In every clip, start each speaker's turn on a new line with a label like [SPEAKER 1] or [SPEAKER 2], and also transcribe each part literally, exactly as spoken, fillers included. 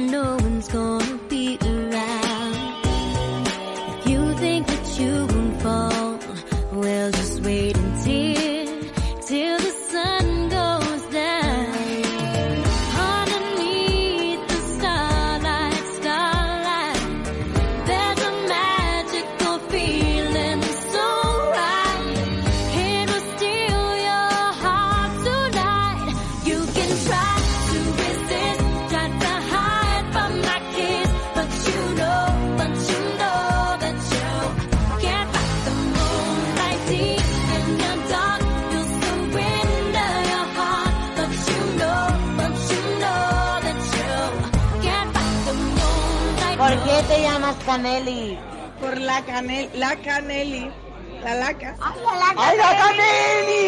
[SPEAKER 1] when no one's gonna be around. If you think that you won't fall, well, just wait until, till the sun goes down. Underneath the starlight, starlight, there's a magical feeling so right. It will steal your heart tonight. You can try to resist, try to hide from my kiss, but you know, but you know that you can't fight the moonlight deep in your dark. You'll surrender your heart, but you know, but you know that you can't fight the moonlight.
[SPEAKER 2] ¿Por qué te llamas Caneli?
[SPEAKER 3] Por la canel, la caneli, la laca.
[SPEAKER 2] ¡Ay, la Caneli!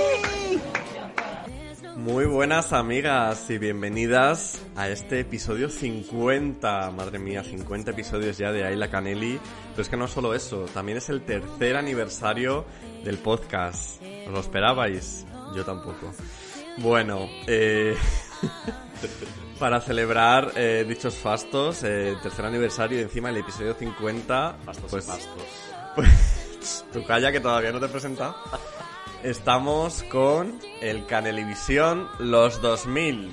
[SPEAKER 4] Muy buenas amigas y bienvenidas a este episodio cincuenta. Madre mía, cincuenta episodios ya de Ayla Caneli. Pero es que no solo eso, también es el tercer aniversario del podcast. ¿Os lo esperabais? Yo tampoco. Bueno, eh... para celebrar eh, dichos fastos, eh, tercer aniversario y encima el episodio cincuenta...
[SPEAKER 5] Fastos
[SPEAKER 4] pues,
[SPEAKER 5] y fastos.
[SPEAKER 4] Pues, tú calla que todavía no te he presentado. Estamos con el Canelivisión Los dos mil.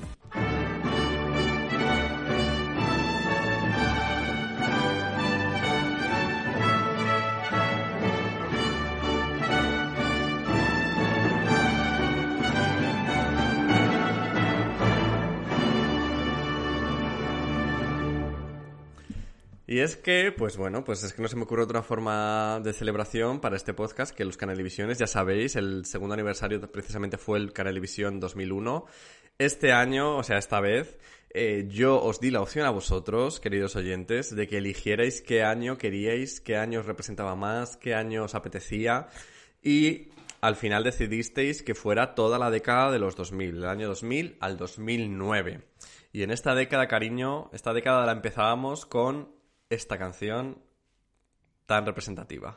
[SPEAKER 4] Y es que, pues bueno, pues es que no se me ocurre otra forma de celebración para este podcast que los Canelivisiones. Ya sabéis, el segundo aniversario precisamente fue el Canelivisión dos mil uno. Este año, o sea, esta vez, eh, yo os di la opción a vosotros, queridos oyentes, de que eligierais qué año queríais, qué año os representaba más, qué año os apetecía. Y al final decidisteis que fuera toda la década de los dos mil, del año dos mil al dos mil nueve. Y en esta década, cariño, esta década la empezábamos con esta canción tan representativa.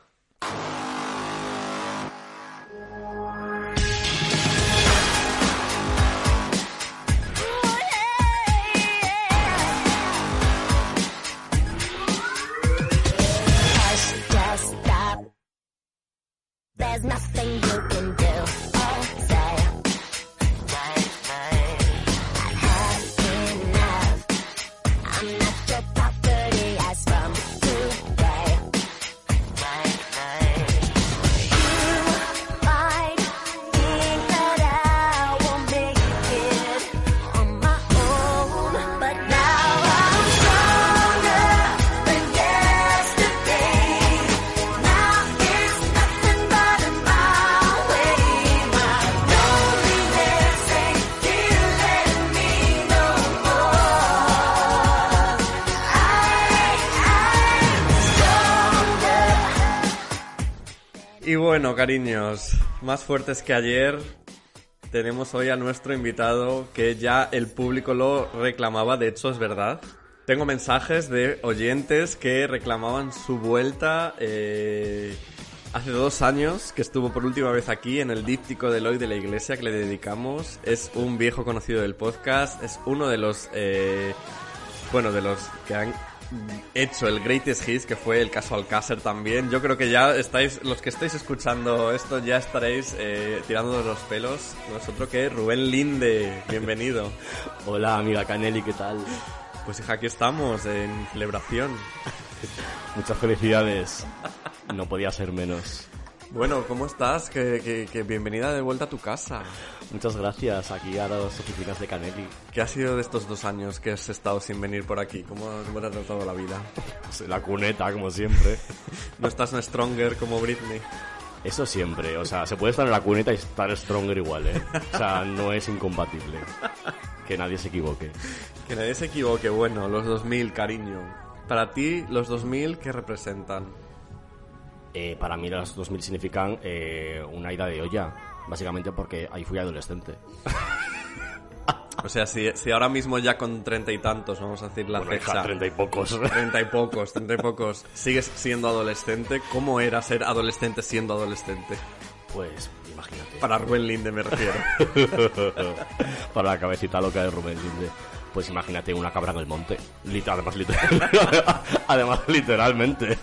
[SPEAKER 1] There's nothing you can do or say. I've had enough. I'm not your property as from today. You might think that I won't make it on my own, but now I'm stronger than yesterday. Now it's nothing but my way. My loneliness ain't killing me no more.
[SPEAKER 4] Y bueno, cariños, más fuertes que ayer, tenemos hoy a nuestro invitado que ya el público lo reclamaba, de hecho es verdad. Tengo mensajes de oyentes que reclamaban su vuelta eh, hace dos años, que estuvo por última vez aquí en el díptico de Eloy de la Iglesia que le dedicamos. Es un viejo conocido del podcast, es uno de los, eh, bueno, de los que han hecho el Greatest Hits, que fue el caso Alcácer también. Yo creo que ya estáis, los que estáis escuchando esto, ya estaréis eh, tirando de los pelos. Nosotros que Rubén Linde, bienvenido.
[SPEAKER 5] Hola, amiga Caneli, ¿qué tal?
[SPEAKER 4] Pues hija, aquí estamos en celebración.
[SPEAKER 5] Muchas felicidades. No podía ser menos.
[SPEAKER 4] Bueno, ¿cómo estás? Que, que, que bienvenida de vuelta a tu casa.
[SPEAKER 5] Muchas gracias, aquí a las oficinas de Caneli.
[SPEAKER 4] ¿Qué ha sido de estos dos años que has estado sin venir por aquí? ¿Cómo, cómo te ha tratado la vida?
[SPEAKER 5] Pues la cuneta, como siempre.
[SPEAKER 4] ¿No estás en stronger como Britney?
[SPEAKER 5] Eso siempre, o sea, se puede estar en la cuneta y estar stronger igual, ¿eh? O sea, no es incompatible. Que nadie se equivoque.
[SPEAKER 4] Que nadie se equivoque. Bueno, los dos mil, cariño. Para ti, los dos mil, ¿qué representan?
[SPEAKER 5] Eh, para mí los dos mil significan eh, una ida de olla, básicamente porque ahí fui adolescente.
[SPEAKER 4] O sea, si, si ahora mismo ya con treinta y tantos, vamos a decir la
[SPEAKER 5] Bueno,
[SPEAKER 4] fecha...
[SPEAKER 5] hija, treinta y pocos.
[SPEAKER 4] Treinta y pocos, treinta y pocos. ¿Sigues siendo adolescente? ¿Cómo era ser adolescente siendo adolescente?
[SPEAKER 5] Pues, imagínate.
[SPEAKER 4] Para Rubén Linde me refiero.
[SPEAKER 5] Para la cabecita loca de Rubén Linde. Pues imagínate una cabra en el monte. Lit- además, liter- además, literalmente.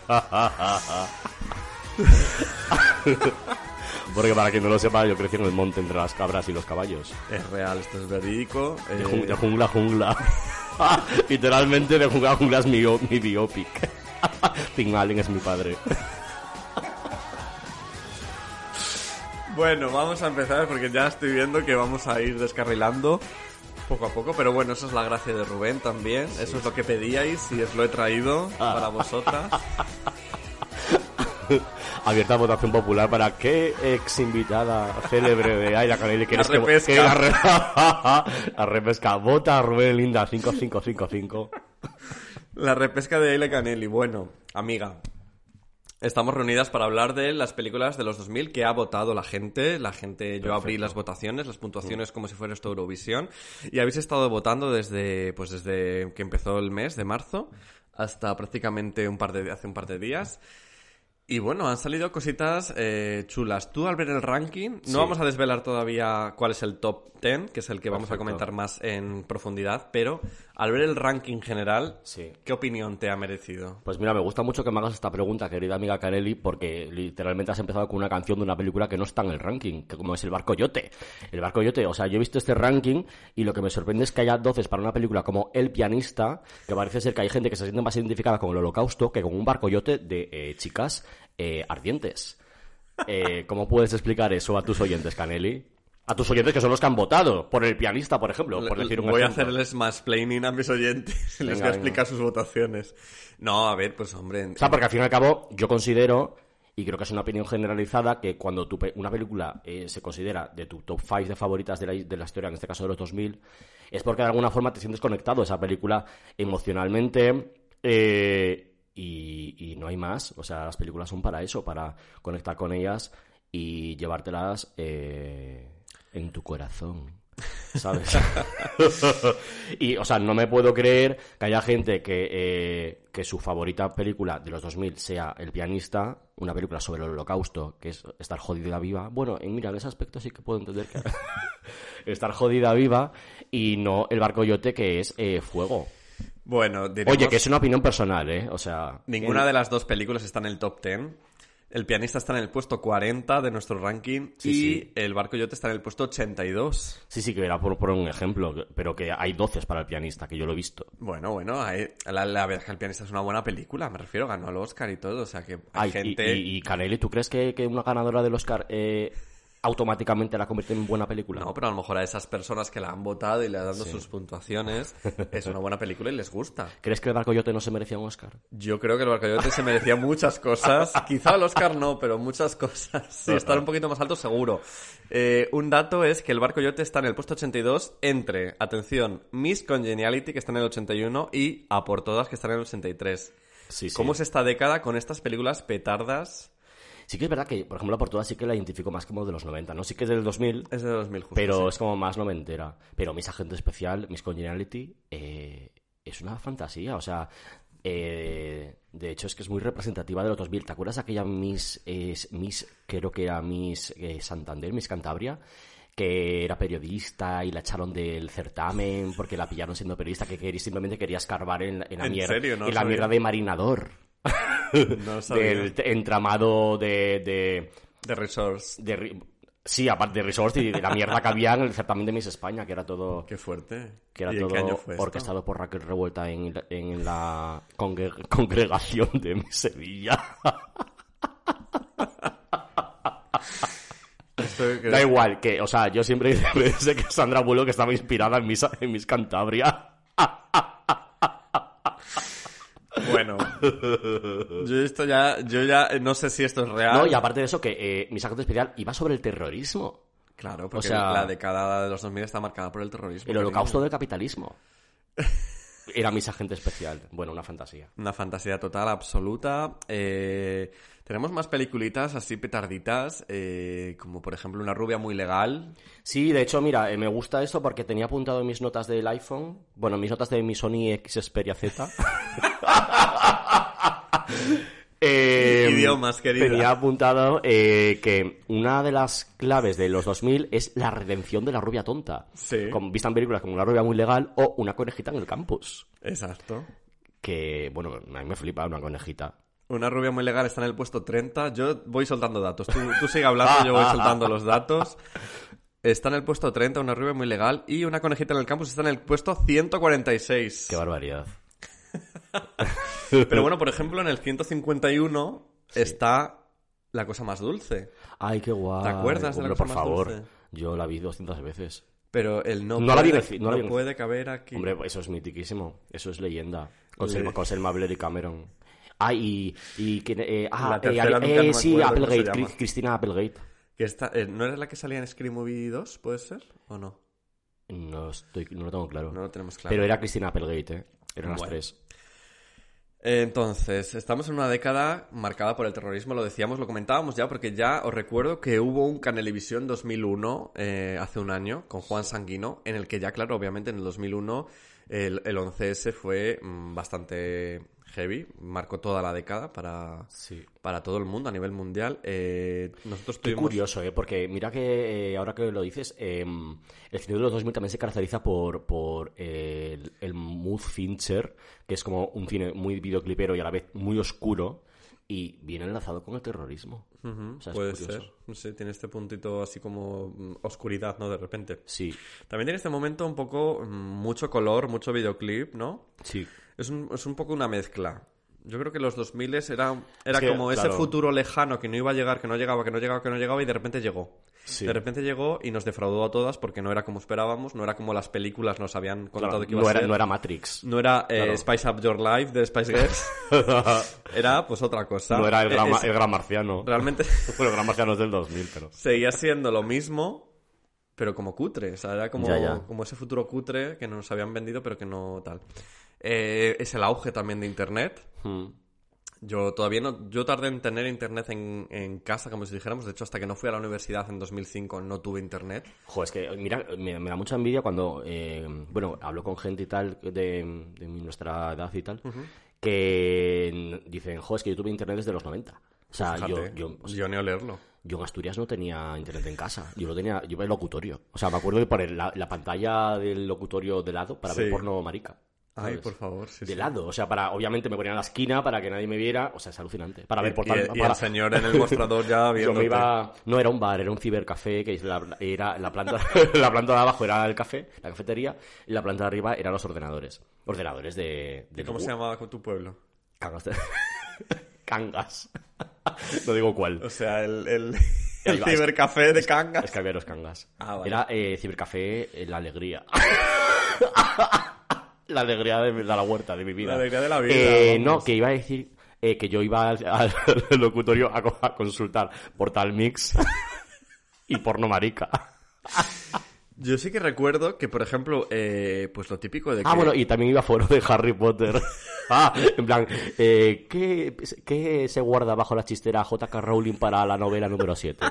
[SPEAKER 5] Porque para quien no lo sepa, yo crecí en el monte entre las cabras y los caballos.
[SPEAKER 4] Es real, esto es verídico.
[SPEAKER 5] De,
[SPEAKER 4] eh,
[SPEAKER 5] jun- de jungla a jungla. Literalmente de jungla a jungla es mi, mi biopic. Tim Allen es mi padre.
[SPEAKER 4] Bueno, vamos a empezar porque ya estoy viendo que vamos a ir descarrilando poco a poco, pero bueno, eso es la gracia de Rubén también, sí. Eso es lo que pedíais y os lo he traído ah. para vosotras.
[SPEAKER 5] Abierta votación popular para qué ex invitada célebre de Ayla Canelli quieres
[SPEAKER 4] la repesca.
[SPEAKER 5] Que, que la, re... la repesca. Vota a Rubén Linda cinco cinco cinco cinco.
[SPEAKER 4] La repesca de Ayla Canelli. Bueno, amiga, estamos reunidas para hablar de las películas de los dos mil que ha votado la gente. La gente, yo Perfecto. abrí las votaciones, las puntuaciones sí. como si fuera esto Eurovisión. Y habéis estado votando desde, pues desde que empezó el mes de marzo hasta prácticamente un par de, hace un par de días. Y bueno, han salido cositas eh, chulas. Tú al ver el ranking, no sí. vamos a desvelar todavía cuál es el top diez, que es el que vamos Perfecto. a comentar más en profundidad, pero al ver el ranking general, sí. ¿qué opinión te ha merecido?
[SPEAKER 5] Pues mira, me gusta mucho que me hagas esta pregunta, querida amiga Canelli, porque literalmente has empezado con una canción de una película que no está en el ranking, que como es El Barco Yote. El Barco Yote, o sea, yo he visto este ranking y lo que me sorprende es que haya doces para una película como El Pianista, que parece ser que hay gente que se siente más identificada con el Holocausto que con un barco yote de eh, chicas eh, ardientes. Eh, ¿Cómo puedes explicar eso a tus oyentes, Canelli? A tus oyentes que son los que han votado por El Pianista, por ejemplo, por decir un
[SPEAKER 4] Voy
[SPEAKER 5] ejemplo.
[SPEAKER 4] a hacerles mansplaining a mis oyentes y les voy a explicar venga. sus votaciones. No, a ver, pues hombre...
[SPEAKER 5] O sea, porque al fin y al cabo yo considero, y creo que es una opinión generalizada, que cuando tu pe- una película eh, se considera de tu top cinco de favoritas de la, de la historia, en este caso de los dos mil, es porque de alguna forma te sientes conectado a esa película emocionalmente... Eh, y, y no hay más. O sea, las películas son para eso, para conectar con ellas y llevártelas... Eh, en tu corazón, ¿sabes? Y, o sea, no me puedo creer que haya gente que, eh, que su favorita película de los dos mil sea El Pianista, una película sobre el Holocausto, que es estar jodida viva. Bueno, en, mira, en ese aspecto sí que puedo entender que estar jodida viva, y no El Barco Yote, que es eh, fuego.
[SPEAKER 4] Bueno, diremos...
[SPEAKER 5] Oye, que es una opinión personal, ¿eh? O sea...
[SPEAKER 4] Ninguna
[SPEAKER 5] en...
[SPEAKER 4] de las dos películas está en el top diez. El Pianista está en el puesto cuarenta de nuestro ranking sí, y sí. El Barco Yote está en el puesto ochenta y dos.
[SPEAKER 5] Sí, sí, que era por, por un ejemplo, pero que hay doce para El Pianista, que yo lo he visto.
[SPEAKER 4] Bueno, bueno, hay, la, la verdad es que El Pianista es una buena película, me refiero, ganó el Oscar y todo, o sea que hay
[SPEAKER 5] Ay,
[SPEAKER 4] gente...
[SPEAKER 5] Y, y, y Canelli, ¿tú crees que, que una ganadora del Oscar... Eh... automáticamente la convierte en buena película?
[SPEAKER 4] No, pero a lo mejor a esas personas que la han votado y le han dado sí. sus puntuaciones es una buena película y les gusta.
[SPEAKER 5] ¿Crees que El Barco Yote no se merecía un Oscar?
[SPEAKER 4] Yo creo que El Barco Yote se merecía muchas cosas. Quizá el Oscar no, pero muchas cosas. Sí, estar un poquito más alto seguro. Eh, un dato es que El Barco Yote está en el puesto ochenta y dos entre, atención, Miss Congeniality, que está en el ochenta y uno, y A por Todas, que está en el ochenta y tres.
[SPEAKER 5] Sí, sí.
[SPEAKER 4] ¿Cómo es esta década con estas películas petardas?
[SPEAKER 5] Sí que es verdad que, por ejemplo, por todas sí que la identifico más como de los noventa, ¿no? Sí que es del dos mil.
[SPEAKER 4] Es de dos mil, justo.
[SPEAKER 5] Pero
[SPEAKER 4] sí.
[SPEAKER 5] es como más noventera. Pero Miss Agente Especial, Miss Congeniality, eh, es una fantasía. O sea, eh, de hecho es que es muy representativa de los dos mil. ¿Te acuerdas aquella Miss, eh, Miss creo que era Miss eh, Santander, Miss Cantabria? Que era periodista y la echaron del certamen porque la pillaron siendo periodista, que quería, simplemente quería escarbar en, en la,
[SPEAKER 4] ¿En
[SPEAKER 5] mierda,
[SPEAKER 4] serio? No
[SPEAKER 5] en la mierda de Marinador.
[SPEAKER 4] No sabía.
[SPEAKER 5] Del entramado de... De,
[SPEAKER 4] de resorts.
[SPEAKER 5] De, sí, aparte de resorts y de la mierda que había en el certamen de Miss España, que era todo...
[SPEAKER 4] Qué fuerte.
[SPEAKER 5] Que era
[SPEAKER 4] ¿Y en
[SPEAKER 5] todo
[SPEAKER 4] qué año fue
[SPEAKER 5] orquestado
[SPEAKER 4] esto?
[SPEAKER 5] por Raquel Revuelta en, en la congre- congregación de Miss Sevilla. Da igual, que, o sea, yo siempre pensé que Sandra Bullock estaba inspirada en Miss, en Miss Cantabria.
[SPEAKER 4] Bueno, yo esto ya, yo ya no sé si esto es real.
[SPEAKER 5] No, y aparte de eso, que eh, Miss Agente Especial iba sobre el terrorismo.
[SPEAKER 4] Claro, porque
[SPEAKER 5] o sea,
[SPEAKER 4] la década de los dos mil está marcada por el terrorismo.
[SPEAKER 5] El holocausto del capitalismo. Era Miss Agente Especial. Bueno, una fantasía.
[SPEAKER 4] Una fantasía total, absoluta. Eh, tenemos más peliculitas así petarditas, eh, como por ejemplo Una rubia muy legal.
[SPEAKER 5] Sí, de hecho, mira, eh, me gusta esto porque tenía apuntado en mis notas del iPhone, bueno, mis notas de mi Sony Xperia Z, Eh,
[SPEAKER 4] Idiomas, querida.
[SPEAKER 5] Tenía apuntado eh, que una de las claves de los dos mil es la redención de la rubia tonta.
[SPEAKER 4] Sí.
[SPEAKER 5] Como, vista en películas como Una rubia muy legal o Una conejita en el campus.
[SPEAKER 4] Exacto.
[SPEAKER 5] Que, bueno, a mí me flipa Una conejita.
[SPEAKER 4] Una rubia muy legal está en el puesto treinta. Yo voy soltando datos. Tú, tú sigue hablando, yo voy soltando los datos. Está en el puesto treinta, Una rubia muy legal. Y Una conejita en el campus está en el puesto ciento cuarenta y seis.
[SPEAKER 5] Qué barbaridad.
[SPEAKER 4] Pero bueno, por ejemplo, en el ciento cincuenta y uno
[SPEAKER 5] Sí.
[SPEAKER 4] está La cosa más dulce.
[SPEAKER 5] Ay, qué guay.
[SPEAKER 4] ¿Te acuerdas de La
[SPEAKER 5] Hombre,
[SPEAKER 4] cosa
[SPEAKER 5] por
[SPEAKER 4] más
[SPEAKER 5] favor.
[SPEAKER 4] dulce?
[SPEAKER 5] Yo la vi doscientas veces.
[SPEAKER 4] Pero el no,
[SPEAKER 5] No
[SPEAKER 4] puede,
[SPEAKER 5] la vi en el ci- no la vi en el-
[SPEAKER 4] puede caber aquí.
[SPEAKER 5] Hombre, eso es mitiquísimo. Eso es leyenda. Con,
[SPEAKER 4] Le-
[SPEAKER 5] Selma, con Selma Blair y Cameron. Ah, y... y que, eh, ah,
[SPEAKER 4] La
[SPEAKER 5] eh,
[SPEAKER 4] tercera
[SPEAKER 5] eh,
[SPEAKER 4] nunca me
[SPEAKER 5] sí,
[SPEAKER 4] acuerdo cómo
[SPEAKER 5] Applegate.
[SPEAKER 4] se llama.
[SPEAKER 5] Cri- Cristina Applegate.
[SPEAKER 4] Que esta, eh, ¿No era la que salía en Scream Movie dos? ¿Puede ser? ¿O no?
[SPEAKER 5] No, estoy, no lo tengo claro.
[SPEAKER 4] No lo tenemos claro.
[SPEAKER 5] Pero era Cristina Applegate, ¿eh? Eran las
[SPEAKER 4] Bueno.
[SPEAKER 5] tres.
[SPEAKER 4] Entonces, estamos en una década marcada por el terrorismo, lo decíamos, lo comentábamos ya, porque ya os recuerdo que hubo un Canelevisión dos mil uno, eh, hace un año, con Juan Sanguino, en el que ya, claro, obviamente en el dos mil uno el, el once ese fue mm, bastante heavy, marcó toda la década para,
[SPEAKER 5] Sí.
[SPEAKER 4] para todo el mundo, a nivel mundial. Eh, nosotros
[SPEAKER 5] Qué
[SPEAKER 4] tuvimos...
[SPEAKER 5] curioso, ¿eh? Porque mira que eh, ahora que lo dices, eh, el cine de los dos mil también se caracteriza por, por eh, el, el mood Fincher, que es como un cine muy videoclipero y a la vez muy oscuro, y viene enlazado con el terrorismo.
[SPEAKER 4] Ujú,
[SPEAKER 5] O sea, es
[SPEAKER 4] puede
[SPEAKER 5] curioso.
[SPEAKER 4] ser, no sé, tiene este puntito así como mm, oscuridad, ¿no? De repente.
[SPEAKER 5] Sí,
[SPEAKER 4] También tiene este momento un poco, mm, mucho color, mucho videoclip, ¿no?
[SPEAKER 5] sí.
[SPEAKER 4] Es un, es un poco una mezcla. Yo creo que los dos mil era, era
[SPEAKER 5] Es que,
[SPEAKER 4] como ese
[SPEAKER 5] claro.
[SPEAKER 4] futuro lejano que no iba a llegar, que no llegaba, que no llegaba, que no llegaba y de repente llegó.
[SPEAKER 5] Sí.
[SPEAKER 4] De repente llegó y nos defraudó a todas porque no era como esperábamos, no era como las películas nos habían contado
[SPEAKER 5] Claro,
[SPEAKER 4] que iba
[SPEAKER 5] no,
[SPEAKER 4] a
[SPEAKER 5] era,
[SPEAKER 4] ser.
[SPEAKER 5] no era Matrix.
[SPEAKER 4] No era eh,
[SPEAKER 5] Claro.
[SPEAKER 4] Spice Up Your Life de Spice Girls. Era pues otra cosa.
[SPEAKER 5] No era el gran,
[SPEAKER 4] Eh,
[SPEAKER 5] ma-
[SPEAKER 4] es-
[SPEAKER 5] el gran marciano.
[SPEAKER 4] Realmente
[SPEAKER 5] Bueno, el gran marciano es del dos mil, pero...
[SPEAKER 4] seguía siendo lo mismo, pero como cutre. O sea, era como,
[SPEAKER 5] Ya, ya.
[SPEAKER 4] como ese futuro cutre que nos habían vendido, pero que no tal. Eh, es el auge también de Internet.
[SPEAKER 5] Hmm.
[SPEAKER 4] Yo todavía no... Yo tardé en tener Internet en, en casa, como si dijéramos. De hecho, hasta que no fui a la universidad en dos mil cinco no tuve Internet.
[SPEAKER 5] Joder, es que, mira, me, me da mucha envidia cuando, eh, bueno, hablo con gente y tal, de, de nuestra edad y tal, que dicen, joder, es que yo tuve internet desde los noventa. O sea, yo,
[SPEAKER 4] Fíjate,
[SPEAKER 5] yo, o sea,
[SPEAKER 4] yo ni olerlo.
[SPEAKER 5] yo en Asturias no tenía internet en casa, yo lo tenía, yo iba al locutorio. O sea, me acuerdo de poner la, la pantalla del locutorio de lado para
[SPEAKER 4] Sí.
[SPEAKER 5] ver porno marica.
[SPEAKER 4] Ay,
[SPEAKER 5] ¿sabes?
[SPEAKER 4] por favor. Sí,
[SPEAKER 5] De
[SPEAKER 4] sí.
[SPEAKER 5] lado, o sea, para, obviamente me ponía en la esquina para que nadie me viera, o sea, es alucinante. Para ver
[SPEAKER 4] Y,
[SPEAKER 5] portal,
[SPEAKER 4] y- y
[SPEAKER 5] para-
[SPEAKER 4] el señor en el mostrador ya
[SPEAKER 5] Yo
[SPEAKER 4] viendo.
[SPEAKER 5] me iba, no era un bar, era un cibercafé, que es la, era la planta, la planta de abajo era el café, la cafetería, y la planta de arriba eran los ordenadores. Ordenadores de... de
[SPEAKER 4] ¿Cómo se llamaba con tu pueblo?
[SPEAKER 5] Cangas. de- Cangas. No digo cuál.
[SPEAKER 4] O sea, el, el,
[SPEAKER 5] Ahí
[SPEAKER 4] el
[SPEAKER 5] va, es-
[SPEAKER 4] cibercafé de Cangas.
[SPEAKER 5] Es que había los Cangas.
[SPEAKER 4] Ah, vale.
[SPEAKER 5] Era eh, cibercafé eh, La Alegría. La alegría de, de la huerta, de mi vida.
[SPEAKER 4] La alegría de la vida,
[SPEAKER 5] Eh,
[SPEAKER 4] vamos.
[SPEAKER 5] no, que iba a decir eh, que yo iba al, al locutorio a, co- a consultar Portal Mix y porno marica.
[SPEAKER 4] Yo sí que recuerdo que, por ejemplo, eh, pues lo típico de que...
[SPEAKER 5] Ah, bueno, y también iba a foro de Harry Potter. Ah, en plan, eh, ¿qué, ¿qué se guarda bajo la chistera J K. Rowling para la novela número siete?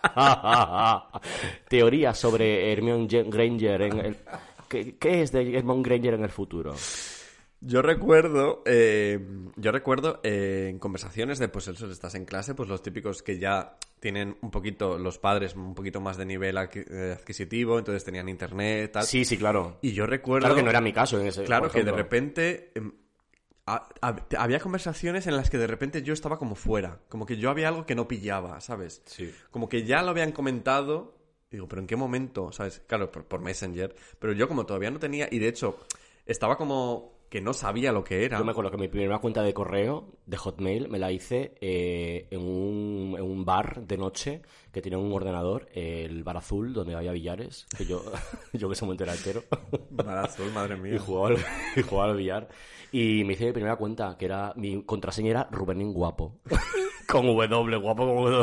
[SPEAKER 5] Teoría sobre Hermione Jen- Granger en el... ¿Qué, qué es de Hermione Granger en el futuro?
[SPEAKER 4] Yo recuerdo, eh, yo recuerdo eh, en conversaciones de, pues eso, estás en clase, pues los típicos que ya tienen un poquito, los padres, un poquito más de nivel adqui- eh, adquisitivo, entonces tenían internet, tal.
[SPEAKER 5] Sí, sí, claro.
[SPEAKER 4] Y yo recuerdo...
[SPEAKER 5] Claro que no era mi caso en ese.
[SPEAKER 4] Claro
[SPEAKER 5] por
[SPEAKER 4] que de
[SPEAKER 5] ejemplo.
[SPEAKER 4] repente... em, ha- hab- había conversaciones en las que de repente yo estaba como fuera, como que yo había algo que no pillaba, ¿sabes?
[SPEAKER 5] Sí.
[SPEAKER 4] Como que ya lo habían comentado, digo, pero ¿en qué momento? ¿Sabes? Claro, por, por Messenger, pero yo como todavía no tenía, y de hecho estaba como que no sabía lo que era.
[SPEAKER 5] Yo me acuerdo que mi primera cuenta de correo de Hotmail me la hice eh, en, un, en un bar de noche que tenía un ordenador, el bar azul, donde había billares, que yo, yo que ese momento era entero.
[SPEAKER 4] Bar azul, madre mía.
[SPEAKER 5] Y jugaba al, y jugaba al billar. Y me hice mi primera cuenta, que era... Mi contraseña era Rubenín Guapo. Con W, guapo con W.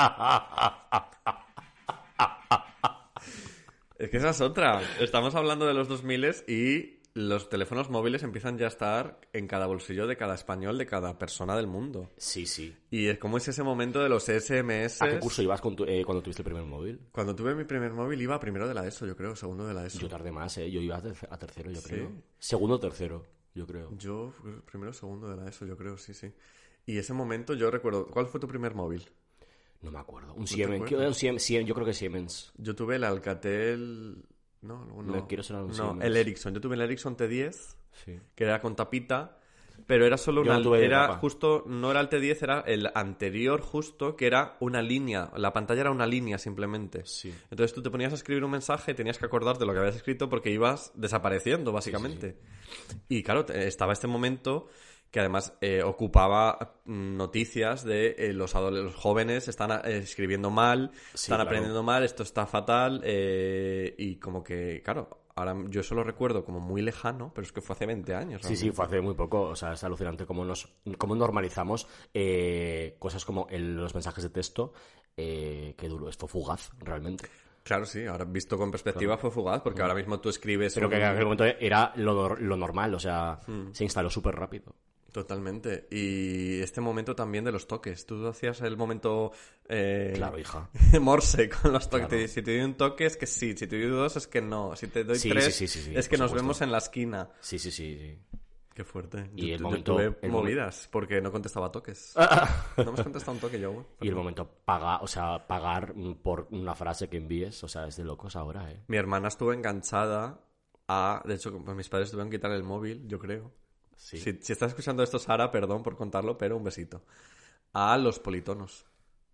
[SPEAKER 4] Es que esa es otra. Estamos hablando de los dos mil y los teléfonos móviles empiezan ya a estar en cada bolsillo de cada español, de cada persona del mundo.
[SPEAKER 5] Sí, sí.
[SPEAKER 4] Y es como es ese momento de los S M S.
[SPEAKER 5] ¿A qué curso ibas con tu- eh, cuando tuviste el primer móvil?
[SPEAKER 4] Cuando tuve mi primer móvil iba primero de la ESO, yo creo, segundo de la ESO.
[SPEAKER 5] Yo tardé más, ¿eh? Yo iba a, terce- a tercero, yo
[SPEAKER 4] ¿Sí?
[SPEAKER 5] creo. Segundo o tercero, yo creo.
[SPEAKER 4] Yo, primero, segundo de la ESO, yo creo, sí, sí. Y ese momento yo recuerdo... ¿Cuál fue tu primer móvil?
[SPEAKER 5] No me acuerdo. Un
[SPEAKER 4] te
[SPEAKER 5] Siemens.
[SPEAKER 4] acuerdas?
[SPEAKER 5] Un Siemens, Siemens, yo creo que Siemens.
[SPEAKER 4] Yo tuve el Alcatel... No, no, no.
[SPEAKER 5] Me quiero sonar un
[SPEAKER 4] No,
[SPEAKER 5] Siemens.
[SPEAKER 4] el Ericsson. Yo tuve el Ericsson T diez,
[SPEAKER 5] Sí.
[SPEAKER 4] que era con tapita, pero era solo
[SPEAKER 5] Yo
[SPEAKER 4] una...
[SPEAKER 5] no tuve de
[SPEAKER 4] era
[SPEAKER 5] tapa.
[SPEAKER 4] justo... No era el T diez, era el anterior justo, que era una línea. La pantalla era una línea simplemente.
[SPEAKER 5] Sí.
[SPEAKER 4] Entonces tú te ponías a escribir un mensaje y tenías que acordarte de lo que habías escrito porque ibas desapareciendo, básicamente. Y claro, te- estaba este momento que además eh, ocupaba mm, noticias de eh, los, adole- los jóvenes están eh, escribiendo mal,
[SPEAKER 5] Sí,
[SPEAKER 4] están
[SPEAKER 5] claro.
[SPEAKER 4] aprendiendo mal, esto está fatal, eh, y como que, claro, ahora yo eso lo recuerdo como muy lejano, pero es que fue hace veinte años.
[SPEAKER 5] Sí, sí,
[SPEAKER 4] realmente.
[SPEAKER 5] fue hace muy poco. O sea, es alucinante cómo, nos, cómo normalizamos eh, cosas como el- los mensajes de texto. Eh, qué duro, esto fugaz, realmente.
[SPEAKER 4] Claro, sí, ahora visto con perspectiva fue fugaz, porque ahora mismo tú escribes...
[SPEAKER 5] Pero
[SPEAKER 4] un-
[SPEAKER 5] que en aquel momento era lo, lo normal, o sea,
[SPEAKER 4] Hmm.
[SPEAKER 5] se instaló súper rápido.
[SPEAKER 4] Totalmente. Y este momento también de los toques. Tú hacías el momento... eh,
[SPEAKER 5] Claro, hija.
[SPEAKER 4] Morse con los toques.
[SPEAKER 5] Claro.
[SPEAKER 4] Si te doy un toque es que sí, si te doy dos es que no, si te doy
[SPEAKER 5] Sí,
[SPEAKER 4] tres
[SPEAKER 5] sí, sí, sí, sí,
[SPEAKER 4] es que
[SPEAKER 5] por
[SPEAKER 4] nos
[SPEAKER 5] supuesto.
[SPEAKER 4] vemos en la esquina.
[SPEAKER 5] Sí, sí, sí. sí.
[SPEAKER 4] Qué fuerte.
[SPEAKER 5] Y
[SPEAKER 4] Yo-
[SPEAKER 5] el
[SPEAKER 4] yo
[SPEAKER 5] momento-
[SPEAKER 4] tuve
[SPEAKER 5] el momen-
[SPEAKER 4] movidas porque no contestaba toques. No me has contestado un toque yo.
[SPEAKER 5] Y el momento paga, o sea, pagar mm, por una frase que envíes, o sea, es de locos ahora, ¿eh?
[SPEAKER 4] Mi hermana estuvo enganchada a... De hecho, mis padres tuvieron que quitar el móvil, yo creo.
[SPEAKER 5] Sí.
[SPEAKER 4] Si, si estás escuchando esto, Sara, perdón por contarlo, pero un besito. A los politonos.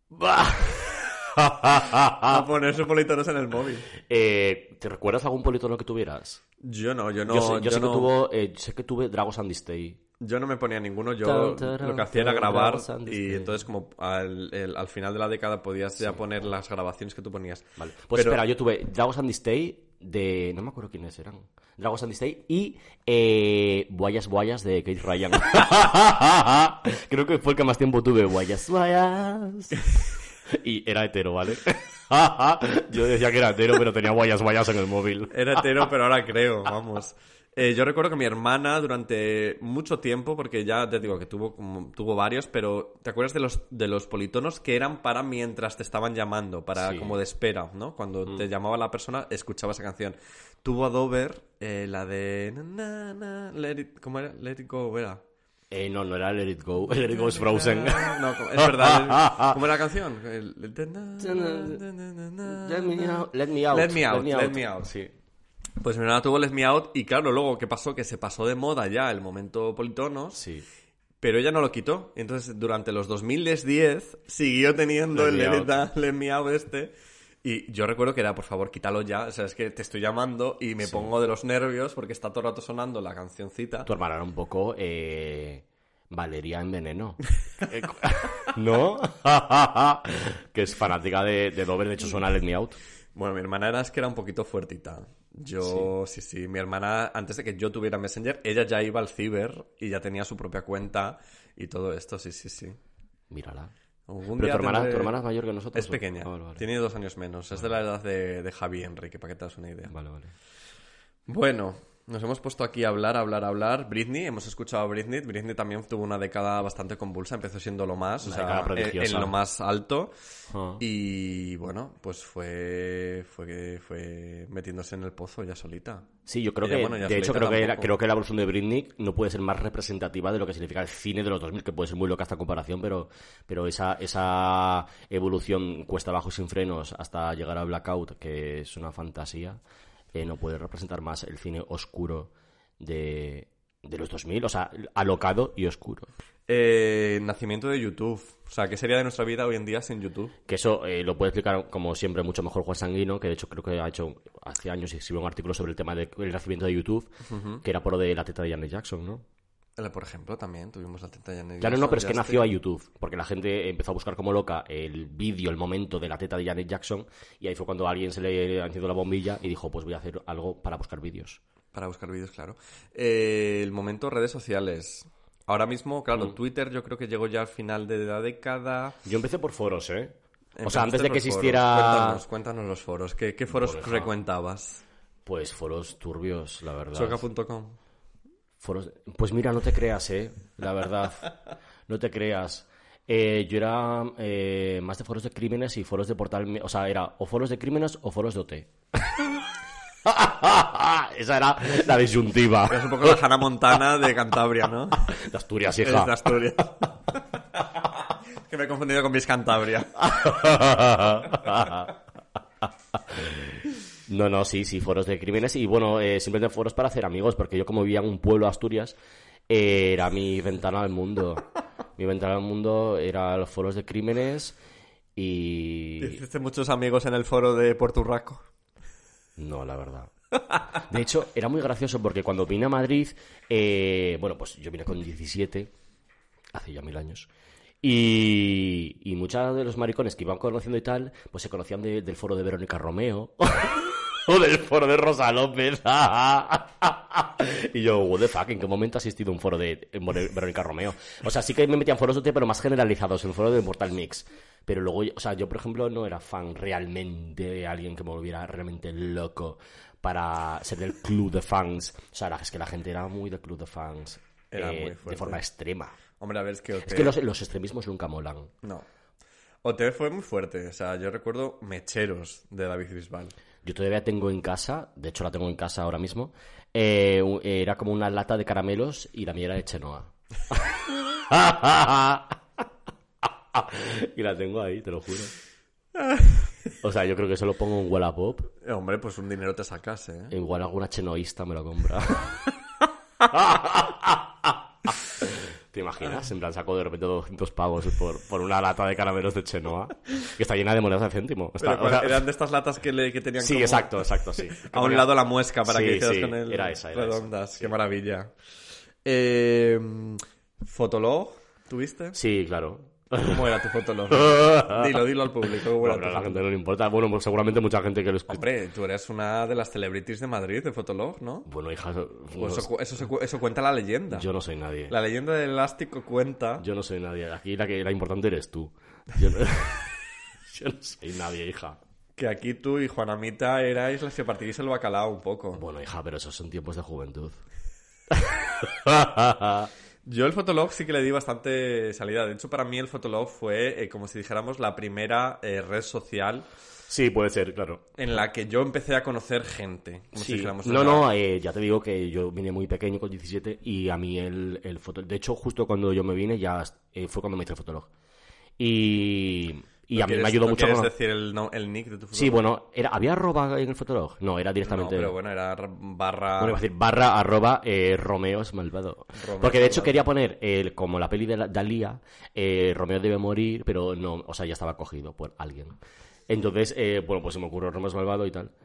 [SPEAKER 4] A ponerse politonos en el móvil.
[SPEAKER 5] Eh, ¿Te recuerdas algún politono que tuvieras?
[SPEAKER 4] Yo no, yo no.
[SPEAKER 5] yo sé, yo
[SPEAKER 4] yo
[SPEAKER 5] sé
[SPEAKER 4] no,
[SPEAKER 5] que tuvo, eh, sé que tuve Dragos and Stay.
[SPEAKER 4] yo no me ponía ninguno. Yo
[SPEAKER 5] Tan, taran,
[SPEAKER 4] lo que hacía era
[SPEAKER 5] taran,
[SPEAKER 4] grabar
[SPEAKER 5] Dragos and
[SPEAKER 4] y
[SPEAKER 5] Stay.
[SPEAKER 4] entonces como al, el- al final de la década podías ya poner las grabaciones que tú ponías.
[SPEAKER 5] Vale. Pues
[SPEAKER 4] Pero-
[SPEAKER 5] espera, yo tuve Dragos and Stay de... No me acuerdo quiénes eran. Dragos and Stay y eh, Guayas Guayas de Kate Ryan. Creo que fue el que más tiempo tuve. Guayas Guayas. Y era hetero, ¿vale? Yo decía que era hetero, pero tenía Guayas Guayas en el móvil.
[SPEAKER 4] Era hetero, pero ahora creo, vamos. Eh, yo recuerdo que mi hermana durante mucho tiempo, porque ya te digo que tuvo, como- tuvo varios, pero ¿te acuerdas de los, de los politonos que eran para mientras te estaban llamando, para
[SPEAKER 5] Sí.
[SPEAKER 4] como de espera, ¿no? Cuando te llamaba la persona, escuchaba esa canción. Tuvo a Dover eh, la de... na, na, na, let it- ¿Cómo era? Let it go, era.
[SPEAKER 5] Eh, no, no era Let It Go. Let It Go es Frozen.
[SPEAKER 4] No, es verdad. ¿Cómo era la canción? El- el-
[SPEAKER 5] Let me out. Let me out.
[SPEAKER 4] Let me out, let me out.
[SPEAKER 5] Sí.
[SPEAKER 4] Pues mi hermana tuvo Let Me Out y claro, luego, ¿qué pasó? Que se pasó de moda ya el momento politonos,
[SPEAKER 5] Sí.
[SPEAKER 4] pero ella no lo quitó. Entonces, durante los dos mil diez siguió teniendo
[SPEAKER 5] Let
[SPEAKER 4] el
[SPEAKER 5] Me
[SPEAKER 4] Let,
[SPEAKER 5] Out.
[SPEAKER 4] It Da- Let Me Out este. Y yo recuerdo que era, por favor, quítalo ya. O sea, es que te estoy llamando y me pongo de los nervios porque está todo el rato sonando la cancioncita.
[SPEAKER 5] Tu hermana era un poco eh, Valeria en Veneno. Eh, ¿No? Que es fanática de, de Dover, de hecho suena Let Me Out.
[SPEAKER 4] Bueno, mi hermana era, es que era un poquito fuertita. Yo, sí. sí, sí. Mi hermana, antes de que yo tuviera Messenger, ella ya iba al ciber y ya tenía su propia cuenta y todo esto, sí, sí, sí.
[SPEAKER 5] Mírala.
[SPEAKER 4] Algún
[SPEAKER 5] Pero
[SPEAKER 4] día
[SPEAKER 5] tu hermana,
[SPEAKER 4] tendré-
[SPEAKER 5] tu hermana es mayor que nosotros.
[SPEAKER 4] Es
[SPEAKER 5] ¿o?
[SPEAKER 4] pequeña,
[SPEAKER 5] Ah, vale, vale.
[SPEAKER 4] tiene dos años menos. Es de la edad de, de Javi Enrique, para que te hagas una idea.
[SPEAKER 5] Vale, vale.
[SPEAKER 4] Bueno, nos hemos puesto aquí a hablar, hablar, hablar. Britney, hemos escuchado a Britney. Britney también tuvo una década bastante convulsa, empezó siendo lo más, o
[SPEAKER 5] Una
[SPEAKER 4] sea,
[SPEAKER 5] década
[SPEAKER 4] en,
[SPEAKER 5] prodigiosa.
[SPEAKER 4] en lo más alto.
[SPEAKER 5] Ah.
[SPEAKER 4] Y bueno, pues fue, fue, fue metiéndose en el pozo ella solita.
[SPEAKER 5] Sí, yo creo
[SPEAKER 4] Ella,
[SPEAKER 5] que,
[SPEAKER 4] bueno, ya
[SPEAKER 5] de hecho,
[SPEAKER 4] solita
[SPEAKER 5] creo que, la,
[SPEAKER 4] tampoco.
[SPEAKER 5] creo que la evolución de Britney no puede ser más representativa de lo que significa el cine de los dos mil, que puede ser muy loca esta comparación, pero, pero esa, esa evolución cuesta abajo y sin frenos hasta llegar a Blackout, que es una fantasía, eh, no puede representar más el cine oscuro de, de los dos mil, o sea, alocado y oscuro.
[SPEAKER 4] Eh, nacimiento de YouTube. O sea, ¿qué sería de nuestra vida hoy en día sin YouTube?
[SPEAKER 5] Que eso eh, lo puede explicar, como siempre, mucho mejor Juan Sanguino, que de hecho creo que ha hecho hace años y escribió un artículo sobre el tema del nacimiento de YouTube, que era por lo de la teta de Janet Jackson, ¿no?
[SPEAKER 4] Eh, Por ejemplo, también tuvimos la teta de Janet
[SPEAKER 5] Claro, no,
[SPEAKER 4] Jackson,
[SPEAKER 5] pero es que
[SPEAKER 4] ya
[SPEAKER 5] nació a
[SPEAKER 4] estoy-
[SPEAKER 5] YouTube, porque la gente empezó a buscar como loca el vídeo, el momento de la teta de Janet Jackson, y ahí fue cuando a alguien se le encendió la bombilla y dijo, pues voy a hacer algo para buscar vídeos.
[SPEAKER 4] Para buscar vídeos, claro. Eh, el momento redes sociales. Ahora mismo, claro,
[SPEAKER 5] Mm.
[SPEAKER 4] Twitter yo creo que llegó ya al final de la década.
[SPEAKER 5] Yo empecé por foros, ¿eh? O
[SPEAKER 4] Empezaste
[SPEAKER 5] sea, antes de
[SPEAKER 4] por
[SPEAKER 5] que
[SPEAKER 4] foros.
[SPEAKER 5] existiera...
[SPEAKER 4] Cuéntanos, cuéntanos los foros. ¿Qué, qué foros
[SPEAKER 5] Por ejemplo.
[SPEAKER 4] frecuentabas?
[SPEAKER 5] Pues foros turbios, la verdad.
[SPEAKER 4] Choca punto com.
[SPEAKER 5] Foros... Pues mira, no te creas, ¿eh? La verdad. No te creas. Eh, yo era eh, más de foros de crímenes y foros de portal... Me- O sea, era o foros de crímenes o foros de O T. Esa era la disyuntiva.
[SPEAKER 4] Es un poco la Hannah Montana de Cantabria, ¿no?
[SPEAKER 5] De Asturias,
[SPEAKER 4] Es
[SPEAKER 5] hija.
[SPEAKER 4] de Asturias. Que me he confundido con Miss Cantabria.
[SPEAKER 5] No, no, sí, sí, foros de crímenes y bueno, eh, simplemente foros para hacer amigos, porque yo como vivía en un pueblo de Asturias, eh, era mi ventana al mundo. Mi ventana al mundo era los foros de crímenes y...
[SPEAKER 4] ¿Hiciste muchos amigos en el foro de Puerto Urraco?
[SPEAKER 5] No, la verdad. De hecho, era muy gracioso porque cuando vine a Madrid, eh, bueno, pues yo vine con diecisiete, hace ya mil años, y, y muchos de los maricones que iban conociendo y tal, pues se conocían de- del foro de Verónica Romeo. O del foro de Rosa López. Y yo, what the fuck, ¿en qué momento ha asistido a un foro de Verónica Romeo? O sea, sí que me metía en foros de té, pero más generalizados, en el foro de Mortal Mix. Pero luego, o sea, yo, por ejemplo, no era fan realmente de alguien que me volviera realmente loco para ser del club de fans. O sea, es que la gente era muy del club de fans.
[SPEAKER 4] Era
[SPEAKER 5] eh,
[SPEAKER 4] muy fuerte.
[SPEAKER 5] de forma extrema.
[SPEAKER 4] Hombre, a ver, es que O T...
[SPEAKER 5] Es que los, los extremismos nunca molan.
[SPEAKER 4] No. O T fue muy fuerte. O sea, yo recuerdo mecheros de David Bisbal.
[SPEAKER 5] Yo todavía tengo en casa, de hecho la tengo en casa ahora mismo, eh, un- era como una lata de caramelos y la mía era de Chenoa. Y la tengo ahí, te lo juro. O sea, yo creo que eso lo pongo en Wallapop.
[SPEAKER 4] Eh, hombre, pues un dinero te sacas, ¿eh?
[SPEAKER 5] Igual alguna chenoísta me lo compra. ¿Te imaginas? En plan, saco de repente doscientos pavos por, por una lata de caramelos de Chenoa que está llena de monedas de céntimo. Está-
[SPEAKER 4] Pero,
[SPEAKER 5] o sea,
[SPEAKER 4] eran de estas latas que, le, que tenían
[SPEAKER 5] sí,
[SPEAKER 4] como
[SPEAKER 5] exacto, exacto, sí.
[SPEAKER 4] a un lado la muesca para
[SPEAKER 5] Sí,
[SPEAKER 4] que hicieras
[SPEAKER 5] sí,
[SPEAKER 4] con el
[SPEAKER 5] era esa, era
[SPEAKER 4] redondas.
[SPEAKER 5] esa,
[SPEAKER 4] Qué
[SPEAKER 5] sí.
[SPEAKER 4] maravilla. Eh, ¿Fotolog tuviste?
[SPEAKER 5] Sí, claro.
[SPEAKER 4] ¿Cómo era tu Fotolog? Dilo, dilo al público. ¿Cómo
[SPEAKER 5] Bueno,
[SPEAKER 4] era tu
[SPEAKER 5] pero a la gente
[SPEAKER 4] Fotolog?
[SPEAKER 5] no le importa. Bueno, pues seguramente mucha gente que lo escucha.
[SPEAKER 4] Hombre, tú eres una de las celebrities de Madrid, de Fotolog, ¿no?
[SPEAKER 5] Bueno, hija,
[SPEAKER 4] Pues eso, cu- eso, se cu- eso cuenta la leyenda.
[SPEAKER 5] yo no soy nadie.
[SPEAKER 4] La leyenda del elástico cuenta...
[SPEAKER 5] Yo no soy nadie. Aquí la que la importante eres tú. Yo no, yo no soy nadie, hija.
[SPEAKER 4] Que aquí tú y Juanamita erais las que partidís el bacalao un poco.
[SPEAKER 5] Bueno, hija, pero esos son tiempos de juventud.
[SPEAKER 4] Yo el Fotolog sí que le di bastante salida. De hecho, para mí el Fotolog fue, eh, como si dijéramos, la primera eh, red social
[SPEAKER 5] Sí, puede ser, claro.
[SPEAKER 4] en la que yo empecé a conocer gente. Como si
[SPEAKER 5] Sí.
[SPEAKER 4] dijéramos.
[SPEAKER 5] No,
[SPEAKER 4] o sea,
[SPEAKER 5] no, eh, ya te digo que yo vine muy pequeño con diecisiete y a mí el, el foto... De hecho, justo cuando yo me vine ya eh, fue cuando me hice el Fotolog. Y, y
[SPEAKER 4] ¿no
[SPEAKER 5] a mí
[SPEAKER 4] quieres-
[SPEAKER 5] me ayudó
[SPEAKER 4] no
[SPEAKER 5] mucho.
[SPEAKER 4] quieres
[SPEAKER 5] con-
[SPEAKER 4] decir el, no- el nick de tu Fotolog?
[SPEAKER 5] Sí, bueno, era, ¿había arroba en el Fotolog? No, era
[SPEAKER 4] No,
[SPEAKER 5] directamente...
[SPEAKER 4] pero bueno, era r- barra...
[SPEAKER 5] Bueno, iba a decir barra arroba eh, Romeo es malvado.
[SPEAKER 4] Romeo
[SPEAKER 5] Porque de
[SPEAKER 4] es
[SPEAKER 5] hecho
[SPEAKER 4] malvado.
[SPEAKER 5] quería poner, eh, como la peli de la- Dalía, eh, Romeo debe morir, pero no, o sea, ya estaba cogido por alguien. Entonces, eh, bueno, pues se me ocurrió Romeo es malvado y tal.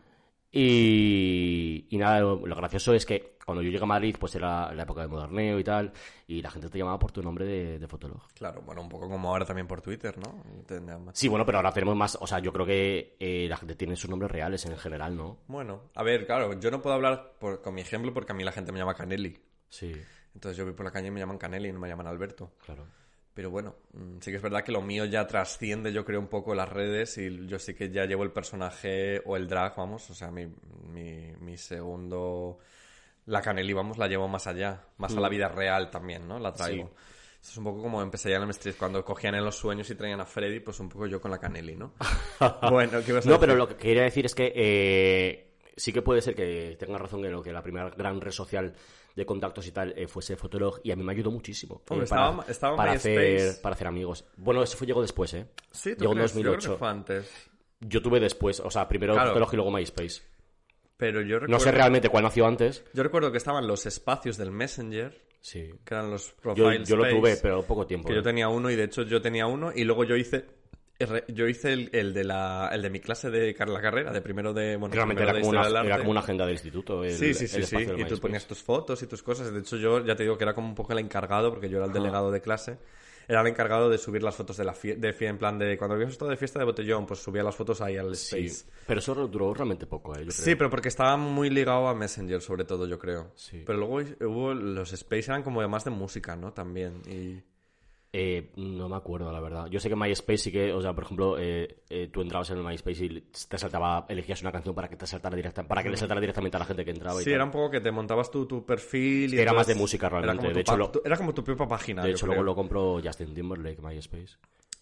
[SPEAKER 5] Y, y nada, lo, lo gracioso es que cuando yo llegué a Madrid, pues era la época de moderneo y tal, y la gente te llamaba por tu nombre de, de Fotolog.
[SPEAKER 4] Claro, bueno, un poco como ahora también por Twitter, ¿no? Te llamas.
[SPEAKER 5] Sí, bueno, pero ahora tenemos más, o sea, yo creo que eh, la gente tiene sus nombres reales en general, ¿no?
[SPEAKER 4] Bueno, a ver, claro, yo no puedo hablar por- con mi ejemplo porque a mí la gente me llama Canelli.
[SPEAKER 5] Sí,
[SPEAKER 4] Entonces yo voy por la calle y me llaman Canelli y no me llaman Alberto.
[SPEAKER 5] claro.
[SPEAKER 4] Pero bueno, mm, sí que es verdad que lo mío ya trasciende, yo creo, un poco las redes y yo sí que ya llevo el personaje o el drag, vamos, o sea, mi, mi, mi segundo... La Canelli, vamos, la llevo más allá, más a la vida real también, ¿no? La traigo.
[SPEAKER 5] Sí.
[SPEAKER 4] Esto es un poco como empecé ya en el Street, cuando cogían en los sueños y traían a Freddy, pues un poco yo con la Canelli, ¿no? Bueno, ¿qué ibas a
[SPEAKER 5] No,
[SPEAKER 4] decir?
[SPEAKER 5] pero lo que quería decir es que eh, sí que puede ser que tengas razón en lo que la primera gran red social de contactos y tal eh, fuese Fotolog y a mí me ayudó muchísimo eh,
[SPEAKER 4] Hombre,
[SPEAKER 5] para,
[SPEAKER 4] estaba- estaba
[SPEAKER 5] para
[SPEAKER 4] MySpace.
[SPEAKER 5] hacer para hacer amigos. Bueno, eso fue llegó después, ¿eh?
[SPEAKER 4] Sí, ¿tú
[SPEAKER 5] llegó en
[SPEAKER 4] crees?
[SPEAKER 5] dos mil
[SPEAKER 4] Yo creo que
[SPEAKER 5] ocho.
[SPEAKER 4] fue antes.
[SPEAKER 5] Yo tuve después, o sea, primero
[SPEAKER 4] Claro.
[SPEAKER 5] Fotolog y luego MySpace.
[SPEAKER 4] Pero yo recuerdo...
[SPEAKER 5] No sé realmente cuál nació antes.
[SPEAKER 4] Yo recuerdo que estaban los espacios del Messenger,
[SPEAKER 5] Sí.
[SPEAKER 4] que eran los
[SPEAKER 5] Yo,
[SPEAKER 4] profile
[SPEAKER 5] yo lo
[SPEAKER 4] space,
[SPEAKER 5] tuve, pero poco tiempo.
[SPEAKER 4] que
[SPEAKER 5] ¿eh?
[SPEAKER 4] yo tenía uno y de hecho yo tenía uno y luego yo hice yo hice el, el de la el de mi clase de car- la carrera de primero de bueno
[SPEAKER 5] Realmente
[SPEAKER 4] primero
[SPEAKER 5] era
[SPEAKER 4] de
[SPEAKER 5] como,
[SPEAKER 4] Historia
[SPEAKER 5] una,
[SPEAKER 4] del Arte.
[SPEAKER 5] era como una agenda del instituto. El,
[SPEAKER 4] sí sí sí
[SPEAKER 5] el
[SPEAKER 4] sí
[SPEAKER 5] espacio de
[SPEAKER 4] y tú
[SPEAKER 5] MySpace.
[SPEAKER 4] ponías tus fotos y tus cosas. De hecho yo ya te digo que era como un poco el encargado porque yo era el delegado de clase. Era el encargado de subir las fotos de la fie- de fie- en plan de cuando habíamos estado de fiesta de botellón, pues subía las fotos ahí al
[SPEAKER 5] Sí,
[SPEAKER 4] space.
[SPEAKER 5] pero eso duró realmente poco, ¿eh? Yo creo.
[SPEAKER 4] Sí, pero porque estaba muy ligado a Messenger, sobre todo, yo creo.
[SPEAKER 5] Sí.
[SPEAKER 4] Pero luego hubo los Space eran como además de música, ¿no? También. Y...
[SPEAKER 5] Eh, no me acuerdo, la verdad. Yo sé que MySpace sí que, o sea, por ejemplo, eh, eh, tú entrabas en el MySpace y te saltaba, elegías una canción para que te saltara directa, para que le saltara directamente a la gente que entraba. y
[SPEAKER 4] Sí,
[SPEAKER 5] tal.
[SPEAKER 4] era un poco que te montabas tu, tu perfil y
[SPEAKER 5] Era más
[SPEAKER 4] entonces
[SPEAKER 5] de música, realmente.
[SPEAKER 4] Era como tu,
[SPEAKER 5] De hecho,
[SPEAKER 4] pa-
[SPEAKER 5] lo-
[SPEAKER 4] tu- era como tu propia página.
[SPEAKER 5] De
[SPEAKER 4] yo
[SPEAKER 5] hecho,
[SPEAKER 4] creo.
[SPEAKER 5] luego lo compró Justin Timberlake, MySpace.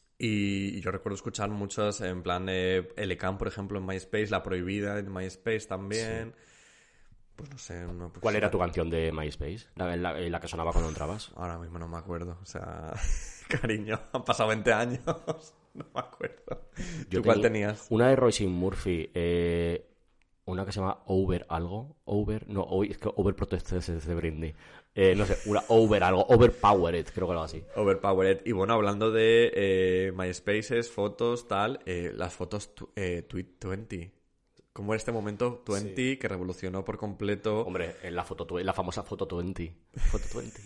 [SPEAKER 4] Y yo recuerdo escuchar muchas, en plan, eh, L K M, por ejemplo, en MySpace, La Prohibida en MySpace también. Pues no sé. No, pues
[SPEAKER 5] ¿Cuál era tu canción de MySpace? La, la, la que sonaba cuando entrabas.
[SPEAKER 4] Ahora mismo no me acuerdo. O sea, cariño, han pasado veinte años. No me acuerdo.
[SPEAKER 5] Yo
[SPEAKER 4] ¿Tú cuál
[SPEAKER 5] tenía
[SPEAKER 4] tenías?
[SPEAKER 5] Una de Roisin Murphy. Eh, una que se llama Over algo. Over. No, es que Overprotected es de Britney. Eh, no sé, una Over algo. Overpowered, creo que algo así.
[SPEAKER 4] Overpowered. Y bueno, hablando de eh, MySpaces, fotos, tal, eh, las fotos tu, eh, Tweet veinte. Como era este momento veinte sí. que revolucionó por completo.
[SPEAKER 5] Hombre, en la foto, la famosa foto veinte. Foto veinte.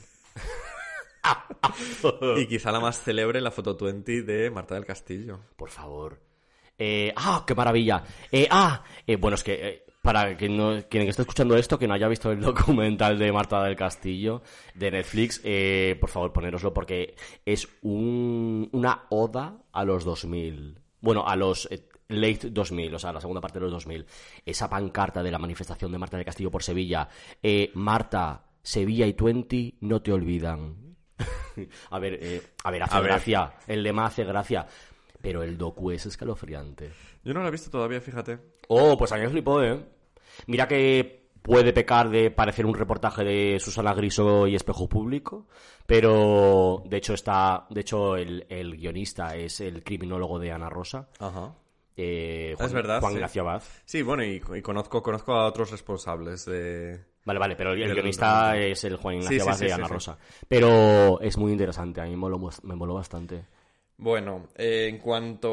[SPEAKER 4] Y quizá la más célebre, la foto veinte de Marta del Castillo.
[SPEAKER 5] Por favor. Eh, ¡Ah, qué maravilla! Eh, ¡Ah! Eh, bueno, es que eh, para quien, no, quien esté escuchando esto, que no haya visto el documental de Marta del Castillo de Netflix, eh, por favor, ponéroslo porque es un, una oda a los dos mil. Bueno, a los... Eh, late dos mil, o sea, la segunda parte de los dos mil. Esa pancarta de la manifestación de Marta del Castillo por Sevilla. Eh, Marta, Sevilla y veinte no te olvidan. a ver, eh, a ver, hace
[SPEAKER 4] a
[SPEAKER 5] gracia.
[SPEAKER 4] Ver.
[SPEAKER 5] El lema hace gracia. Pero el docu es escalofriante.
[SPEAKER 4] Yo no lo he visto todavía, fíjate.
[SPEAKER 5] Oh, pues a mí me flipó, ¿eh? Mira que puede pecar de parecer un reportaje de Susana Griso y Espejo Público, pero de hecho está, de hecho el, el guionista es el criminólogo de Ana Rosa.
[SPEAKER 4] Ajá.
[SPEAKER 5] Eh, Juan,
[SPEAKER 4] es verdad,
[SPEAKER 5] Juan
[SPEAKER 4] sí.
[SPEAKER 5] Ignacio Abad.
[SPEAKER 4] Sí, bueno, y, y conozco, conozco a otros responsables de...
[SPEAKER 5] Vale, vale, pero el, el
[SPEAKER 4] del...
[SPEAKER 5] guionista es el Juan Ignacio
[SPEAKER 4] sí, sí,
[SPEAKER 5] Abad
[SPEAKER 4] sí,
[SPEAKER 5] de
[SPEAKER 4] sí,
[SPEAKER 5] Ana
[SPEAKER 4] sí.
[SPEAKER 5] Rosa. Pero es muy interesante, a mí me moló, me moló bastante.
[SPEAKER 4] Bueno, eh, en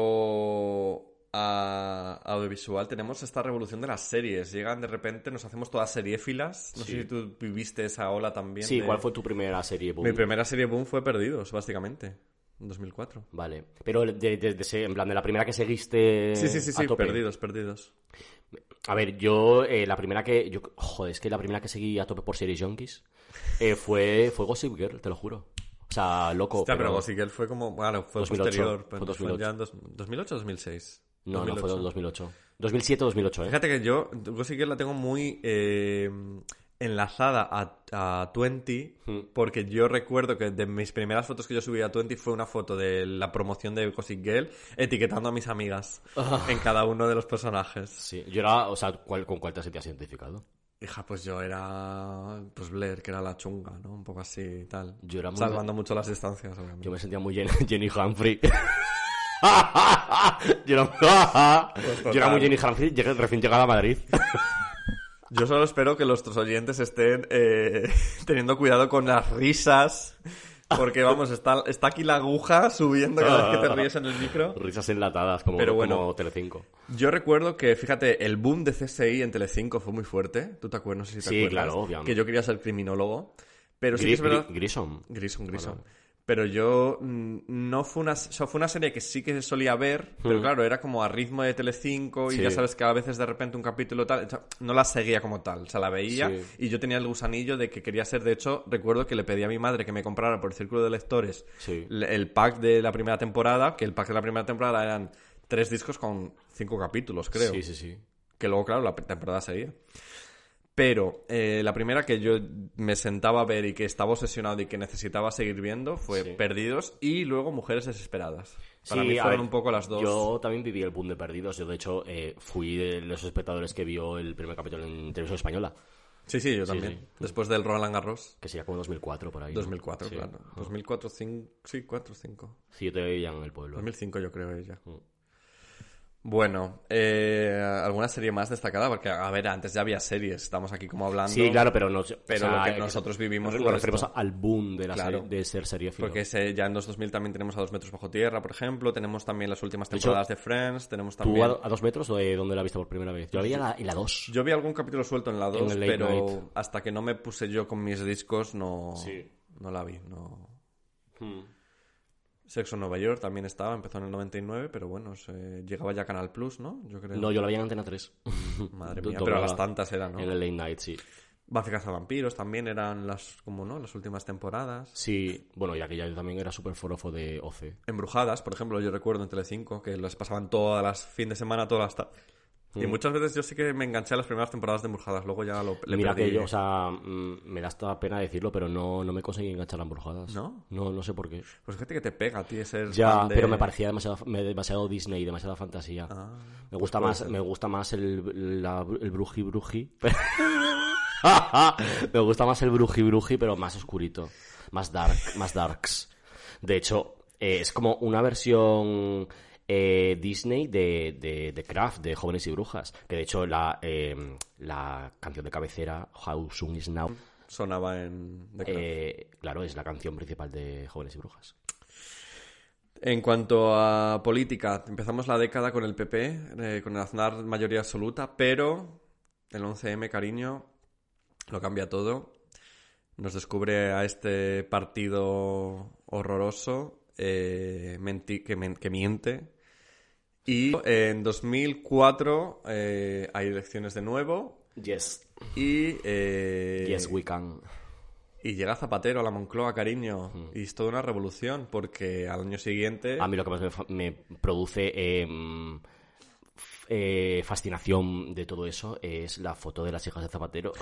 [SPEAKER 4] cuanto a audiovisual, tenemos esta revolución de las series. Llegan de repente, nos hacemos todas seriéfilas. No
[SPEAKER 5] Sí.
[SPEAKER 4] sé si tú viviste esa ola también.
[SPEAKER 5] Sí,
[SPEAKER 4] de...
[SPEAKER 5] ¿cuál fue tu primera serie boom?
[SPEAKER 4] Mi primera serie boom fue Perdidos, básicamente. En dos mil cuatro.
[SPEAKER 5] Vale, pero de, de, de, de, en plan, de la primera que seguiste
[SPEAKER 4] Sí, sí, sí, sí,
[SPEAKER 5] a tope.
[SPEAKER 4] Perdidos, Perdidos.
[SPEAKER 5] A ver, yo, eh, la primera que... Yo, joder, es que la primera que seguí a tope por Series Junkies eh, fue, fue Gossip Girl, te lo juro. O sea, loco.
[SPEAKER 4] Hostia, pero
[SPEAKER 5] pero
[SPEAKER 4] Gossip Girl fue como... Bueno, fue
[SPEAKER 5] dos mil ocho,
[SPEAKER 4] posterior.
[SPEAKER 5] fue
[SPEAKER 4] Fue
[SPEAKER 5] dos mil ocho.
[SPEAKER 4] ya en dos, ¿dos mil ocho o dos mil seis?
[SPEAKER 5] No,
[SPEAKER 4] dos mil ocho.
[SPEAKER 5] no, fue dos mil ocho. dos mil siete o dos mil ocho, ¿eh?
[SPEAKER 4] Fíjate que yo Gossip Girl la tengo muy eh, enlazada a, a veinte,
[SPEAKER 5] Hmm.
[SPEAKER 4] porque yo recuerdo que de mis primeras fotos que yo subí a veinte fue una foto de la promoción de Gossip Girl etiquetando a mis amigas en cada uno de los personajes.
[SPEAKER 5] Sí, yo era... O sea, ¿cuál, ¿con cuál te sentías identificado?
[SPEAKER 4] Hija, pues yo era pues Blair, que era la chunga, ¿no? Un poco así y tal.
[SPEAKER 5] Yo era muy-
[SPEAKER 4] Salvando mucho las distancias, obviamente.
[SPEAKER 5] Yo me sentía muy Jenny, Jenny Humphrey. yo, era, yo era muy Jenny Humphrey, llegué- recién llegada a Madrid.
[SPEAKER 4] Yo solo espero que nuestros oyentes estén eh, teniendo cuidado con las risas, porque vamos, está, está aquí la aguja subiendo cada vez que te ríes en el micro.
[SPEAKER 5] Risas enlatadas, como,
[SPEAKER 4] Pero bueno.
[SPEAKER 5] como Telecinco.
[SPEAKER 4] Yo recuerdo que, fíjate, el boom de C S I en Telecinco fue muy fuerte. ¿Tú te acuerdas? No sé si te
[SPEAKER 5] Sí,
[SPEAKER 4] acuerdas.
[SPEAKER 5] claro, obviamente.
[SPEAKER 4] Que yo quería ser criminólogo. Pero sí
[SPEAKER 5] Gri-
[SPEAKER 4] que es verdad...
[SPEAKER 5] Gri- Grissom.
[SPEAKER 4] Grissom, Grissom.
[SPEAKER 5] Bueno.
[SPEAKER 4] Pero yo mm, no fue una, o sea, fue una serie que sí que solía ver, pero
[SPEAKER 5] Mm.
[SPEAKER 4] claro, era como a ritmo de Telecinco y
[SPEAKER 5] Sí.
[SPEAKER 4] ya sabes que a veces de repente un capítulo tal, o sea, no la seguía como tal, o sea, la veía
[SPEAKER 5] Sí.
[SPEAKER 4] y yo tenía el gusanillo de que quería ser, de hecho, recuerdo que le pedí a mi madre que me comprara por el círculo de lectores
[SPEAKER 5] Sí.
[SPEAKER 4] le- el pack de la primera temporada, que el pack de la primera temporada eran tres discos con cinco capítulos, creo.
[SPEAKER 5] Sí, sí, sí.
[SPEAKER 4] Que luego, claro, la temporada seguía. Pero eh, la primera que yo me sentaba a ver y que estaba obsesionado y que necesitaba seguir viendo fue
[SPEAKER 5] Sí.
[SPEAKER 4] Perdidos y luego Mujeres Desesperadas. Para
[SPEAKER 5] Sí,
[SPEAKER 4] mí
[SPEAKER 5] a
[SPEAKER 4] fueron
[SPEAKER 5] ver,
[SPEAKER 4] un poco las dos.
[SPEAKER 5] Yo también viví el boom de Perdidos. Yo, de hecho, eh, fui de los espectadores que vio el primer capítulo en televisión española,
[SPEAKER 4] Sí, sí, yo
[SPEAKER 5] Sí,
[SPEAKER 4] también.
[SPEAKER 5] sí.
[SPEAKER 4] Después del Roland Garros.
[SPEAKER 5] que sería como dos mil cuatro, por ahí. ¿no?
[SPEAKER 4] dos mil cuatro,
[SPEAKER 5] Sí.
[SPEAKER 4] claro. dos mil cuatro, cinco, sí, cuatro, cinco.
[SPEAKER 5] Sí, yo te veía en el pueblo.
[SPEAKER 4] dos mil cinco yo creo ella.
[SPEAKER 5] Mm.
[SPEAKER 4] Bueno, eh, ¿alguna serie más destacada? Porque, a ver, antes ya había series, estamos aquí como hablando.
[SPEAKER 5] Sí, claro, pero, no,
[SPEAKER 4] Pero
[SPEAKER 5] o sea,
[SPEAKER 4] lo que
[SPEAKER 5] eh,
[SPEAKER 4] nosotros vivimos
[SPEAKER 5] Nos,
[SPEAKER 4] fue
[SPEAKER 5] nos referimos
[SPEAKER 4] esto.
[SPEAKER 5] al boom de, la
[SPEAKER 4] Claro.
[SPEAKER 5] serie- de ser seriéfilo.
[SPEAKER 4] Porque ese, ya en los dos mil también tenemos a Dos metros bajo tierra, por ejemplo. Tenemos también las últimas
[SPEAKER 5] De hecho,
[SPEAKER 4] temporadas de Friends. Tenemos
[SPEAKER 5] ¿Tú
[SPEAKER 4] también...
[SPEAKER 5] a, a dos metros o de dónde la viste por primera vez? Yo la vi en la, en la dos.
[SPEAKER 4] Yo vi algún capítulo suelto en la
[SPEAKER 5] En
[SPEAKER 4] dos,
[SPEAKER 5] el Late
[SPEAKER 4] pero
[SPEAKER 5] Night.
[SPEAKER 4] hasta que no me puse yo con mis discos no,
[SPEAKER 5] Sí.
[SPEAKER 4] no la vi. No.
[SPEAKER 5] Hmm.
[SPEAKER 4] Sexo en Nueva York también estaba, empezó en el noventa y nueve, pero bueno, se... llegaba ya a Canal Plus, ¿no? Yo creo.
[SPEAKER 5] No, yo la vi en Antena tres.
[SPEAKER 4] Madre
[SPEAKER 5] Do-
[SPEAKER 4] mía, pero a
[SPEAKER 5] doblada.
[SPEAKER 4] las tantas era, ¿no?
[SPEAKER 5] En el Late Night, sí.
[SPEAKER 4] Buffy Cazavampiros también eran las, como no, las últimas temporadas.
[SPEAKER 5] Sí, bueno, y aquella yo también era súper forofo de O C.
[SPEAKER 4] Embrujadas, por ejemplo, yo recuerdo en Telecinco que las pasaban todas las fin de semana, todas las tardes. Y
[SPEAKER 5] Mm.
[SPEAKER 4] muchas veces yo sí que me enganché a las primeras temporadas de Embrujadas, luego ya lo le
[SPEAKER 5] Mira
[SPEAKER 4] perdí.
[SPEAKER 5] que yo, o sea, mm, me da hasta pena decirlo, pero no, no me conseguí enganchar a Embrujadas.
[SPEAKER 4] ¿No?
[SPEAKER 5] No, no sé por qué.
[SPEAKER 4] Pues fíjate que te pega a ti ser
[SPEAKER 5] Ya,
[SPEAKER 4] fan de-
[SPEAKER 5] pero me parecía demasiado, me- demasiado Disney, demasiada fantasía.
[SPEAKER 4] Ah,
[SPEAKER 5] me gusta
[SPEAKER 4] puede
[SPEAKER 5] más,
[SPEAKER 4] ser.
[SPEAKER 5] me gusta más el, la- el bruji bruji. Me gusta más el bruji bruji, pero más oscurito. Más dark, más darks. De hecho, eh, es como una versión eh, Disney de, de, de Craft, de Jóvenes y Brujas. Que de hecho la, eh, la canción de cabecera, How Soon Is Now,
[SPEAKER 4] sonaba en The Craft.
[SPEAKER 5] eh, claro, es la canción principal de Jóvenes y Brujas.
[SPEAKER 4] En cuanto a política, empezamos la década con el P P, eh, con el Aznar mayoría absoluta, pero el once eme, cariño, lo cambia todo. Nos descubre a este partido horroroso eh, menti- que, men- que miente. Y en dos mil cuatro eh, hay elecciones de nuevo.
[SPEAKER 5] Yes.
[SPEAKER 4] Y, eh,
[SPEAKER 5] Yes, we can.
[SPEAKER 4] y llega Zapatero a la Moncloa, cariño. Mm. Y es toda una revolución, porque al año siguiente...
[SPEAKER 5] A mí lo que más me, fa- me produce eh, eh, fascinación de todo eso es la foto de las hijas de Zapatero.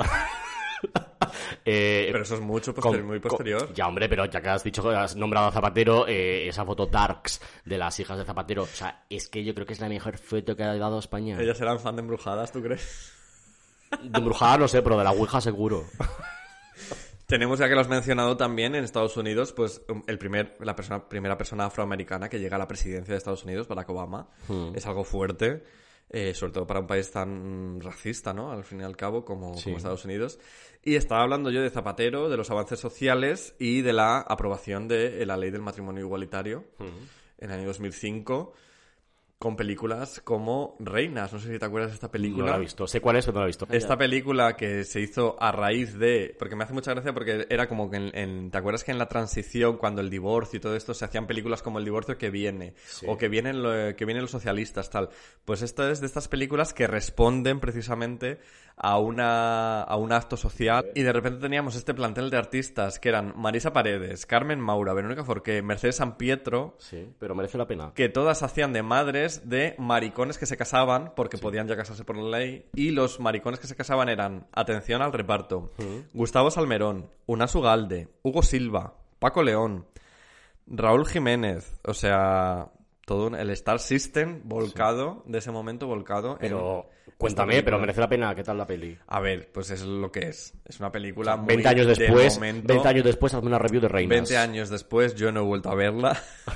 [SPEAKER 5] eh,
[SPEAKER 4] Pero eso es mucho posterior,
[SPEAKER 5] con-
[SPEAKER 4] muy posterior.
[SPEAKER 5] con- ya, hombre, pero ya que has dicho que has nombrado a Zapatero, eh, esa foto darks de las hijas de Zapatero, o sea, es que yo creo que es la mejor foto que ha dado España.
[SPEAKER 4] Ellas eran fan de Embrujadas, ¿tú crees?
[SPEAKER 5] De embrujada no sé, pero de la Ouija seguro.
[SPEAKER 4] Tenemos, ya que lo has mencionado también, en Estados Unidos, pues el primer, la persona, primera persona afroamericana que llega a la presidencia de Estados Unidos, Barack Obama.
[SPEAKER 5] Hmm.
[SPEAKER 4] Es algo fuerte, eh, sobre todo para un país tan racista, ¿no? Al fin y al cabo, como,
[SPEAKER 5] Sí.
[SPEAKER 4] como Estados Unidos. Y estaba hablando yo de Zapatero, de los avances sociales y de la aprobación de la ley del matrimonio igualitario en el año dos mil cinco, con películas como Reinas. No sé si te acuerdas de esta película.
[SPEAKER 5] No la he visto. Sé cuál es, pero no la he visto.
[SPEAKER 4] Esta película que se hizo a raíz de... Porque me hace mucha gracia porque era como que en... en- ¿te acuerdas que en la transición, cuando el divorcio y todo esto, se hacían películas como El divorcio que viene?
[SPEAKER 5] Sí.
[SPEAKER 4] O que vienen, lo- que vienen los socialistas, tal. Pues esto es de estas películas que responden precisamente a una a un acto social. Y de repente teníamos este plantel de artistas que eran Marisa Paredes, Carmen Maura, Verónica Forqué, Mercedes San Pietro...
[SPEAKER 5] Sí, pero merece la pena.
[SPEAKER 4] que todas hacían de madres de maricones que se casaban, porque sí. podían ya casarse por la ley, y los maricones que se casaban eran, atención al reparto, uh-huh. Gustavo Salmerón, Unas Ugalde, Hugo Silva, Paco León, Raúl Jiménez, o sea, todo un, el Star System volcado, sí. de ese momento volcado.
[SPEAKER 5] Pero en, cuéntame, pero merece la pena, ¿qué tal la peli?
[SPEAKER 4] A ver, pues es lo que es. Es una película muy
[SPEAKER 5] veinte años después,
[SPEAKER 4] momento,
[SPEAKER 5] veinte años después, hazme una review de Reinas.
[SPEAKER 4] veinte años después, yo no he vuelto a verla.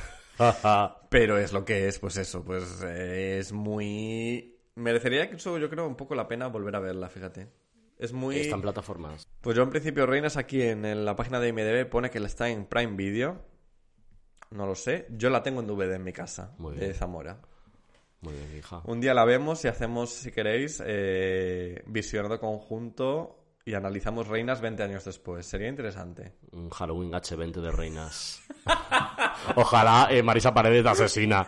[SPEAKER 4] Pero es lo que es, pues eso, pues eh, es muy... Merecería incluso, yo creo, un poco la pena volver a verla, fíjate. Es muy...
[SPEAKER 5] Está en plataformas.
[SPEAKER 4] Pues yo en principio, Reinas, aquí en, en la página de I M D B pone que está en Prime Video. No lo sé. Yo la tengo en D V D en mi casa,
[SPEAKER 5] muy bien.
[SPEAKER 4] De Zamora.
[SPEAKER 5] Muy bien, hija.
[SPEAKER 4] Un día la vemos y hacemos, si queréis, eh, visionado conjunto y analizamos Reinas veinte años después. Sería interesante.
[SPEAKER 5] Un Halloween hache veinte de Reinas. Ojalá eh, Marisa Paredes de asesina.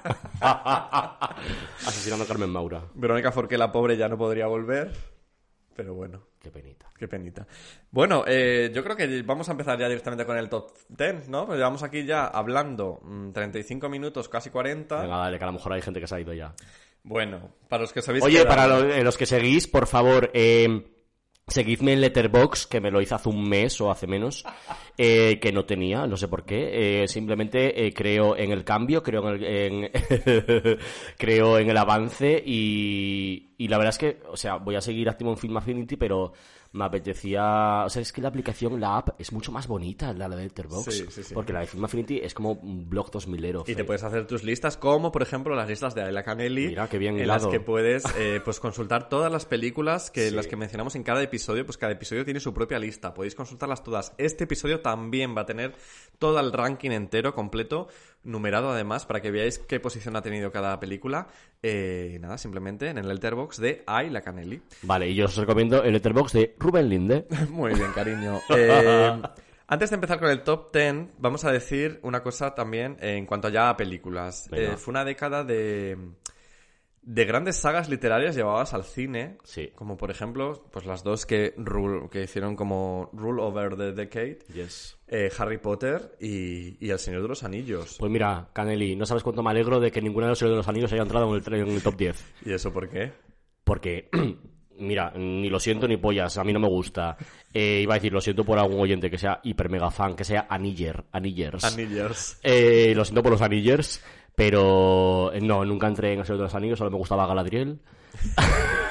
[SPEAKER 5] Asesinando a Carmen Maura.
[SPEAKER 4] Verónica Forqué, la pobre, ya no podría volver. Pero bueno.
[SPEAKER 5] Qué penita.
[SPEAKER 4] Qué penita. Bueno, eh, yo creo que vamos a empezar ya directamente con el top diez, ¿no? Pues llevamos aquí ya hablando mmm, treinta y cinco minutos, casi cuarenta.
[SPEAKER 5] Venga, dale, que a lo mejor hay gente que se ha ido ya.
[SPEAKER 4] Bueno, para los que sabéis...
[SPEAKER 5] Oye,
[SPEAKER 4] quedado...
[SPEAKER 5] para lo, eh, los que seguís, por favor... Eh... Seguidme en Letterboxd, que me lo hice hace un mes o hace menos, eh, que no tenía, no sé por qué. Eh, simplemente eh, creo en el cambio, creo en el, en creo en el avance y, y la verdad es que, o sea, voy a seguir activo en Film Affinity, pero me apetecía... O sea, es que la aplicación, la app, es mucho más bonita, la de Letterboxd.
[SPEAKER 4] Sí, sí, sí.
[SPEAKER 5] Porque la de Film Affinity es como un blog dos milero.
[SPEAKER 4] Y te puedes hacer tus listas, como por ejemplo las listas de Ayla Canelli.
[SPEAKER 5] Mira, qué bien
[SPEAKER 4] en
[SPEAKER 5] hilado.
[SPEAKER 4] las que puedes eh, pues consultar todas las películas que
[SPEAKER 5] Sí.
[SPEAKER 4] las que mencionamos en cada episodio. Pues cada episodio tiene su propia lista. Podéis consultarlas todas. Este episodio también va a tener todo el ranking entero, completo, numerado además, para que veáis qué posición ha tenido cada película. Eh, nada, simplemente en el Letterboxd de Ayla Canelli.
[SPEAKER 5] Vale, y yo os recomiendo el Letterboxd de Rubén Linde.
[SPEAKER 4] Muy bien, cariño. Eh, antes de empezar con el top diez, vamos a decir una cosa también en cuanto ya a películas. Eh, fue una década de, de grandes sagas literarias llevadas al cine.
[SPEAKER 5] Sí.
[SPEAKER 4] Como por ejemplo, pues las dos que, rule, que hicieron como Rule Over the Decade.
[SPEAKER 5] Yes.
[SPEAKER 4] Eh, Harry Potter y, y El Señor de los Anillos.
[SPEAKER 5] Pues mira, Canelli, no sabes cuánto me alegro de que ninguna de los Señores de los Anillos haya entrado en el, en el top diez.
[SPEAKER 4] ¿Y eso por qué?
[SPEAKER 5] Porque, mira, ni lo siento ni pollas, a mí no me gusta. Eh, iba a decir, lo siento por algún oyente que sea hiper mega fan, que sea Aniller, Anillers.
[SPEAKER 4] Anillers.
[SPEAKER 5] Eh, lo siento por los Anillers, pero eh, no, nunca entré en El Señor de los Anillos, solo me gustaba Galadriel.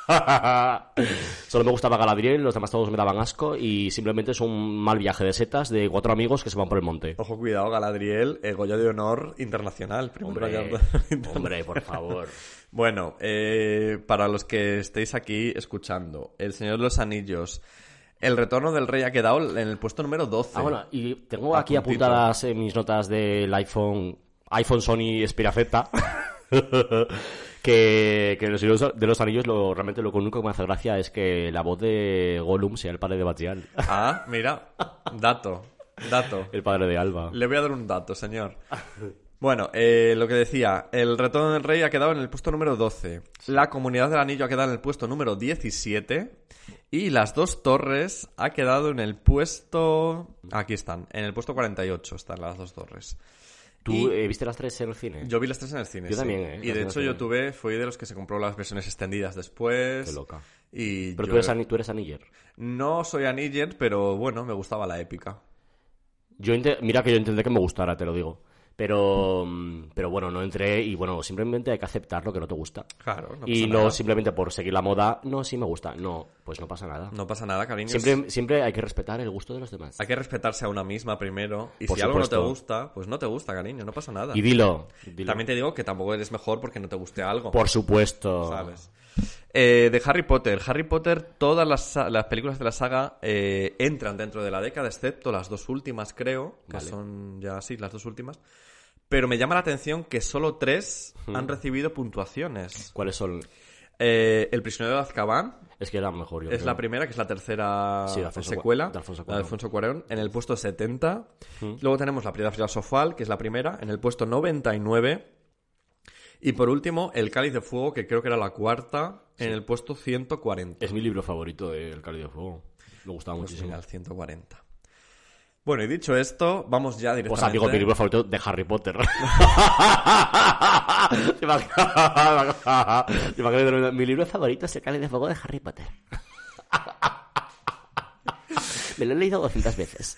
[SPEAKER 5] Solo me gustaba Galadriel, los demás todos me daban asco y simplemente es un mal viaje de setas de cuatro amigos que se van por el monte.
[SPEAKER 4] Ojo, cuidado, Galadriel, el Goya de Honor internacional.
[SPEAKER 5] Hombre, hombre, por favor.
[SPEAKER 4] Bueno, eh, para los que estéis aquí escuchando, El Señor de los Anillos, El Retorno del Rey ha quedado en el puesto número doce.
[SPEAKER 5] Ah, bueno, y tengo
[SPEAKER 4] A
[SPEAKER 5] aquí
[SPEAKER 4] puntito.
[SPEAKER 5] apuntadas en mis notas del iPhone, iPhone Sony Xperia Z, que, que los Señor de los Anillos lo, realmente lo único que me hace gracia es que la voz de Gollum sea el padre de Batial,
[SPEAKER 4] Ah, mira, dato, dato.
[SPEAKER 5] el padre de Alba.
[SPEAKER 4] Le voy a dar un dato, señor. Bueno, eh, lo que decía, El Retorno del Rey ha quedado en el puesto número doce. La Comunidad del Anillo ha quedado en el puesto número diecisiete. Y Las Dos Torres ha quedado en el puesto... Aquí están, en el puesto cuarenta y ocho están Las Dos Torres.
[SPEAKER 5] ¿Tú
[SPEAKER 4] Y
[SPEAKER 5] eh, viste las tres en el cine?
[SPEAKER 4] yo vi las tres en el cine,
[SPEAKER 5] Yo
[SPEAKER 4] sí.
[SPEAKER 5] también, ¿eh?
[SPEAKER 4] Y
[SPEAKER 5] Las
[SPEAKER 4] de
[SPEAKER 5] tres
[SPEAKER 4] hecho
[SPEAKER 5] en el
[SPEAKER 4] yo
[SPEAKER 5] cine.
[SPEAKER 4] tuve, fui de los que se compró las versiones extendidas después.
[SPEAKER 5] Qué loca.
[SPEAKER 4] Y
[SPEAKER 5] Pero
[SPEAKER 4] yo
[SPEAKER 5] tú eres, ani- tú eres Aniller.
[SPEAKER 4] no soy Aniller, pero bueno, me gustaba la épica.
[SPEAKER 5] Yo inte- Mira que yo intenté que me gustara, te lo digo. Pero, mm, pero bueno, no entré y bueno, simplemente hay que aceptar lo que no te gusta.
[SPEAKER 4] Claro, no
[SPEAKER 5] y
[SPEAKER 4] pasa
[SPEAKER 5] no
[SPEAKER 4] nada.
[SPEAKER 5] simplemente por seguir la moda, no, sí me gusta. No, pues no pasa nada.
[SPEAKER 4] No pasa nada, cariño.
[SPEAKER 5] Siempre, siempre hay que respetar el gusto de los demás.
[SPEAKER 4] Hay que respetarse a una misma primero. Y
[SPEAKER 5] Por
[SPEAKER 4] si algo no te
[SPEAKER 5] supuesto.
[SPEAKER 4] gusta, pues no te gusta, cariño, no pasa nada.
[SPEAKER 5] Y dilo, dilo.
[SPEAKER 4] También te digo que tampoco eres mejor porque no te guste algo.
[SPEAKER 5] Por supuesto.
[SPEAKER 4] ¿Sabes? Eh, de Harry Potter. Harry Potter, todas las, sa- las películas de la saga eh, entran dentro de la década, excepto las dos últimas, creo, que
[SPEAKER 5] Vale.
[SPEAKER 4] son ya sí, las dos últimas. Pero me llama la atención que solo tres han recibido puntuaciones.
[SPEAKER 5] ¿Cuáles son?
[SPEAKER 4] Eh, El prisionero de Azkaban
[SPEAKER 5] Es que era mejor yo
[SPEAKER 4] es
[SPEAKER 5] creo.
[SPEAKER 4] la primera, que es la tercera
[SPEAKER 5] Sí, de Alfonso Cua-
[SPEAKER 4] secuela,
[SPEAKER 5] de Alfonso
[SPEAKER 4] la de
[SPEAKER 5] Cuarón.
[SPEAKER 4] Alfonso Cuarón, en el puesto setenta. Luego tenemos La Piedra Filosofal, que es la primera, en el puesto noventa y nueve. Y por último, El Cáliz de Fuego, que creo que era la cuarta, en el puesto ciento cuarenta.
[SPEAKER 5] Es mi libro favorito, eh, El Cáliz de Fuego. Me gustaba
[SPEAKER 4] Pues
[SPEAKER 5] muchísimo.
[SPEAKER 4] mira, el ciento cuarenta. Bueno, y dicho esto, vamos ya
[SPEAKER 5] Pues
[SPEAKER 4] directamente...
[SPEAKER 5] amigo, mi libro favorito de Harry Potter. ¿Te imaginas? ¿Te imaginas? Mi libro favorito es El Cáliz de Fuego de Harry Potter. Me lo he leído doscientas veces.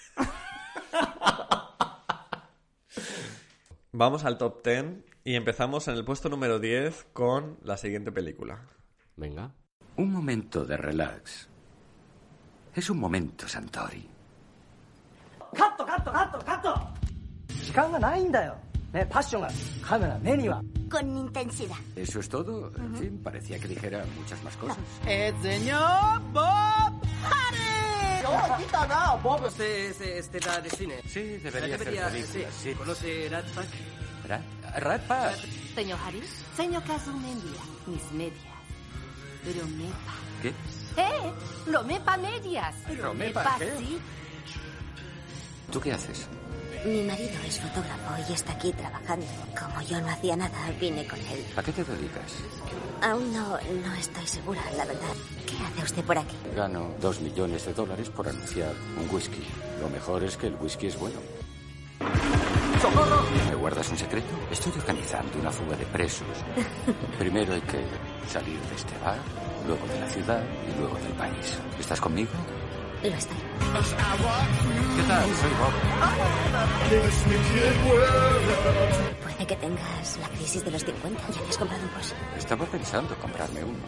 [SPEAKER 4] Vamos al top diez y empezamos en el puesto número diez con la siguiente película.
[SPEAKER 5] Venga.
[SPEAKER 6] Un momento de relax. Es un momento, Santori.
[SPEAKER 7] カットカットカットカット時間がないんだよ、ね、パッションがカメラ目には
[SPEAKER 8] Con intensidad.
[SPEAKER 6] ¿Eso es todo? En fin, parecía que dijera muchas más cosas.
[SPEAKER 7] El señor Bob
[SPEAKER 8] ¡Harry!
[SPEAKER 7] ¡Oh, quita nada, Bob! Usted es este de cine.
[SPEAKER 6] Sí, debería,
[SPEAKER 7] Debería,
[SPEAKER 6] hacer películas,
[SPEAKER 7] sí.
[SPEAKER 6] sí.
[SPEAKER 7] ¿Conoce Rat Pack?
[SPEAKER 6] Rat, Rat Pack.
[SPEAKER 8] Señor Harry, señor Kazumendia, mis medias. Romepa.
[SPEAKER 6] ¿Qué?
[SPEAKER 8] ¡Eh! Romepa medias.
[SPEAKER 6] ¿Romepa qué?
[SPEAKER 8] sí.
[SPEAKER 6] ¿Tú qué haces?
[SPEAKER 8] Mi marido es fotógrafo y está aquí trabajando. Como yo no hacía nada, vine con él.
[SPEAKER 6] ¿A qué te dedicas?
[SPEAKER 8] Aún no, no estoy segura, la verdad. ¿Qué hace usted por aquí?
[SPEAKER 6] Gano dos millones de dólares por anunciar un whisky. Lo mejor es que el whisky es bueno.
[SPEAKER 7] ¡Socorro!
[SPEAKER 6] ¿Me guardas un secreto? Estoy organizando una fuga de presos. Primero hay que salir de este bar, luego de la ciudad y luego del país. ¿Estás conmigo?
[SPEAKER 8] Lo estoy.
[SPEAKER 6] ¿Qué tal? Soy Bob.
[SPEAKER 8] Puede que tengas la crisis de los cincuenta. ¿Ya te has comprado un Porsche?
[SPEAKER 6] Estaba pensando comprarme uno.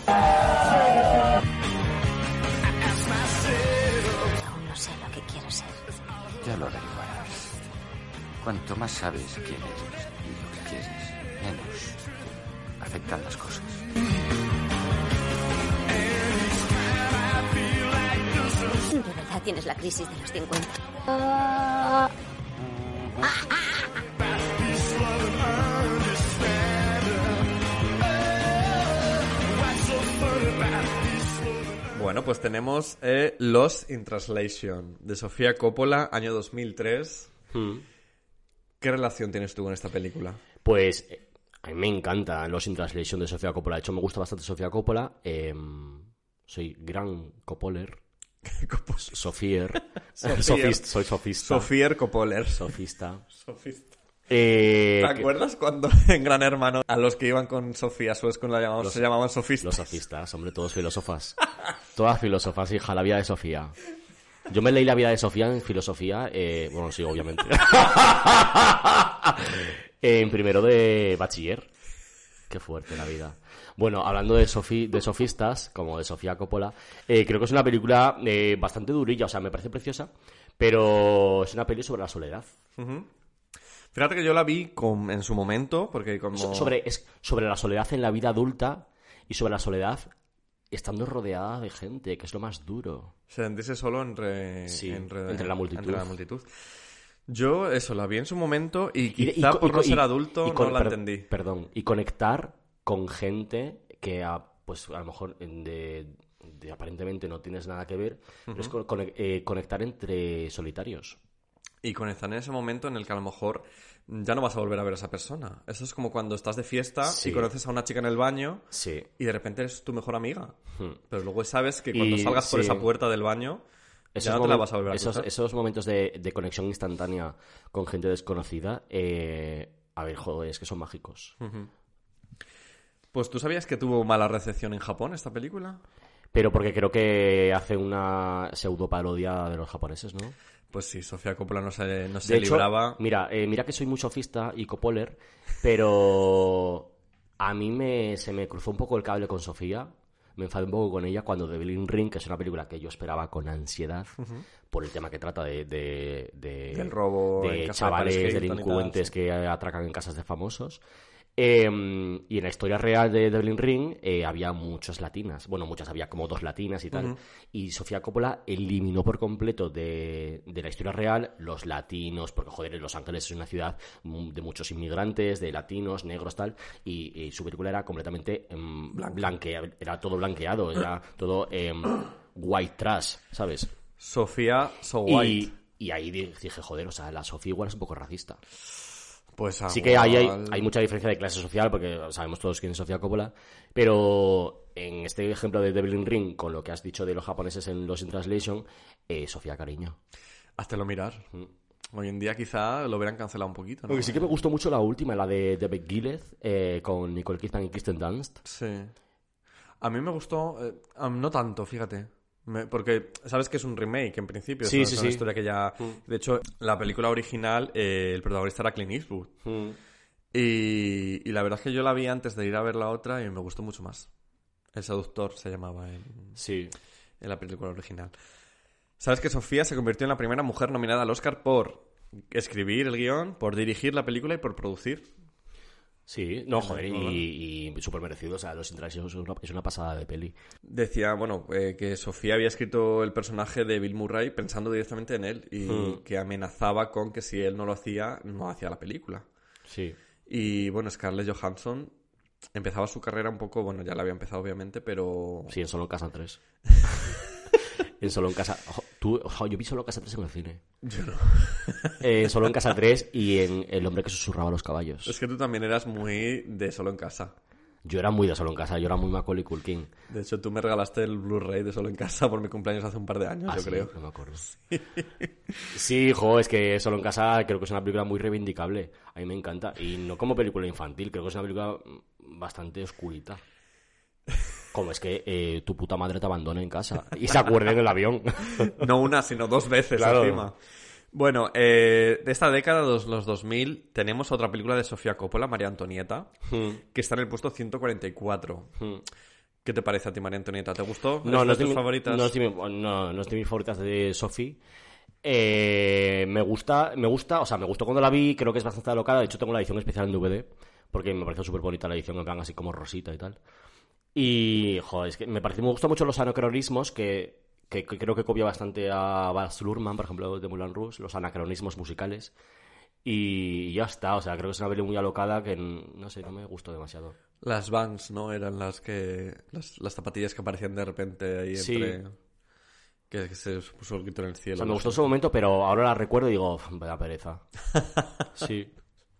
[SPEAKER 8] Aún no sé lo que quiero ser.
[SPEAKER 6] Ya lo averiguarás. Cuanto más sabes quién eres y lo que quieres, menos afectan las cosas.
[SPEAKER 8] De verdad tienes la crisis de los cincuenta.
[SPEAKER 4] Bueno, pues tenemos eh, Lost in Translation, de Sofía Coppola, año dos mil tres.
[SPEAKER 5] Hmm.
[SPEAKER 4] ¿Qué relación tienes tú con esta película?
[SPEAKER 5] Pues eh, a mí me encanta Los in Translation de Sofía Coppola. De hecho, me gusta bastante Sofía Coppola. Eh, soy gran Coppoler. Sofier.
[SPEAKER 4] Sofier.
[SPEAKER 5] Sofist, soy sofista.
[SPEAKER 4] Sofier Coppoler.
[SPEAKER 5] Sofista.
[SPEAKER 4] Sofista.
[SPEAKER 5] Eh,
[SPEAKER 4] ¿Te
[SPEAKER 5] que-
[SPEAKER 4] acuerdas cuando en Gran Hermano a los que iban con Sofía, su escuela la llamaban-
[SPEAKER 5] Los-
[SPEAKER 4] se llamaban sofistas?
[SPEAKER 5] Los sofistas, hombre, todos filósofas. Todas filósofas, hija, la vida de Sofía. Yo me leí la vida de Sofía en filosofía, eh, bueno, sí, obviamente. En primero de bachiller. Qué fuerte la vida. Bueno, hablando de, Sofi, de sofistas, como de Sofía Coppola, eh, creo que es una película eh, bastante durilla, o sea, me parece preciosa, pero es una peli sobre la soledad.
[SPEAKER 4] Uh-huh. Fíjate que yo la vi con, en su momento, porque como...
[SPEAKER 5] So- sobre, es sobre la soledad en la vida adulta y sobre la soledad estando rodeada de gente, que es lo más duro.
[SPEAKER 4] Sentirse solo entre,
[SPEAKER 5] Sí,
[SPEAKER 4] entre,
[SPEAKER 5] entre la multitud.
[SPEAKER 4] entre la multitud. Yo, eso, la vi en su momento y
[SPEAKER 5] Y- y
[SPEAKER 4] quizá
[SPEAKER 5] co-
[SPEAKER 4] por
[SPEAKER 5] y
[SPEAKER 4] no
[SPEAKER 5] co-
[SPEAKER 4] ser
[SPEAKER 5] y-
[SPEAKER 4] adulto
[SPEAKER 5] y con-
[SPEAKER 4] no la
[SPEAKER 5] per-
[SPEAKER 4] entendí.
[SPEAKER 5] Perdón, y conectar con gente que a, pues a lo mejor de, de aparentemente no tienes nada que ver, pero es con- con- eh, conectar entre solitarios.
[SPEAKER 4] Y conectar en ese momento en el que a lo mejor ya no vas a volver a ver a esa persona. Eso es como cuando estás de fiesta
[SPEAKER 5] Sí.
[SPEAKER 4] y conoces a una chica en el baño
[SPEAKER 5] Sí.
[SPEAKER 4] y de repente eres tu mejor amiga.
[SPEAKER 5] Hmm.
[SPEAKER 4] Pero luego sabes que cuando
[SPEAKER 5] Y,
[SPEAKER 4] salgas por
[SPEAKER 5] sí.
[SPEAKER 4] esa puerta del baño
[SPEAKER 5] Esos,
[SPEAKER 4] ya no te la
[SPEAKER 5] momen-
[SPEAKER 4] vas a volver a
[SPEAKER 5] esos,
[SPEAKER 4] cruzar.
[SPEAKER 5] esos momentos de, de conexión instantánea con gente desconocida, eh, a ver, joder, es que son mágicos.
[SPEAKER 4] Ujú. Pues ¿tú sabías que tuvo mala recepción en Japón esta película?
[SPEAKER 5] Pero porque creo que hace una pseudo parodia de los japoneses, ¿no?
[SPEAKER 4] Pues sí, Sofía Coppola no se, no se
[SPEAKER 5] De hecho,
[SPEAKER 4] libraba.
[SPEAKER 5] mira, eh, mira que soy muy sofista y copoler, pero a mí me, se me cruzó un poco el cable con Sofía. Me enfadé un poco con ella cuando The Bling Ring, que es una película que yo esperaba con ansiedad por el tema que trata de, de, de-
[SPEAKER 4] Del robo en
[SPEAKER 5] de
[SPEAKER 4] casa de
[SPEAKER 5] chavales
[SPEAKER 4] Paris Hilton y
[SPEAKER 5] delincuentes
[SPEAKER 4] tal,
[SPEAKER 5] que atracan en casas de famosos. Eh, y en la historia real de The Bling Ring eh, había muchas latinas. Bueno, muchas, había como dos latinas y tal.
[SPEAKER 4] Ujú.
[SPEAKER 5] Y Sofía Coppola eliminó por completo de, de la historia real los latinos, porque joder, Los Ángeles es una ciudad mm, de muchos inmigrantes, de latinos, negros, tal. Y, y su película era completamente em, blanqueado, era todo blanqueado, era todo em, white trash, ¿sabes?
[SPEAKER 4] Sofía So White.
[SPEAKER 5] Y, y ahí di- dije, joder, o sea, la Sofía igual es un poco racista.
[SPEAKER 4] Pues
[SPEAKER 5] Sí que ahí hay,
[SPEAKER 4] igual-
[SPEAKER 5] hay mucha diferencia de clase social, porque sabemos todos quién es Sofía Coppola, pero en este ejemplo de The Bling Ring, con lo que has dicho de los japoneses en Lost in Translation, eh, Sofía cariño.
[SPEAKER 4] Háztelo mirar. Hoy en día quizá lo hubieran cancelado un poquito, ¿no?
[SPEAKER 5] Porque sí que me gustó mucho la última, la de, de Beck Gillett, eh, con Nicole Kidman y Kirsten Dunst.
[SPEAKER 4] Sí. A mí me gustó... eh, um, no tanto, fíjate. Me- porque sabes que es un remake en principio.
[SPEAKER 5] Sí,
[SPEAKER 4] es
[SPEAKER 5] sí,
[SPEAKER 4] una, es una
[SPEAKER 5] sí.
[SPEAKER 4] historia que ya... De hecho, la película original, eh, el protagonista era Clint Eastwood. Y, y la verdad es que yo la vi antes de ir a ver la otra y me gustó mucho más. El seductor se llamaba en,
[SPEAKER 5] Sí.
[SPEAKER 4] en la película original. ¿Sabes que Sofía se convirtió en la primera mujer nominada al Oscar por escribir el guión, por dirigir la película y por producir?
[SPEAKER 5] Sí, no, joder,
[SPEAKER 4] Hola.
[SPEAKER 5] y, y súper merecido. O sea, Los Translation es una, es una pasada de peli.
[SPEAKER 4] Decía, bueno, eh, que Sofía había escrito el personaje de Bill Murray pensando directamente en él y
[SPEAKER 5] Hmm.
[SPEAKER 4] que amenazaba con que si él no lo hacía, no hacía la película.
[SPEAKER 5] Sí.
[SPEAKER 4] Y bueno, Scarlett Johansson empezaba su carrera un poco, bueno, ya la había empezado obviamente, pero...
[SPEAKER 5] Sí, en Solo en Casa tres. En Solo en Casa... Ojo, tú, ojo, yo vi Solo en Casa tres en el cine.
[SPEAKER 4] Yo no.
[SPEAKER 5] Eh, Solo en Casa tres y en El hombre que susurraba a los caballos.
[SPEAKER 4] Es que tú también eras muy de Solo en Casa.
[SPEAKER 5] Yo era muy de Solo en Casa, yo era muy Macaulay Culkin.
[SPEAKER 4] De hecho, tú me regalaste el Blu-ray de Solo en Casa por mi cumpleaños hace un par de años,
[SPEAKER 5] Ah,
[SPEAKER 4] yo
[SPEAKER 5] sí,
[SPEAKER 4] creo.
[SPEAKER 5] no me acuerdo. Sí, jo, es que Solo en Casa creo que es una película muy reivindicable. A mí me encanta. Y no como película infantil, creo que es una película bastante oscurita. Como es que eh, tu puta madre te abandona en casa y se acuerda en el avión.
[SPEAKER 4] No una, sino dos veces
[SPEAKER 5] Claro.
[SPEAKER 4] encima. Bueno, eh, de esta década, los, los dos mil, tenemos otra película de Sofía Coppola, María Antonieta, que está en el puesto ciento cuarenta y cuatro. ¿Qué te parece a ti, María Antonieta? ¿Te gustó?
[SPEAKER 5] No, no es,
[SPEAKER 4] de
[SPEAKER 5] de
[SPEAKER 4] tus
[SPEAKER 5] mi-
[SPEAKER 4] favoritas?
[SPEAKER 5] no, es de mi- no, no es de mis favoritas de Sophie. Eh, me gusta, me gusta, o sea, me gustó cuando la vi, creo que es bastante alocada. De hecho, tengo la edición especial en D V D, porque me pareció súper bonita la edición, en plan así como rosita y tal. Y, joder, es que me parece, me gustan mucho los anacronismos que, que, que creo que copia bastante a Baz Luhrmann, por ejemplo, de Moulin Rouge, los anacronismos musicales. Y ya está, o sea, creo que es una peli muy alocada que, no sé, no me gustó demasiado.
[SPEAKER 4] Las Vans, ¿no? Eran las que... Las, las zapatillas que aparecían de repente ahí
[SPEAKER 5] Sí.
[SPEAKER 4] entre... Que, que se puso el grito en el cielo.
[SPEAKER 5] O sea, me
[SPEAKER 4] no
[SPEAKER 5] gustó
[SPEAKER 4] sé.
[SPEAKER 5] ese momento, pero ahora la recuerdo y digo, vaya pereza. Sí.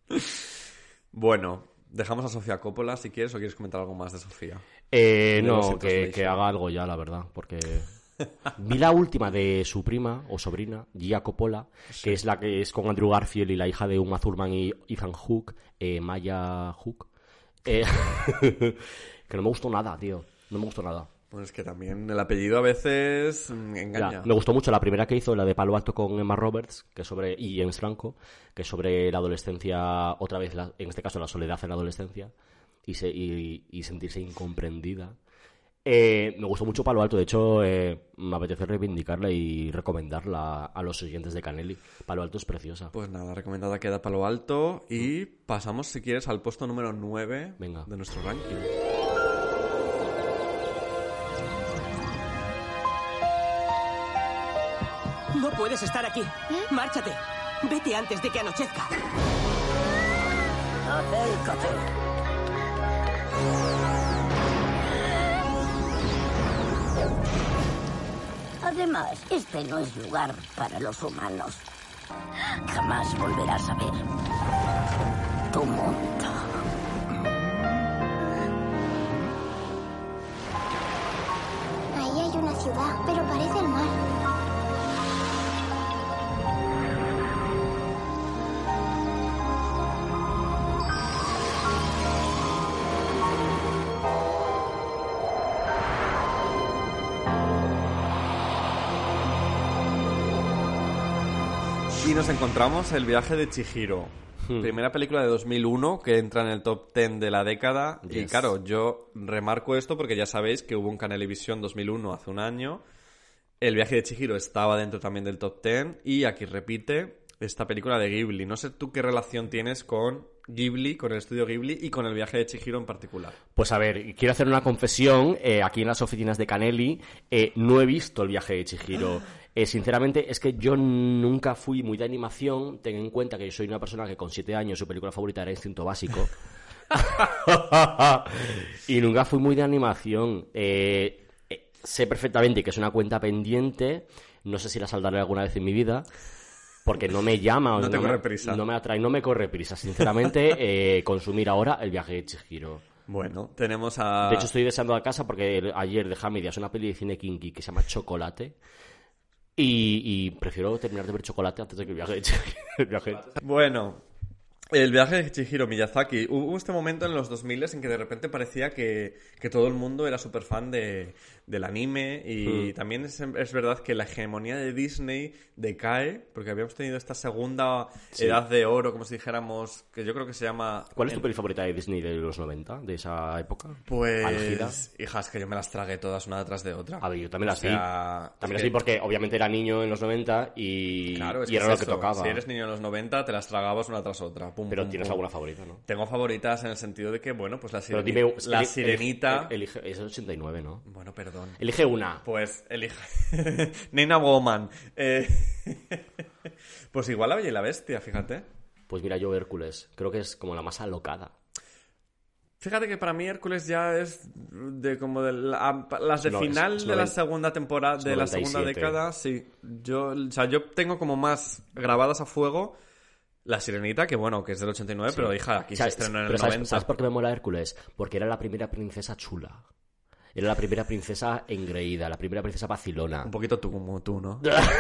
[SPEAKER 4] Bueno, dejamos a Sofía Coppola, si quieres, o quieres comentar algo más de Sofía.
[SPEAKER 5] Eh,
[SPEAKER 4] De
[SPEAKER 5] no,
[SPEAKER 4] Lost in
[SPEAKER 5] que,
[SPEAKER 4] Translation.
[SPEAKER 5] que haga algo ya, la verdad, porque vi la última de su prima o sobrina, Gia Coppola, que es la que es con Andrew Garfield y la hija de Uma Thurman y Ethan Hawke, eh, Maya Hawke, eh, que no me gustó nada, tío, no me gustó nada.
[SPEAKER 4] Pues es que también el apellido a veces mm, engaña.
[SPEAKER 5] Ya, me gustó mucho la primera que hizo, la de Palo Alto con Emma Roberts, que es sobre, y James Franco, que es sobre la adolescencia, otra vez, la- en este caso la soledad en la adolescencia. y, se, y, y sentirse incomprendida. Eh, me gustó mucho Palo Alto, de hecho eh, me apetece reivindicarla y recomendarla a los siguientes de Canelli. Palo Alto es preciosa.
[SPEAKER 4] Pues nada, recomendada queda Palo Alto y pasamos, si quieres, al puesto número nueve
[SPEAKER 5] Venga.
[SPEAKER 4] de nuestro ranking.
[SPEAKER 9] No puedes estar aquí. Márchate. Vete antes de que anochezca.
[SPEAKER 7] Acércate.
[SPEAKER 8] Además, este no es lugar para los humanos. Jamás volverás a ver tu mundo.
[SPEAKER 10] Ahí hay una ciudad, pero parece el mar.
[SPEAKER 4] Y nos encontramos El viaje de Chihiro. Hmm. Primera película de dos mil uno que entra en el top diez de la década. Yes. Y claro, yo remarco esto porque ya sabéis que hubo un Canelivisión dos mil uno hace un año. El viaje de Chihiro estaba dentro también del top diez. Y aquí repite esta película de Ghibli. No sé tú qué relación tienes con Ghibli, con el estudio Ghibli y con el viaje de Chihiro en particular.
[SPEAKER 5] Pues a ver, quiero hacer una confesión. Eh, aquí en las oficinas de Canelli eh, no he visto el viaje de Chihiro. Eh, sinceramente, es que yo nunca fui muy de animación. Ten en cuenta que yo soy una persona que con siete años su película favorita era Instinto Básico. Y nunca fui muy de animación. Eh, eh, sé perfectamente que es una cuenta pendiente. No sé si la saldaré alguna vez en mi vida. Porque no me llama.
[SPEAKER 4] No te
[SPEAKER 5] no
[SPEAKER 4] corre
[SPEAKER 5] me,
[SPEAKER 4] prisa.
[SPEAKER 5] No me atrae, no me corre prisa. Sinceramente, eh, consumir ahora el viaje de Chihiro.
[SPEAKER 4] Bueno, tenemos a...
[SPEAKER 5] De hecho, estoy deseando a casa porque ayer de Hamidias una peli de cine kinky que se llama Chocolate. Y, y prefiero terminar de ver Chocolate antes de que el viaje de Chihiro. El viaje.
[SPEAKER 4] Bueno, el viaje de Chihiro Miyazaki. Hubo este momento en los dos mil en que de repente parecía que, que todo el mundo era súper fan de, del anime. Y mm. también es, es verdad que la hegemonía de Disney decae, porque habíamos tenido esta segunda sí. edad de oro, como si dijéramos, que yo creo que se llama...
[SPEAKER 5] ¿Cuál es tu peli favorita de Disney de los noventa, de esa época?
[SPEAKER 4] Pues,
[SPEAKER 5] Algida.
[SPEAKER 4] Hijas, que yo me las tragué todas una detrás de otra.
[SPEAKER 5] A ver, yo también las
[SPEAKER 4] o sea,
[SPEAKER 5] vi. También las vi porque obviamente era niño en los noventa y,
[SPEAKER 4] claro, es
[SPEAKER 5] y
[SPEAKER 4] que
[SPEAKER 5] era
[SPEAKER 4] es
[SPEAKER 5] lo
[SPEAKER 4] eso.
[SPEAKER 5] que tocaba.
[SPEAKER 4] Si eres niño en los noventa, te las tragabas una tras otra. Pum,
[SPEAKER 5] Pero
[SPEAKER 4] pum,
[SPEAKER 5] tienes
[SPEAKER 4] pum.
[SPEAKER 5] alguna favorita, ¿no?
[SPEAKER 4] Tengo favoritas en el sentido de que, bueno, pues la, sireni...
[SPEAKER 5] dime,
[SPEAKER 4] la
[SPEAKER 5] el,
[SPEAKER 4] sirenita...
[SPEAKER 5] El, el, el, es el ochenta y nueve, ¿no?
[SPEAKER 4] Bueno, perdón.
[SPEAKER 5] Elige una.
[SPEAKER 4] Pues elige... Nina Woman. Eh... pues igual La Bella y la Bestia, fíjate.
[SPEAKER 5] Pues mira, yo Hércules. Creo que es como la más alocada.
[SPEAKER 4] Fíjate que para mí Hércules ya es de como de la, las de no, final es, es de noventa, la segunda temporada, de la segunda década, sí. Yo, o sea, yo tengo como más grabadas a fuego La Sirenita, que bueno, que es del ochenta y nueve, sí. Pero hija, aquí o sea, se estrenó en el
[SPEAKER 5] ¿sabes,
[SPEAKER 4] noventa.
[SPEAKER 5] ¿Sabes por qué me mola Hércules? Porque era la primera princesa chula. Era la primera princesa engreída, la primera princesa vacilona.
[SPEAKER 4] Un poquito tú como tú, ¿no?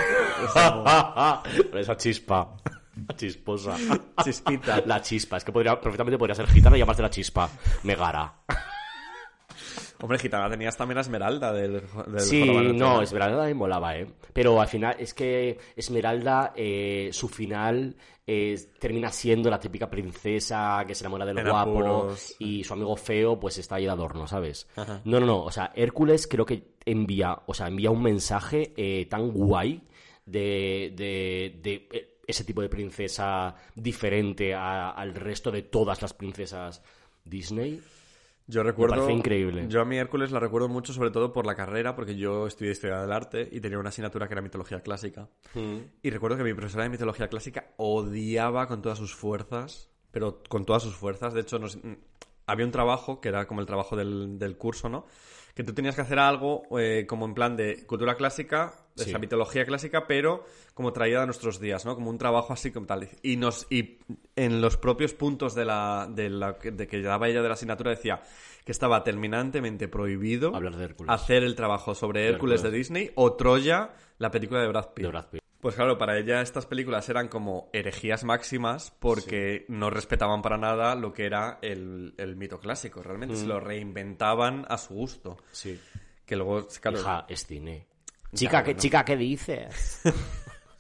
[SPEAKER 5] Pero esa chispa. Chisposa.
[SPEAKER 4] Chispita.
[SPEAKER 5] La chispa. Es que podría, perfectamente podría ser gitana y llamarse la chispa. Megara.
[SPEAKER 4] Hombre, gitana tenías también a Esmeralda del, del
[SPEAKER 5] Sí, no, Esmeralda me molaba, ¿eh? Pero al final es que Esmeralda, eh, su final eh, termina siendo la típica princesa que se enamora del guapo
[SPEAKER 4] apuros.
[SPEAKER 5] Y su amigo feo pues está ahí de adorno, ¿sabes?
[SPEAKER 4] Ajá.
[SPEAKER 5] No, no, no, o sea, Hércules creo que envía, o sea, envía un mensaje eh, tan guay de... de, de eh, ese tipo de princesa diferente a, al resto de todas las princesas Disney.
[SPEAKER 4] Yo recuerdo...
[SPEAKER 5] Me parece increíble.
[SPEAKER 4] Yo a mi Hércules la recuerdo mucho, sobre todo por la carrera, porque yo estudié Historia del Arte y tenía una asignatura que era Mitología Clásica. Mm. Y recuerdo que mi profesora de Mitología Clásica odiaba con todas sus fuerzas, pero con todas sus fuerzas. De hecho, nos... había un trabajo, que era como el trabajo del, del curso, ¿no? Que tú tenías que hacer algo eh, como en plan de cultura clásica, de sí. esa mitología clásica, pero como traída a nuestros días, ¿no? Como un trabajo así como tal. Y nos y en los propios puntos de la de la de que daba ella de la asignatura decía que estaba terminantemente prohibido
[SPEAKER 5] hablar de Hércules,
[SPEAKER 4] hacer el trabajo sobre Hércules, Hércules de Disney o Troya, la película de Brad Pitt.
[SPEAKER 5] De Brad Pitt.
[SPEAKER 4] Pues claro, para ella estas películas eran como herejías máximas porque sí. no respetaban para nada lo que era el, el mito clásico. Realmente mm. se lo reinventaban a su gusto.
[SPEAKER 5] Sí.
[SPEAKER 4] Que luego... Claro,
[SPEAKER 5] hija, es cine. Chica, ya, ¿qué, bueno. chica, ¿qué dices?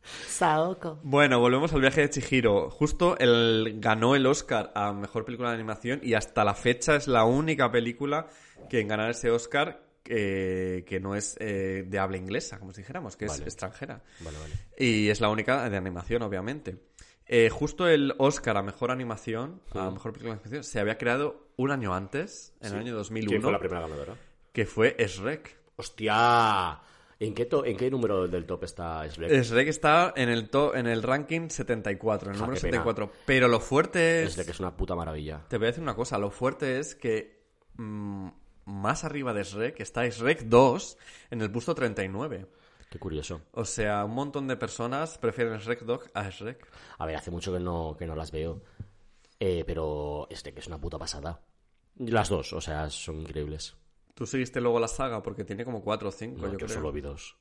[SPEAKER 5] Saoko.
[SPEAKER 4] Bueno, volvemos al viaje de Chihiro. Justo él ganó el Oscar a Mejor Película de Animación y hasta la fecha es la única película que en ganar ese Oscar eh, que no es eh, de habla inglesa, como si dijéramos, que
[SPEAKER 5] Vale.
[SPEAKER 4] es extranjera.
[SPEAKER 5] Vale, vale.
[SPEAKER 4] Y es la única de animación, obviamente. Eh, justo el Oscar a Mejor Animación, a Mejor Película de Animación, se había creado un año antes, en
[SPEAKER 5] Sí.
[SPEAKER 4] el año dos mil uno.
[SPEAKER 5] ¿Quién fue la primera ganadora?
[SPEAKER 4] Que fue Shrek.
[SPEAKER 5] ¡Hostia! ¿En qué, to- ¿En qué número del top está Shrek?
[SPEAKER 4] Shrek está en el, to- en el ranking setenta y cuatro, en el
[SPEAKER 5] Ja,
[SPEAKER 4] número
[SPEAKER 5] qué pena.
[SPEAKER 4] setenta y cuatro. Pero lo fuerte es...
[SPEAKER 5] Shrek es una puta maravilla.
[SPEAKER 4] Te voy a decir una cosa, lo fuerte es que mm, más arriba de Shrek está Shrek dos en el puesto treinta y nueve.
[SPEAKER 5] Qué curioso.
[SPEAKER 4] O sea, un montón de personas prefieren Shrek dos a Shrek.
[SPEAKER 5] A ver, hace mucho que no, que no las veo. Eh, pero Shrek es una puta pasada. Las dos, o sea, son increíbles.
[SPEAKER 4] ¿Tú seguiste luego la saga? Porque tiene como cuatro o cinco,
[SPEAKER 5] No,
[SPEAKER 4] yo
[SPEAKER 5] yo
[SPEAKER 4] creo.
[SPEAKER 5] solo vi dos.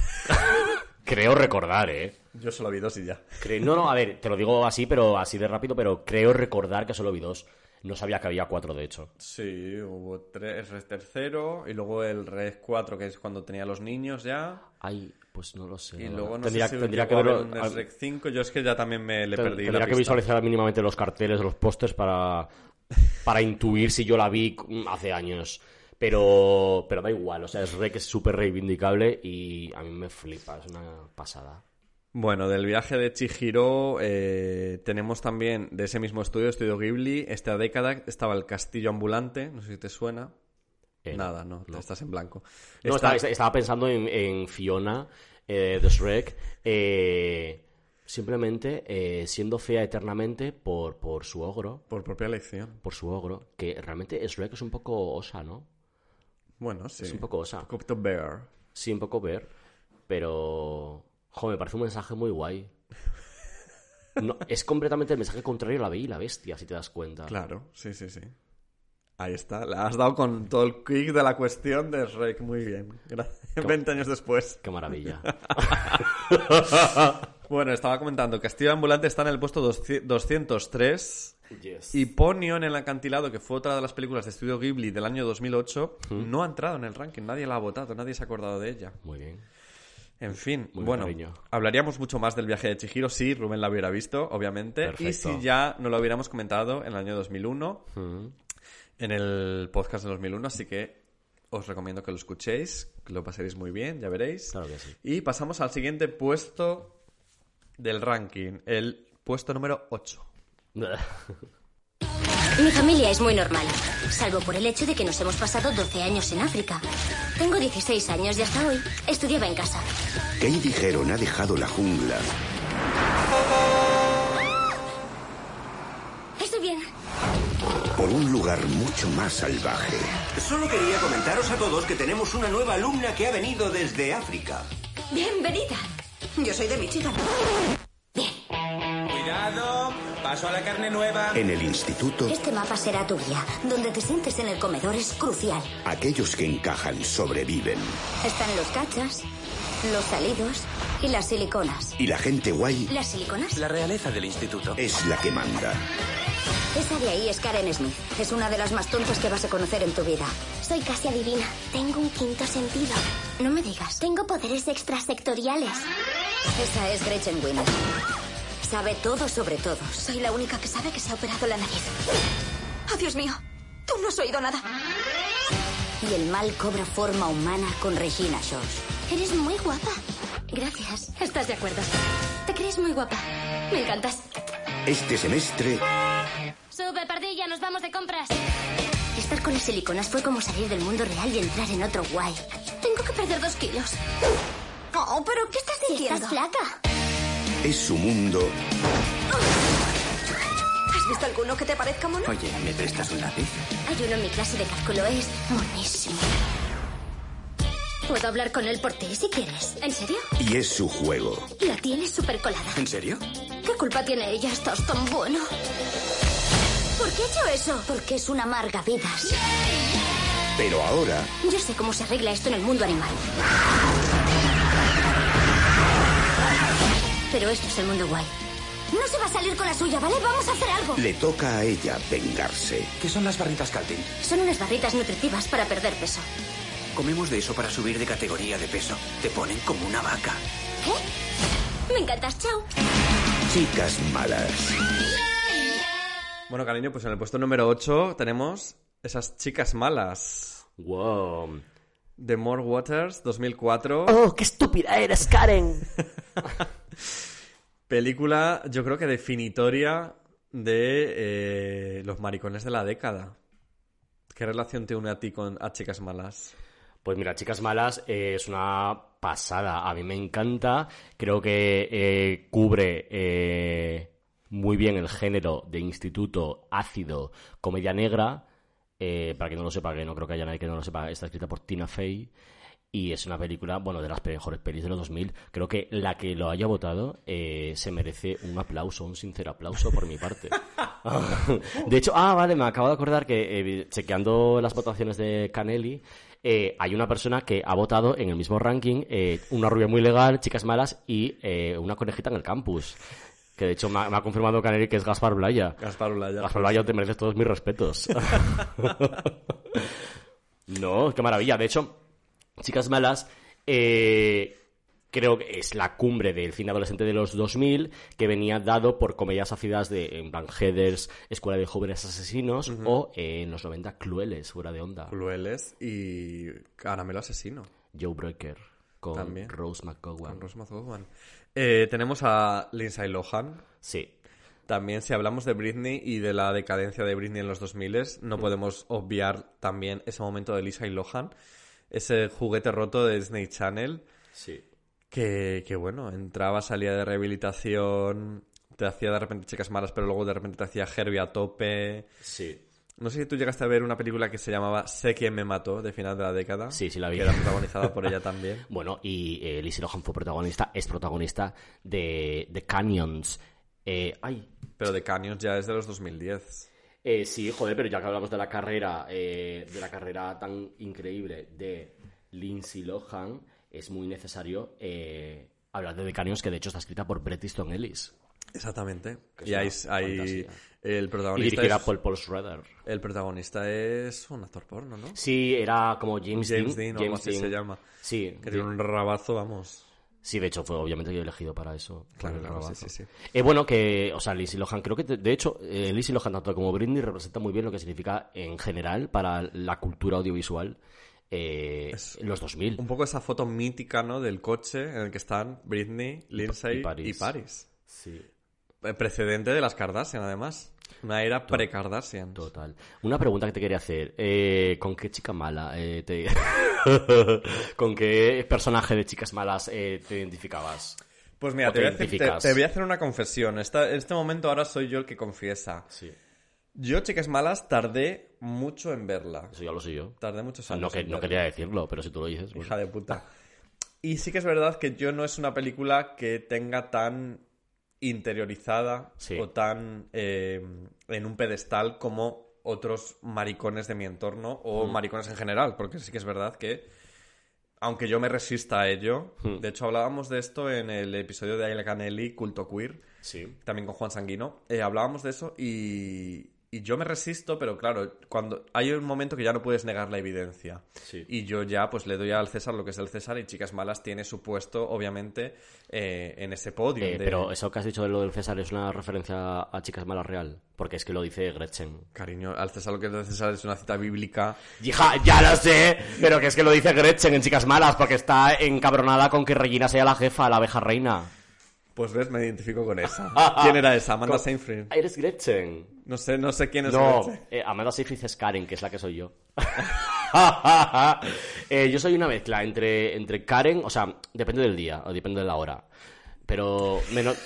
[SPEAKER 5] Creo recordar, ¿eh?
[SPEAKER 4] Yo solo vi dos y ya.
[SPEAKER 5] Cre- No, no, a ver, te lo digo así, pero así de rápido, pero creo recordar que solo vi dos. No sabía que había cuatro, de hecho.
[SPEAKER 4] Sí, hubo tres, el tercero y luego el Red cuatro, que es cuando tenía los niños ya.
[SPEAKER 5] Ay, pues no lo sé.
[SPEAKER 4] Y
[SPEAKER 5] no,
[SPEAKER 4] luego no
[SPEAKER 5] tendría,
[SPEAKER 4] sé si
[SPEAKER 5] tendría que
[SPEAKER 4] llegó a haber
[SPEAKER 5] verlo.
[SPEAKER 4] un Shrek cinco. Yo es que ya también me le
[SPEAKER 5] Ten-
[SPEAKER 4] perdí
[SPEAKER 5] Tendría
[SPEAKER 4] la
[SPEAKER 5] que
[SPEAKER 4] pista.
[SPEAKER 5] visualizar mínimamente los carteles, los pósters para, para intuir si yo la vi hace años. Pero, pero da igual, o sea, Shrek es súper reivindicable y a mí me flipa, es una pasada.
[SPEAKER 4] Bueno, del viaje de Chihiro eh, tenemos también de ese mismo estudio, Estudio Ghibli, esta década estaba El Castillo Ambulante, no sé si te suena.
[SPEAKER 5] Eh,
[SPEAKER 4] Nada, no,
[SPEAKER 5] no.
[SPEAKER 4] estás en blanco.
[SPEAKER 5] No,
[SPEAKER 4] Está-
[SPEAKER 5] estaba, estaba pensando en, en Fiona eh, de Shrek, eh, simplemente eh, siendo fea eternamente por, por su ogro.
[SPEAKER 4] Por propia elección.
[SPEAKER 5] Por su ogro, que realmente Shrek es un poco osa, ¿no?
[SPEAKER 4] Bueno, sí.
[SPEAKER 5] Es un poco osa.
[SPEAKER 4] Un poquito bear.
[SPEAKER 5] Sí, un poco ver, pero... Jo, me parece un mensaje muy guay. No, es completamente el mensaje contrario a la Bella y la Bestia, si te das cuenta.
[SPEAKER 4] Claro, sí, sí, sí. Ahí está, la has dado con todo el kick de la cuestión de Shrek, muy bien. Gracias. veinte años después.
[SPEAKER 5] Qué maravilla.
[SPEAKER 4] Bueno, estaba comentando, Castillo Ambulante está en el puesto doscientos tres...
[SPEAKER 5] Yes.
[SPEAKER 4] Y Ponyo en el acantilado, que fue otra de las películas de Estudio Ghibli del año dos mil ocho, no ha entrado en el ranking, nadie la ha votado, nadie se ha acordado de ella.
[SPEAKER 5] Muy bien.
[SPEAKER 4] En fin,
[SPEAKER 5] Muy bien,
[SPEAKER 4] bueno,
[SPEAKER 5] cariño.
[SPEAKER 4] hablaríamos mucho más del viaje de Chihiro si Rubén la hubiera visto, obviamente,
[SPEAKER 5] Perfecto.
[SPEAKER 4] y si ya no lo hubiéramos comentado en el año dos mil uno,
[SPEAKER 5] Mm.
[SPEAKER 4] en el podcast de dos mil uno, así que os recomiendo que lo escuchéis, que lo paséis muy bien, ya veréis.
[SPEAKER 5] Claro que sí.
[SPEAKER 4] Y pasamos al siguiente puesto del ranking, el puesto número ocho.
[SPEAKER 11] Mi familia es muy normal, salvo por el hecho de que nos hemos pasado doce años en África. Tengo dieciséis años y hasta hoy estudiaba en casa.
[SPEAKER 12] Kay dijeron ha dejado la jungla.
[SPEAKER 11] Estoy bien.
[SPEAKER 12] Por un lugar mucho más salvaje.
[SPEAKER 13] Solo quería comentaros a todos que tenemos una nueva alumna que ha venido desde África.
[SPEAKER 11] Bienvenida. Yo soy de Michigan.
[SPEAKER 13] Cuidado, paso a la carne nueva.
[SPEAKER 12] En el instituto,
[SPEAKER 11] Este mapa será tu guía. Donde te sientes en el comedor es crucial.
[SPEAKER 12] aquellos que encajan sobreviven.
[SPEAKER 11] Están los cachas, los salidos y las siliconas.
[SPEAKER 12] Y la gente guay
[SPEAKER 11] ¿Las siliconas?
[SPEAKER 13] La realeza del instituto.
[SPEAKER 12] es la que manda.
[SPEAKER 11] Esa de ahí es Karen Smith. Es una de las más tontas que vas a conocer en tu vida.
[SPEAKER 10] Soy casi adivina. Tengo un quinto sentido.
[SPEAKER 11] No me digas.
[SPEAKER 10] Tengo poderes extrasectoriales.
[SPEAKER 11] Esa es Gretchen Winner. Sabe todo sobre todos. Soy la única que sabe que se ha operado la nariz.
[SPEAKER 14] ¡Oh, Dios mío! Tú no has oído nada.
[SPEAKER 11] Y el mal cobra forma humana con Regina George.
[SPEAKER 10] Eres muy guapa.
[SPEAKER 11] Gracias.
[SPEAKER 14] ¿Estás de acuerdo? Te crees muy guapa. Me encantas.
[SPEAKER 12] Este semestre,
[SPEAKER 1] Sube, pardilla, nos vamos de compras.
[SPEAKER 11] Estar con las siliconas fue como salir del mundo real y entrar en otro guay.
[SPEAKER 14] Tengo que perder dos kilos.
[SPEAKER 11] Oh, pero ¿qué estás diciendo?
[SPEAKER 10] Estás flaca.
[SPEAKER 12] es su mundo
[SPEAKER 14] ¿Has visto alguno que te parezca mono?
[SPEAKER 13] Oye, ¿me prestas un lápiz?
[SPEAKER 11] Hay uno en mi clase de cálculo. Es monísimo.
[SPEAKER 14] Puedo hablar con él por ti si quieres. ¿En serio?
[SPEAKER 12] y es su juego.
[SPEAKER 14] La tienes súper colada.
[SPEAKER 13] ¿En serio?
[SPEAKER 14] ¿Qué culpa tiene ella? Estás tan bueno.
[SPEAKER 11] ¿Por qué he hecho eso? Porque es una amarga vidas.
[SPEAKER 12] Pero ahora,
[SPEAKER 11] Yo sé cómo se arregla esto en el mundo animal. Pero esto es el mundo guay. No se va a salir con la suya, ¿vale? Vamos a hacer algo.
[SPEAKER 12] le toca a ella vengarse.
[SPEAKER 13] ¿Qué son las barritas Calvin?
[SPEAKER 11] Son unas barritas nutritivas para perder peso.
[SPEAKER 13] Comemos de eso para subir de categoría de peso. Te ponen como una vaca.
[SPEAKER 11] ¿Qué? Me encantas, chao.
[SPEAKER 12] Chicas malas.
[SPEAKER 4] Bueno, cariño, pues en el puesto número ocho tenemos esas chicas malas.
[SPEAKER 5] Wow.
[SPEAKER 4] The More Waters, dos mil cuatro.
[SPEAKER 5] ¡Oh, qué estúpida eres, Karen!
[SPEAKER 4] Película, yo creo que definitoria de eh, los maricones de la década. ¿Qué relación te une a ti con a Chicas Malas?
[SPEAKER 5] Pues mira, Chicas Malas eh, es una pasada. A mí me encanta. Creo que eh, cubre eh, muy bien el género de instituto ácido, comedia negra. Eh, para quien no lo sepa, que no creo que haya nadie que no lo sepa, está escrita por Tina Fey. Y es una película, bueno, de las mejores pelis de los dos mil. Creo que la que lo haya votado eh, se merece un aplauso, un sincero aplauso por mi parte. De hecho, ah, vale, me acabo de acordar que eh, chequeando las votaciones de Canelli, eh, hay una persona que ha votado en el mismo ranking eh, Una rubia muy legal, Chicas malas y eh, Una conejita en el campus. Que de hecho me ha, me ha confirmado Canelli que es Gaspar Blaya.
[SPEAKER 4] Gaspar Blaya.
[SPEAKER 5] Gaspar Blaya, te mereces todos mis respetos. No, qué maravilla. De hecho, Chicas Malas eh, creo que es la cumbre del cine adolescente de los dos mil, que venía dado por comedias ácidas de en plan Heathers, Escuela de Jóvenes Asesinos, uh-huh. o eh, en los noventa Clueles, fuera de onda.
[SPEAKER 4] Clueles y Caramelo Asesino.
[SPEAKER 5] Joe Brecker con
[SPEAKER 4] También.
[SPEAKER 5] Rose McGowan.
[SPEAKER 4] Con Rose McGowan. Eh, tenemos a Lindsay Lohan.
[SPEAKER 5] Sí.
[SPEAKER 4] También, si hablamos de Britney y de la decadencia de Britney en los dos mil, no mm. podemos obviar también ese momento de Lindsay Lohan. Ese juguete roto de Disney Channel.
[SPEAKER 5] Sí.
[SPEAKER 4] Que, que bueno, entraba, salía de rehabilitación, te hacía de repente Chicas Malas, pero luego de repente te hacía Herbie a tope.
[SPEAKER 5] Sí.
[SPEAKER 4] No sé si tú llegaste a ver una película que se llamaba Sé quién me mató, de final de la década.
[SPEAKER 5] Sí, sí la vi.
[SPEAKER 4] Que era protagonizada por ella también.
[SPEAKER 5] Bueno, y eh, Lindsay Lohan fue protagonista, es protagonista de, de Canyons. Eh, ay.
[SPEAKER 4] Pero The Canyons ya es de los dos mil diez.
[SPEAKER 5] Eh, sí, joder, pero ya que hablamos de la carrera, eh, de la carrera tan increíble de Lindsay Lohan, es muy necesario eh, hablar de The Canyons, que de hecho está escrita por Bret Easton Ellis.
[SPEAKER 4] Exactamente.
[SPEAKER 5] Que
[SPEAKER 4] y hay, hay el protagonista.
[SPEAKER 5] Y dirigida
[SPEAKER 4] es,
[SPEAKER 5] por Paul Schrader.
[SPEAKER 4] El protagonista es un actor porno, ¿no?
[SPEAKER 5] Sí, era como James,
[SPEAKER 4] James
[SPEAKER 5] Dean.
[SPEAKER 4] Dean, o algo así se llama.
[SPEAKER 5] Sí.
[SPEAKER 4] Que tiene un rabazo, vamos.
[SPEAKER 5] Sí, de hecho, fue obviamente yo elegido para eso.
[SPEAKER 4] Claro, claro, sí, sí, sí.
[SPEAKER 5] Eh, bueno, que, o sea, Lindsay Lohan, creo que, de, de hecho, eh, Lindsay Lohan, tanto como Britney, representa muy bien lo que significa en general para la cultura audiovisual eh, en los dos mil.
[SPEAKER 4] Un poco esa foto mítica, ¿no? Del coche en el que están Britney, Lindsay
[SPEAKER 5] y Paris.
[SPEAKER 4] Y Paris.
[SPEAKER 5] Sí.
[SPEAKER 4] Precedente de las Kardashian, además. Una era pre-Kardashian.
[SPEAKER 5] Total. Una pregunta que te quería hacer. Eh, ¿Con qué chica mala eh, te... ¿Con qué personaje de Chicas Malas eh, te identificabas?
[SPEAKER 4] Pues mira, te, te, voy a hacer, te, te voy a hacer una confesión. Esta, en este momento ahora soy yo el que confiesa.
[SPEAKER 5] Sí.
[SPEAKER 4] Yo, Chicas Malas, tardé mucho en verla.
[SPEAKER 5] Eso ya lo sé yo.
[SPEAKER 4] Tardé muchos
[SPEAKER 5] No,
[SPEAKER 4] años.
[SPEAKER 5] que,
[SPEAKER 4] en
[SPEAKER 5] no quería decirlo, pero si tú lo dices...
[SPEAKER 4] Hija bueno. de puta. Y sí que es verdad que yo no es una película que tenga tan interiorizada
[SPEAKER 5] sí.
[SPEAKER 4] o tan eh, en un pedestal como otros maricones de mi entorno o mm. maricones en general, porque sí que es verdad que aunque yo me resista a ello, mm. de hecho hablábamos de esto en el episodio de Ayla Canelli, Culto Queer,
[SPEAKER 5] sí.
[SPEAKER 4] también con Juan Sanguino, eh, hablábamos de eso y, y yo me resisto, pero claro, cuando hay un momento que ya no puedes negar la evidencia
[SPEAKER 5] sí.
[SPEAKER 4] y yo ya pues le doy al César lo que es del César y Chicas Malas tiene su puesto obviamente eh, en ese podio.
[SPEAKER 5] Eh,
[SPEAKER 4] de...
[SPEAKER 5] Pero eso que has dicho de lo del César es una referencia a Chicas Malas real, porque es que lo dice Gretchen.
[SPEAKER 4] Cariño, al César lo que es del César es una cita bíblica.
[SPEAKER 5] Hija, ya lo sé, pero que es que lo dice Gretchen en Chicas Malas, porque está encabronada con que Regina sea la jefa, la abeja reina.
[SPEAKER 4] Pues ves, me identifico con esa. ¿Quién era esa? Amanda Seyfried.
[SPEAKER 5] Eres Gretchen.
[SPEAKER 4] No sé, no sé quién es
[SPEAKER 5] no,
[SPEAKER 4] Gretchen.
[SPEAKER 5] Eh, Amanda Seyfried es Karen, que es la que soy yo. eh, yo soy una mezcla entre, entre Karen, o sea, depende del día, o depende de la hora. Pero menos...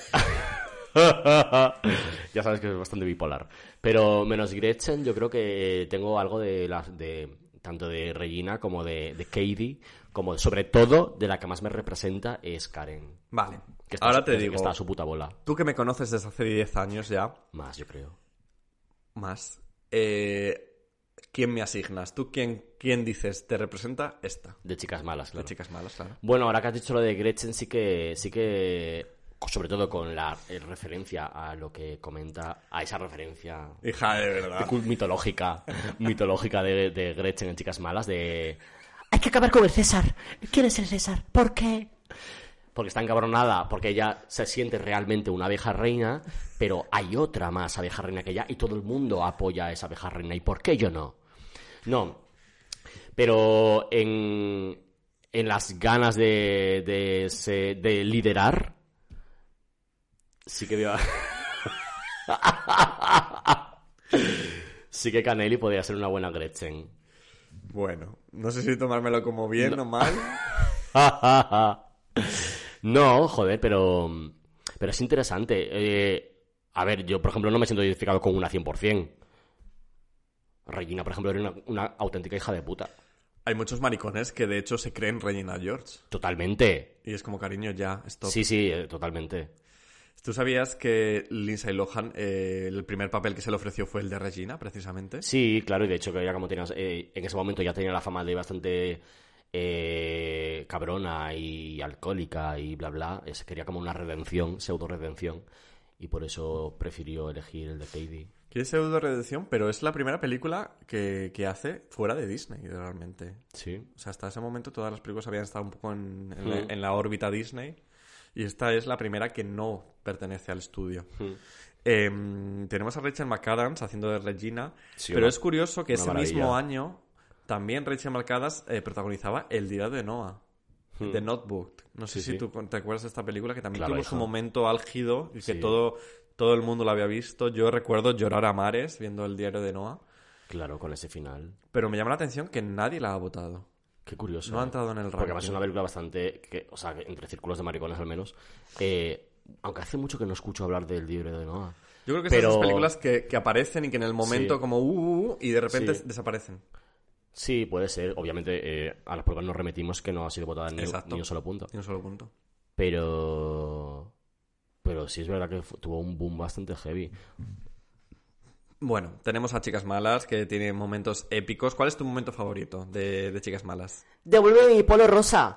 [SPEAKER 5] ya sabes que es bastante bipolar. Pero menos Gretchen, yo creo que tengo algo de las de tanto de Regina como de, de Katie, como sobre todo de la que más me representa es Karen.
[SPEAKER 4] Vale.
[SPEAKER 5] Que está,
[SPEAKER 4] ahora te
[SPEAKER 5] que,
[SPEAKER 4] digo.
[SPEAKER 5] Que está a su puta bola.
[SPEAKER 4] Tú que me conoces desde hace diez años ya.
[SPEAKER 5] Más, yo creo.
[SPEAKER 4] Más. Eh, ¿Quién me asignas? ¿Tú quién, quién dices te representa esta?
[SPEAKER 5] De Chicas Malas, claro.
[SPEAKER 4] De Chicas Malas, claro.
[SPEAKER 5] Bueno, ahora que has dicho lo de Gretchen, sí que... sí que sobre todo con la eh, referencia a lo que comenta, a esa referencia...
[SPEAKER 4] Hija, de verdad.
[SPEAKER 5] De, mitológica, mitológica de, de Gretchen en Chicas Malas, de... Hay que acabar con el César. ¿Quién es el César? ¿Por qué? porque está encabronada, porque ella se siente realmente una abeja reina, pero hay otra más abeja reina que ella y todo el mundo apoya a esa abeja reina. ¿Y por qué yo no? No. Pero en, en las ganas de, de, de, de liderar, sí que veo... sí que Cannelly podría ser una buena Gretchen.
[SPEAKER 4] Bueno, no sé si tomármelo como bien no. o mal.
[SPEAKER 5] No, joder, pero pero es interesante. Eh, a ver, yo, por ejemplo, no me siento identificado con una cien por ciento. Regina, por ejemplo, era una, una auténtica hija de puta.
[SPEAKER 4] Hay muchos maricones que, de hecho, se creen Regina George.
[SPEAKER 5] Totalmente.
[SPEAKER 4] Y es como, cariño, ya, stop.
[SPEAKER 5] Sí, sí, eh, totalmente.
[SPEAKER 4] ¿Tú sabías que Lindsay Lohan, eh, el primer papel que se le ofreció fue el de Regina, precisamente?
[SPEAKER 5] Sí, claro, y de hecho que ella como tenía, eh, en ese momento ya tenía la fama de bastante eh, cabrona y alcohólica y bla bla, es, quería como una redención, pseudo redención, y por eso prefirió elegir el de Katie.
[SPEAKER 4] Quiere pseudo redención, pero es la primera película que, que hace fuera de Disney, realmente.
[SPEAKER 5] Sí.
[SPEAKER 4] O sea, hasta ese momento todas las películas habían estado un poco en, en,
[SPEAKER 5] Hmm.
[SPEAKER 4] la, en la órbita Disney. Y esta es la primera que no pertenece al estudio.
[SPEAKER 5] Hmm.
[SPEAKER 4] Eh, tenemos a Rachel McAdams haciendo de Regina.
[SPEAKER 5] Sí,
[SPEAKER 4] pero
[SPEAKER 5] una,
[SPEAKER 4] es curioso que ese
[SPEAKER 5] maravilla.
[SPEAKER 4] mismo año también Rachel McAdams eh, protagonizaba El diario de Noah.
[SPEAKER 5] Hmm.
[SPEAKER 4] The Notebook. No sé
[SPEAKER 5] Sí,
[SPEAKER 4] si
[SPEAKER 5] sí.
[SPEAKER 4] tú te acuerdas de esta película, que también
[SPEAKER 5] Claro,
[SPEAKER 4] tuvo
[SPEAKER 5] hija.
[SPEAKER 4] su momento álgido y que
[SPEAKER 5] Sí.
[SPEAKER 4] todo, todo el mundo lo había visto. Yo recuerdo llorar a mares viendo El diario de Noah.
[SPEAKER 5] Claro, con ese final.
[SPEAKER 4] Pero me llama la atención que nadie la ha votado.
[SPEAKER 5] Qué curioso.
[SPEAKER 4] No ha entrado en el ranking.
[SPEAKER 5] Porque va a ser una película bastante... Que, o sea, que entre círculos de maricones al menos. Eh, aunque hace mucho que no escucho hablar del libro de Noah.
[SPEAKER 4] Yo creo que
[SPEAKER 5] Pero...
[SPEAKER 4] son esas películas que, que aparecen y que en el momento
[SPEAKER 5] Sí.
[SPEAKER 4] como uh, uh, uh, y de repente
[SPEAKER 5] Sí.
[SPEAKER 4] desaparecen.
[SPEAKER 5] Sí, puede ser. Obviamente eh, a las pruebas nos remitimos que no ha sido votada ni,
[SPEAKER 4] Exacto.
[SPEAKER 5] ni un solo punto.
[SPEAKER 4] Ni un solo punto.
[SPEAKER 5] Pero... Pero sí es verdad que fu- tuvo un boom bastante heavy.
[SPEAKER 4] Bueno, tenemos a Chicas Malas, que tienen momentos épicos. ¿Cuál es tu momento favorito de, de Chicas Malas?
[SPEAKER 5] ¡Devuelve mi polo rosa!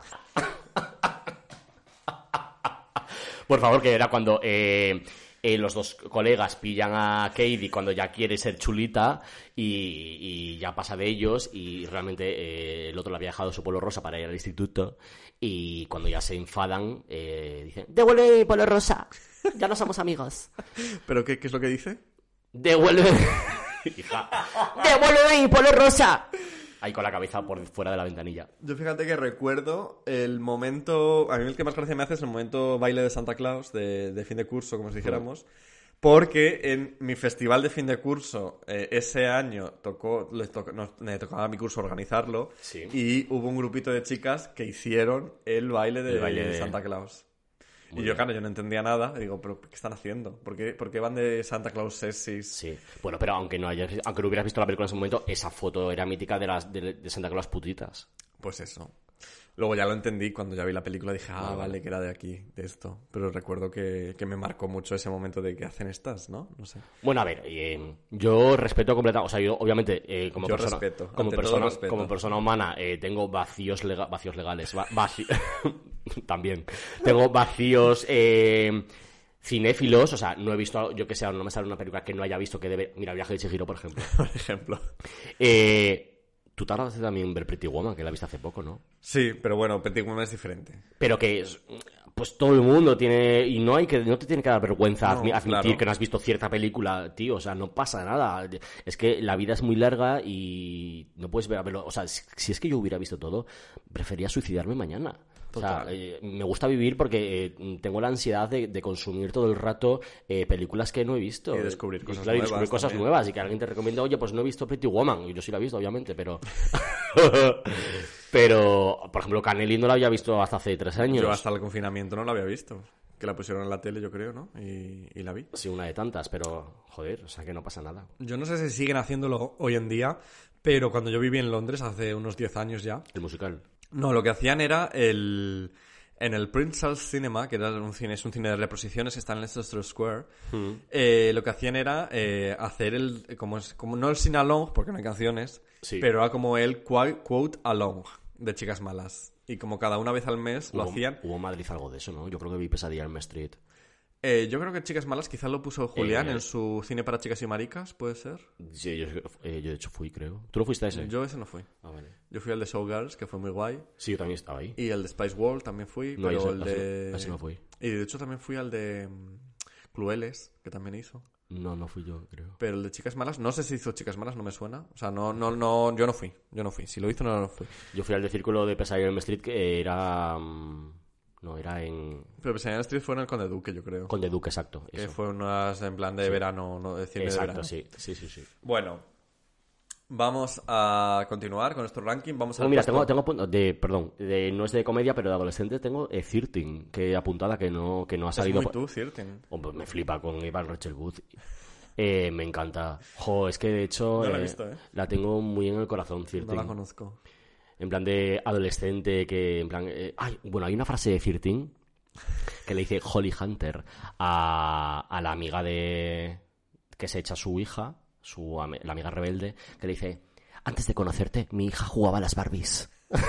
[SPEAKER 5] Por favor, que era cuando eh, eh, los dos colegas pillan a Katie cuando ya quiere ser chulita y, y ya pasa de ellos y realmente eh, el otro le había dejado su polo rosa para ir al instituto y cuando ya se enfadan eh, dicen ¡devuelve mi polo rosa! Ya no somos amigos.
[SPEAKER 4] ¿Pero qué, qué es lo que dice?
[SPEAKER 5] ¡Devuelve! Hija, ¡devuelve mi polo rosa! Ahí con la cabeza por fuera de la ventanilla.
[SPEAKER 4] Yo fíjate que recuerdo el momento... A mí el que más gracia me hace es el momento baile de Santa Claus, de, de fin de curso, como si dijéramos. Porque en mi festival de fin de curso, eh, ese año tocó, les tocó, nos, me tocaba a mi curso organizarlo.
[SPEAKER 5] Sí.
[SPEAKER 4] Y hubo un grupito de chicas que hicieron el baile de,
[SPEAKER 5] El baile de-
[SPEAKER 4] Santa Claus.
[SPEAKER 5] Muy
[SPEAKER 4] y yo,
[SPEAKER 5] bien.
[SPEAKER 4] claro, yo no entendía nada. Y digo, ¿pero qué están haciendo? ¿Por qué, por qué van de Santa Claus sexys?
[SPEAKER 5] Sí. Bueno, pero aunque no hayas, aunque no hubieras visto la película en ese momento, esa foto era mítica de las de, de Santa Claus putitas.
[SPEAKER 4] Pues eso. Luego ya lo entendí, cuando ya vi la película dije, ah,
[SPEAKER 5] Vale,
[SPEAKER 4] vale,
[SPEAKER 5] vale.
[SPEAKER 4] que era de aquí, de esto. Pero recuerdo que, que me marcó mucho ese momento de que hacen estas, ¿no? No sé.
[SPEAKER 5] Bueno, a ver, eh, yo respeto completamente, o sea, yo obviamente eh, como
[SPEAKER 4] Yo
[SPEAKER 5] persona,
[SPEAKER 4] respeto,
[SPEAKER 5] como
[SPEAKER 4] ante todo
[SPEAKER 5] persona,
[SPEAKER 4] respeto.
[SPEAKER 5] como persona humana eh, tengo vacíos lega- vacíos legales, va- vaci- también tengo vacíos eh, cinéfilos, o sea, no he visto, yo que sé, no me sale una película que no haya visto que debe, mira, el Viaje de Chihiro, por ejemplo.
[SPEAKER 4] Por ejemplo.
[SPEAKER 5] Eh, Tú tardaste también ver Pretty Woman, que la viste hace poco, ¿no?
[SPEAKER 4] Sí, pero bueno, Pretty Woman es diferente.
[SPEAKER 5] Pero que es, pues todo el mundo tiene, y no hay que, no te tiene que dar vergüenza
[SPEAKER 4] No,
[SPEAKER 5] admi- admitir
[SPEAKER 4] claro.
[SPEAKER 5] que no has visto cierta película, tío, o sea, no pasa nada. Es que la vida es muy larga y no puedes ver a verlo, o sea, si, si es que yo hubiera visto todo, prefería suicidarme mañana. O sea,
[SPEAKER 4] Total.
[SPEAKER 5] eh, me gusta vivir porque eh, tengo la ansiedad de, de consumir todo el rato eh, películas que no he visto.
[SPEAKER 4] Y descubrir cosas
[SPEAKER 5] claro, y
[SPEAKER 4] nuevas
[SPEAKER 5] descubrir cosas
[SPEAKER 4] también.
[SPEAKER 5] nuevas y que alguien te recomienda, oye, pues no he visto Pretty Woman. Y yo sí la he visto, obviamente, pero... pero, por ejemplo, Cannelly no la había visto hasta hace tres años.
[SPEAKER 4] Yo hasta el confinamiento no la había visto. Que la pusieron en la tele, yo creo, ¿no? Y, y la vi.
[SPEAKER 5] Sí, una de tantas, pero, joder, o sea, que no pasa nada.
[SPEAKER 4] Yo no sé si siguen haciéndolo hoy en día, pero cuando yo viví en Londres hace unos diez años ya...
[SPEAKER 5] El musical.
[SPEAKER 4] No, lo que hacían era el... En el Prince Cinema, que era un cine, es un cine de reposiciones, está en Leicester Square,
[SPEAKER 5] Mm.
[SPEAKER 4] eh, lo que hacían era eh, hacer el... Como, es, como no el sing along, porque no hay canciones,
[SPEAKER 5] Sí.
[SPEAKER 4] pero era como el quote, quote along de Chicas Malas. Y como cada una vez al mes lo
[SPEAKER 5] Hubo-
[SPEAKER 4] hacían...
[SPEAKER 5] Hubo en Madrid algo de eso, ¿no? Yo creo que vi Pesadilla en Elm Street.
[SPEAKER 4] Eh, yo creo que Chicas Malas quizás lo puso Julián
[SPEAKER 5] Eh,
[SPEAKER 4] en su cine para chicas y maricas, ¿puede ser?
[SPEAKER 5] Sí, yo, eh, yo de hecho fui, creo. ¿Tú no fuiste a ese?
[SPEAKER 4] Yo ese no fui.
[SPEAKER 5] Ah, vale.
[SPEAKER 4] Yo fui al de Showgirls, que fue muy guay.
[SPEAKER 5] Sí, yo también estaba ahí.
[SPEAKER 4] Y el de Spice World también fui,
[SPEAKER 5] No,
[SPEAKER 4] pero
[SPEAKER 5] ese-
[SPEAKER 4] el
[SPEAKER 5] ese-
[SPEAKER 4] de...
[SPEAKER 5] ese no fui.
[SPEAKER 4] Y de hecho también fui al de mm, Clueles, que también hizo.
[SPEAKER 5] No, no fui yo, creo.
[SPEAKER 4] Pero el de Chicas Malas, no sé si hizo Chicas Malas, no me suena. O sea, no, no, no, yo no fui, yo no fui. Si lo hizo, no, no fui.
[SPEAKER 5] Yo fui al de Círculo de Pesadilla en Elm Street, que era... mm, No, era en...
[SPEAKER 4] Pero Pesadilla en Street fue en el Conde Duque, yo creo.
[SPEAKER 5] Conde Duque, exacto.
[SPEAKER 4] Que
[SPEAKER 5] eso.
[SPEAKER 4] fue unas en plan de
[SPEAKER 5] Sí.
[SPEAKER 4] verano, no de cine de
[SPEAKER 5] Exacto,
[SPEAKER 4] verano.
[SPEAKER 5] sí. Sí, sí, sí.
[SPEAKER 4] Bueno, vamos a continuar con nuestro ranking. Vamos a
[SPEAKER 5] Oh, mira, tengo, tengo apunt- de, perdón, de, no es de comedia, pero de adolescente tengo eh, thirteen, que apuntada que no, que no ha
[SPEAKER 4] Es
[SPEAKER 5] salido.
[SPEAKER 4] muy
[SPEAKER 5] por-
[SPEAKER 4] tú, thirteen.
[SPEAKER 5] Oh, pues me flipa con Evan Rachel Wood. Eh, me encanta. Jo, es que de hecho
[SPEAKER 4] No la he
[SPEAKER 5] eh,
[SPEAKER 4] visto, ¿eh?
[SPEAKER 5] la tengo muy en el corazón,
[SPEAKER 4] No
[SPEAKER 5] thirteen.
[SPEAKER 4] la conozco.
[SPEAKER 5] En plan de adolescente que, en plan... eh, ay, bueno, hay una frase de thirteen que le dice Holly Hunter a, a la amiga de... que se echa su hija, su, am- la amiga rebelde, que le dice: antes de conocerte, mi hija jugaba a las Barbies.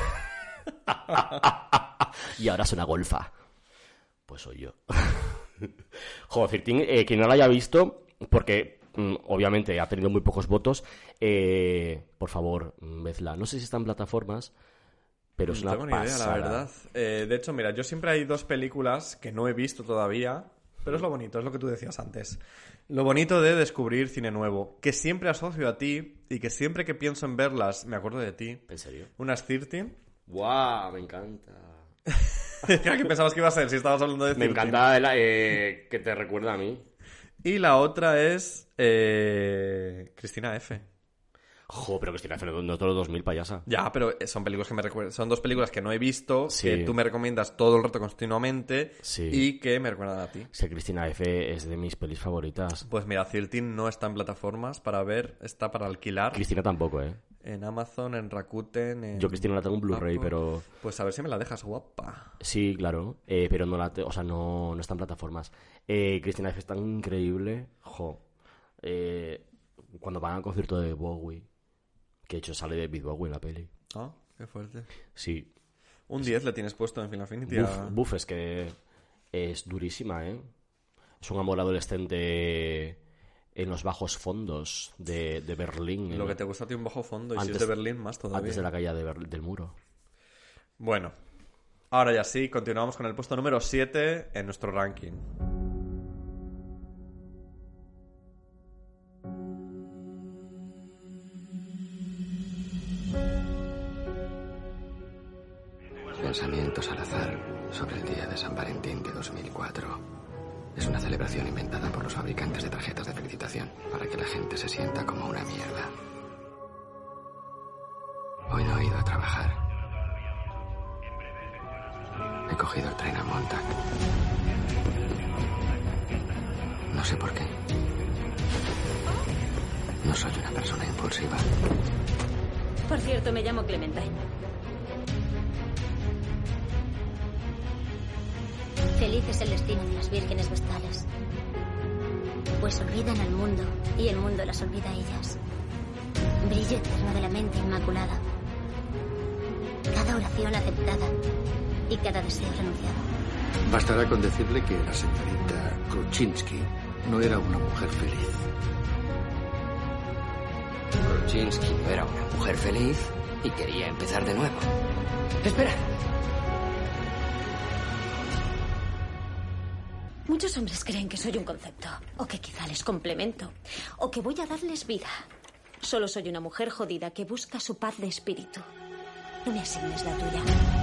[SPEAKER 5] Y ahora es una golfa. Pues soy yo. Jo, thirteen, eh, quien no la haya visto, porque mm, obviamente ha tenido muy pocos votos, eh, por favor, mm, vedla. No sé si está en plataformas, pero es
[SPEAKER 4] No
[SPEAKER 5] una
[SPEAKER 4] tengo ni idea, la
[SPEAKER 5] pasada.
[SPEAKER 4] verdad. Eh, de hecho, mira, yo siempre hay dos películas que no he visto todavía, pero es lo bonito, es lo que tú decías antes. Lo bonito de descubrir cine nuevo, que siempre asocio a ti y que siempre que pienso en verlas me acuerdo de ti.
[SPEAKER 5] ¿En serio?
[SPEAKER 4] Unas thirteen.
[SPEAKER 5] ¡Guau! Me encanta.
[SPEAKER 4] ¿Qué pensabas que iba a ser si estabas hablando de
[SPEAKER 5] Me
[SPEAKER 4] thirteen?
[SPEAKER 5] encanta el- eh, que te recuerda a mí.
[SPEAKER 4] Y la otra es eh, Cristina F.
[SPEAKER 5] Jo, pero Cristina F. no todos los dos mil, payasa.
[SPEAKER 4] Ya, pero son películas que me recuerdan. Son dos películas que no he visto,
[SPEAKER 5] Sí.
[SPEAKER 4] que tú me recomiendas todo el rato continuamente
[SPEAKER 5] Sí.
[SPEAKER 4] y que me recuerdan a ti.
[SPEAKER 5] Sí, Cristina F. es de mis pelis favoritas.
[SPEAKER 4] Pues mira, thirteen no está en plataformas para ver, está para alquilar.
[SPEAKER 5] Cristina tampoco, ¿eh?
[SPEAKER 4] En Amazon, en Rakuten, en...
[SPEAKER 5] Yo Cristina la tengo en Blu-ray,
[SPEAKER 4] Apple.
[SPEAKER 5] pero...
[SPEAKER 4] Pues a ver si me la dejas, guapa.
[SPEAKER 5] Sí, claro, eh, pero no la te- o sea, no, no está en plataformas. Eh, Cristina F. es tan increíble, jo. Eh, cuando van al concierto de Bowie, que de hecho sale David Bowie en la peli.
[SPEAKER 4] Ah, qué fuerte.
[SPEAKER 5] Sí.
[SPEAKER 4] Un diez le tienes puesto en Final Affinity.
[SPEAKER 5] Buf,
[SPEAKER 4] a-
[SPEAKER 5] buf, es que es durísima, ¿eh? Es un amor adolescente en los bajos fondos de, de Berlín.
[SPEAKER 4] Lo
[SPEAKER 5] ¿no?
[SPEAKER 4] que te gusta a ti un bajo fondo y si
[SPEAKER 5] Antes-
[SPEAKER 4] es de Berlín más todavía.
[SPEAKER 5] Antes de la caída de Ber- del muro.
[SPEAKER 4] Bueno, ahora ya sí, continuamos con el puesto número siete en nuestro ranking.
[SPEAKER 15] Pensamientos al azar sobre el día de San Valentín de dos mil cuatro. Es una celebración inventada por los fabricantes de tarjetas de felicitación para que la gente se sienta como una mierda. Hoy no he ido a trabajar. He cogido el tren a Montag. No sé por qué. No soy una persona impulsiva.
[SPEAKER 11] Por cierto, me llamo Clementine. Feliz es el destino de las vírgenes vestales, pues olvidan al mundo y el mundo las olvida a ellas. Brillo eterno de la mente inmaculada. Cada oración aceptada y cada deseo renunciado.
[SPEAKER 12] Bastará con decirle que la señorita Kruczynski no era una mujer feliz.
[SPEAKER 15] Kruczynski no era una mujer feliz y quería empezar de nuevo. Espera.
[SPEAKER 11] Muchos hombres creen que soy un concepto, o que quizá les complemento, o que voy a darles vida. Solo soy una mujer jodida que busca su paz de espíritu. No me asignes la tuya.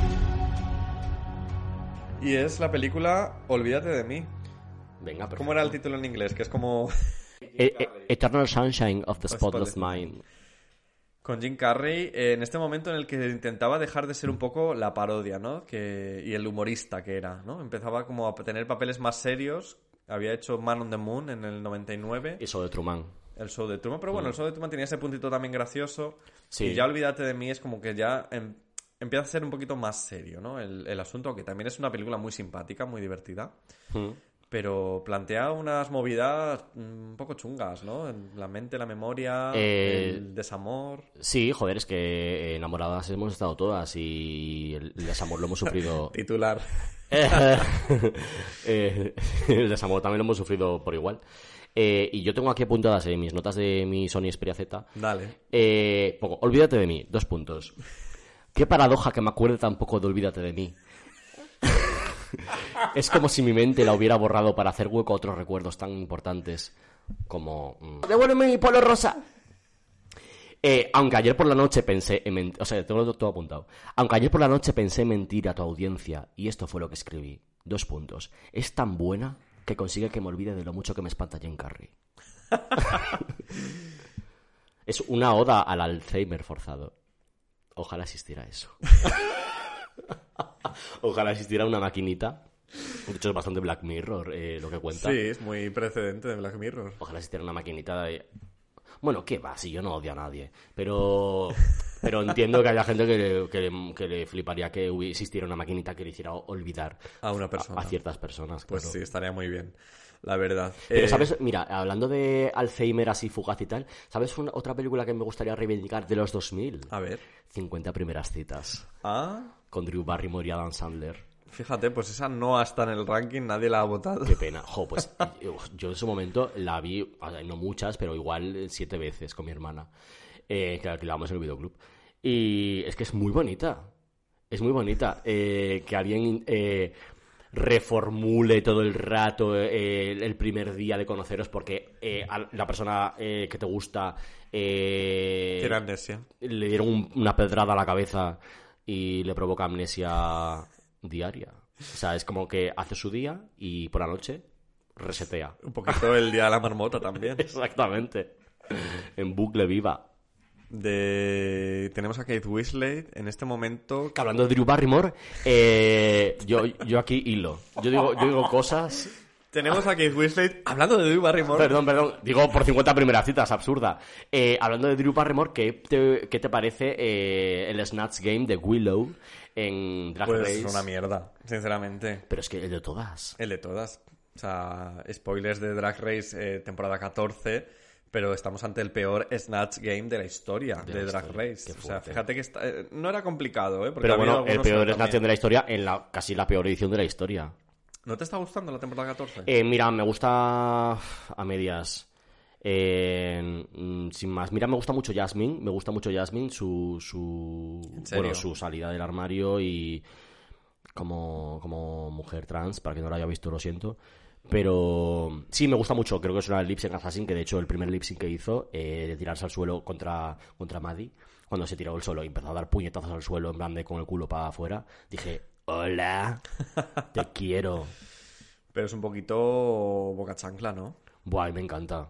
[SPEAKER 4] Y es la película Olvídate de mí.
[SPEAKER 5] Venga, perfecto.
[SPEAKER 4] ¿Cómo era el título en inglés? Que es como...
[SPEAKER 5] E- e- Eternal Sunshine of the Spotless Mind.
[SPEAKER 4] Con Jim Carrey, eh, en este momento en el que intentaba dejar de ser un poco la parodia, ¿no? Que, y el humorista que era, ¿no? Empezaba como a tener papeles más serios. Había hecho Man on the Moon en el noventa y nueve.
[SPEAKER 5] Y Show de Truman.
[SPEAKER 4] El show de Truman. Pero bueno,
[SPEAKER 5] Mm.
[SPEAKER 4] el show de Truman tenía ese puntito también gracioso.
[SPEAKER 5] Sí.
[SPEAKER 4] Y ya Olvídate de mí es como que ya em- empieza a ser un poquito más serio, ¿no? El, el asunto, aunque también es una película muy simpática, muy divertida.
[SPEAKER 5] Mm.
[SPEAKER 4] pero plantea unas movidas un poco chungas, ¿no? En la mente, la memoria,
[SPEAKER 5] Eh,
[SPEAKER 4] el desamor...
[SPEAKER 5] Sí, joder, es que enamoradas hemos estado todas y el desamor lo hemos sufrido...
[SPEAKER 4] Titular.
[SPEAKER 5] eh, el desamor también lo hemos sufrido por igual. Eh, y yo tengo aquí apuntadas en mis notas de mi Sony Xperia Z.
[SPEAKER 4] Dale.
[SPEAKER 5] Eh, pongo, olvídate de mí, dos puntos. Qué paradoja que me acuerde tan poco de olvídate de mí. Es como si mi mente la hubiera borrado para hacer hueco a otros recuerdos tan importantes como... Mm, ¡devuélveme mi polo rosa! Eh, aunque ayer por la noche pensé en mentir... O sea, tengo todo apuntado. Aunque ayer por la noche pensé en mentir a tu audiencia, y esto fue lo que escribí. Dos puntos. Es tan buena que consigue que me olvide de lo mucho que me espanta Jim Carrey. Es una oda al Alzheimer forzado. Ojalá existiera eso. Ojalá existiera una maquinita. De hecho, es bastante Black Mirror eh, lo que cuenta.
[SPEAKER 4] Sí, es muy precedente de Black Mirror.
[SPEAKER 5] Ojalá existiera una maquinita de... Bueno, ¿qué va? Si yo no odio a nadie. Pero pero entiendo que haya gente que le, que le, que le fliparía que existiera una maquinita que le hiciera olvidar
[SPEAKER 4] a una persona.
[SPEAKER 5] A, a ciertas personas.
[SPEAKER 4] Pues
[SPEAKER 5] claro.
[SPEAKER 4] Sí, estaría muy bien, la verdad.
[SPEAKER 5] Pero,
[SPEAKER 4] eh...
[SPEAKER 5] ¿sabes? Mira, hablando de Alzheimer así fugaz y tal, ¿sabes una, otra película que me gustaría reivindicar de los dos mil?
[SPEAKER 4] A ver.
[SPEAKER 5] cincuenta primeras citas.
[SPEAKER 4] Ah.
[SPEAKER 5] Con Drew Barrymore y Adam Sandler.
[SPEAKER 4] Fíjate, pues esa no está en el ranking, nadie la ha votado.
[SPEAKER 5] Qué pena. Jo, pues yo, yo en su momento la vi, no muchas, pero igual siete veces con mi hermana, eh, que alquilábamos en el videoclub. Y es que es muy bonita. Es muy bonita. Eh, que alguien eh, reformule todo el rato eh, el primer día de conoceros porque eh, a la persona eh, que te gusta eh,
[SPEAKER 4] tiene amnesia.
[SPEAKER 5] Le dieron un, una pedrada a la cabeza y le provoca amnesia diaria. O sea, es como que hace su día y por la noche resetea.
[SPEAKER 4] Un poquito el día de la marmota también.
[SPEAKER 5] Exactamente. En bucle viva.
[SPEAKER 4] De... Tenemos a Kate Winslet en este momento.
[SPEAKER 5] Que hablando de Drew Barrymore, eh, yo, yo aquí hilo. Yo digo, yo digo cosas.
[SPEAKER 4] Tenemos a Kate Winslet hablando de Drew Barrymore.
[SPEAKER 5] Perdón, perdón. Digo por cincuenta primeras citas, absurda. Eh, hablando de Drew Barrymore, ¿qué te, qué te parece eh, el Snatch Game de Willow en Drag
[SPEAKER 4] pues
[SPEAKER 5] Race?
[SPEAKER 4] Pues una mierda, sinceramente.
[SPEAKER 5] Pero es que el de todas.
[SPEAKER 4] El de todas. O sea, spoilers de Drag Race eh, temporada catorce, pero estamos ante el peor Snatch Game de la historia de, de la Drag historia. Race. O sea, fíjate que está, eh, no era complicado, ¿eh? Porque
[SPEAKER 5] pero bueno, el peor Snatch Game de la historia en la casi la peor edición de la historia.
[SPEAKER 4] ¿No te está gustando la temporada catorce?
[SPEAKER 5] Eh, mira, me gusta a medias. Eh, sin más. Mira, me gusta mucho Jasmine. Me gusta mucho Jasmine, su, su bueno, su salida del armario y como, como mujer trans, para quien no lo haya visto, lo siento. Pero sí, me gusta mucho. Creo que es una lip sync assassin, que de hecho el primer lip sync que hizo, eh, de tirarse al suelo contra, contra Maddie, cuando se tiró al suelo y empezó a dar puñetazos al suelo en plan de con el culo para afuera, dije, hola, te quiero.
[SPEAKER 4] Pero es un poquito boca chancla, ¿no?
[SPEAKER 5] Buah, me encanta.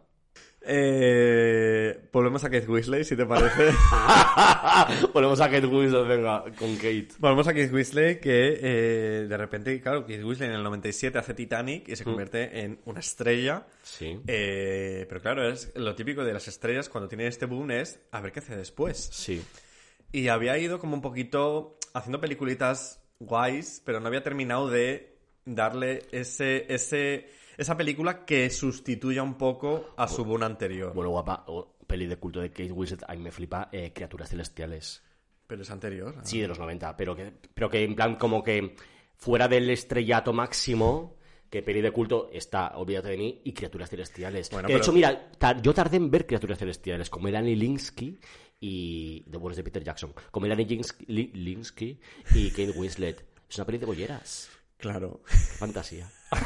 [SPEAKER 4] Eh, volvemos a Kate Winslet, si te parece.
[SPEAKER 5] Volvemos a Kate Winslet, venga, con Kate.
[SPEAKER 4] Volvemos a Kate Winslet, que eh, de repente, claro, Kate Winslet en el noventa y siete hace Titanic y se convierte mm. en una estrella.
[SPEAKER 5] Sí.
[SPEAKER 4] Eh, pero claro, es lo típico de las estrellas cuando tienen este boom es a ver qué hace después.
[SPEAKER 5] Sí.
[SPEAKER 4] Y había ido como un poquito haciendo peliculitas guays, pero no había terminado de darle ese... ese esa película que sustituya un poco a su boom anterior.
[SPEAKER 5] Bueno, guapa, oh, peli de culto de Kate Winslet, a mí me flipa eh, Criaturas Celestiales.
[SPEAKER 4] Pero es anterior. ¿No?
[SPEAKER 5] Sí, de los noventa, pero que, pero que en plan como que fuera del estrellato máximo, que peli de culto está Olvídate de mí y Criaturas Celestiales. Bueno, que de pero... hecho, mira, tar- yo tardé en ver Criaturas Celestiales con Melanie Lynskey y... de buenos de Peter Jackson. Con Melanie Lynskey, Lynskey y Kate Winslet. Es una peli de bolleras.
[SPEAKER 4] Claro.
[SPEAKER 5] Fantasía.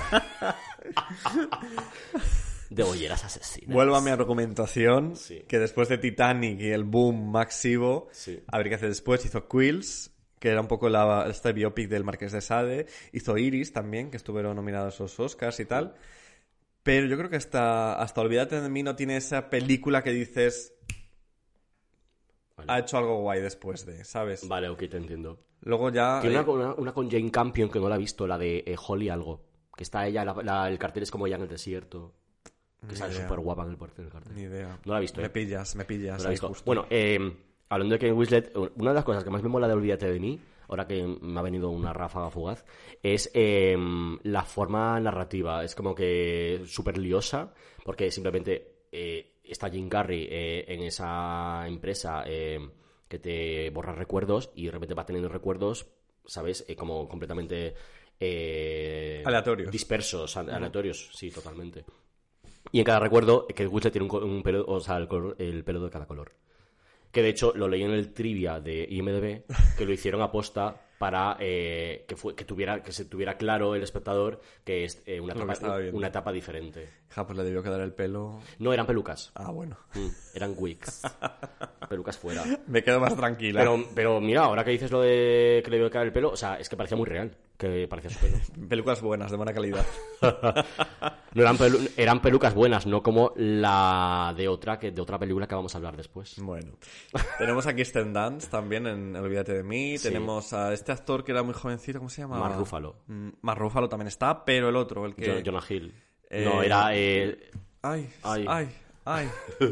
[SPEAKER 5] De bolleras asesinas.
[SPEAKER 4] Vuelvo a mi argumentación,
[SPEAKER 5] sí.
[SPEAKER 4] Que después de Titanic y el boom máximo,
[SPEAKER 5] sí.
[SPEAKER 4] A ver qué hace después, hizo Quills, que era un poco la, este biopic del Marqués de Sade, hizo Iris también, que estuvieron nominados a los Oscars y tal, pero yo creo que hasta, hasta Olvídate de mí no tiene esa película que dices... Vale. Ha hecho algo guay después de, ¿sabes?
[SPEAKER 5] Vale, ok, te entiendo.
[SPEAKER 4] Luego ya...
[SPEAKER 5] Tiene eh... una, una, una con Jane Campion que no la he visto, la de eh, Holly algo. Que está ella, la, la, el cartel es como ella en el desierto. Que
[SPEAKER 4] Ni
[SPEAKER 5] sale
[SPEAKER 4] idea.
[SPEAKER 5] súper guapa en el, en el cartel.
[SPEAKER 4] Ni idea.
[SPEAKER 5] No la he visto,
[SPEAKER 4] Me
[SPEAKER 5] ¿eh?
[SPEAKER 4] pillas, me pillas.
[SPEAKER 5] No la he visto.
[SPEAKER 4] Justo.
[SPEAKER 5] Bueno, eh, hablando de Kate Winslet, una de las cosas que más me mola de Olvídate de mí, ahora que me ha venido una ráfaga fugaz, es eh, la forma narrativa. Es como que súper liosa, porque simplemente eh, está Jim Carrey eh, en esa empresa eh, que te borra recuerdos y de repente va teniendo recuerdos, ¿sabes? Eh, como completamente... Eh,
[SPEAKER 4] aleatorios.
[SPEAKER 5] Dispersos, aleatorios, sí, totalmente. Y en cada recuerdo, Kate Winslet tiene un, un pelo, o sea, el, color, el pelo de cada color. Que de hecho lo leí en el trivia de I M D B, que lo hicieron aposta para eh, que, fue, que, tuviera, que se tuviera claro el espectador que es eh, una, etapa, una etapa diferente.
[SPEAKER 4] Ja, pues le debió quedar el pelo...
[SPEAKER 5] No, eran pelucas.
[SPEAKER 4] Ah, bueno.
[SPEAKER 5] Mm, eran wigs. Pelucas fuera.
[SPEAKER 4] Me quedo más tranquila.
[SPEAKER 5] Pero, pero mira, ahora que dices lo de que le debió quedar el pelo, o sea, es que parecía muy real. Que parecía su pelo.
[SPEAKER 4] Pelucas buenas, de buena calidad.
[SPEAKER 5] No eran, pelu- eran pelucas buenas, no como la de otra que de otra película que vamos a hablar después.
[SPEAKER 4] Bueno. Tenemos a Kirsten Dunst también en Olvídate de mí. Sí. Tenemos a este actor que era muy jovencito, ¿cómo se llama?
[SPEAKER 5] Mark Ruffalo.
[SPEAKER 4] Mm, Mark Ruffalo también está, pero el otro, el que...
[SPEAKER 5] Jonah Hill. Eh... No, era... Eh...
[SPEAKER 4] Ay, ay, ay, ay.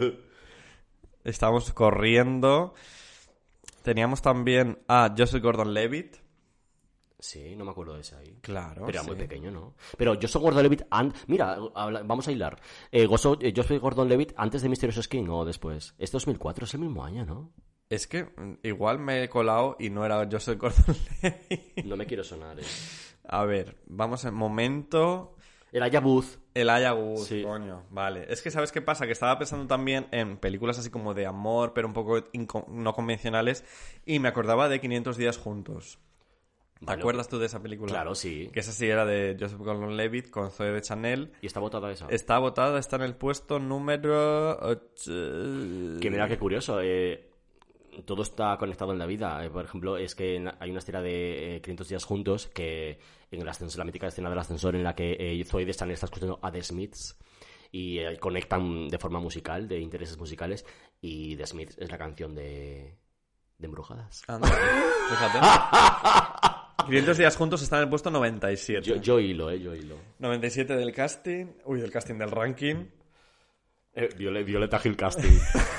[SPEAKER 4] Estábamos corriendo. Teníamos también a Joseph Gordon-Levitt.
[SPEAKER 5] Sí, no me acuerdo de ese ahí.
[SPEAKER 4] Claro,
[SPEAKER 5] Pero era
[SPEAKER 4] sí.
[SPEAKER 5] muy pequeño, ¿no? Pero Joseph Gordon-Levitt... And... Mira, habla... vamos a hilar. Eh, Joseph Gordon-Levitt antes de Mysterious Skin o después. Es dos mil cuatro, es el mismo año, ¿no?
[SPEAKER 4] Es que igual me he colado y no era Joseph Gordon-Levitt.
[SPEAKER 5] No me quiero sonar, eh.
[SPEAKER 4] A ver, vamos en momento...
[SPEAKER 5] Elijah Wood.
[SPEAKER 4] Elijah Wood,
[SPEAKER 5] sí.
[SPEAKER 4] Coño, vale. Es que, ¿sabes qué pasa? Que estaba pensando también en películas así como de amor, pero un poco inco- no convencionales, y me acordaba de quinientos días juntos. ¿Te bueno, acuerdas tú de esa película?
[SPEAKER 5] Claro, sí.
[SPEAKER 4] Que esa sí era de Joseph Gordon-Levitt con Zoe de Chanel.
[SPEAKER 5] ¿Y está votada esa?
[SPEAKER 4] Está votada, está en el puesto número... ocho...
[SPEAKER 5] Que mira, qué curioso. Eh, todo está conectado en la vida. Eh, por ejemplo, es que hay una escena de eh, quinientos días juntos que en el ascensor, la mítica escena del ascensor en la que eh, Zoe de Chanel está escuchando a The Smiths y eh, conectan de forma musical, de intereses musicales, y The Smiths es la canción de... de Embrujadas.
[SPEAKER 4] Anda, fíjate. quinientos días juntos está en el puesto noventa y siete.
[SPEAKER 5] Yo, yo hilo, eh, yo hilo.
[SPEAKER 4] noventa y siete del casting. Uy, del casting del ranking.
[SPEAKER 5] Eh, Violet, Violeta Hill Casting.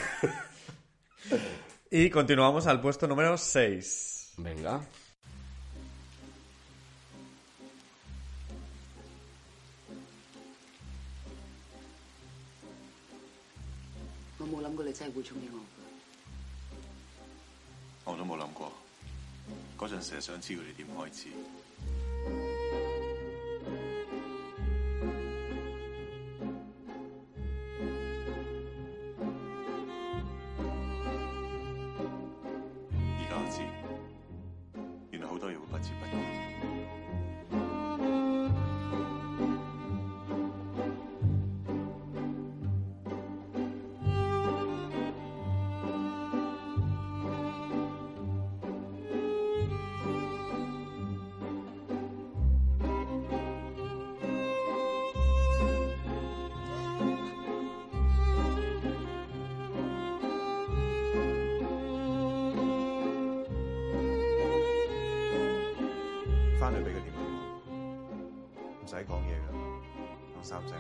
[SPEAKER 4] Y continuamos al puesto número seis.
[SPEAKER 5] Venga.
[SPEAKER 16] 我冇諗過你真係會中意我。
[SPEAKER 17] 我都冇諗過，嗰陣成日想知佢哋點開始。而家我知，原來好多嘢會不知不覺。翻嚟俾個電話我，唔使講嘢噶，講三聲。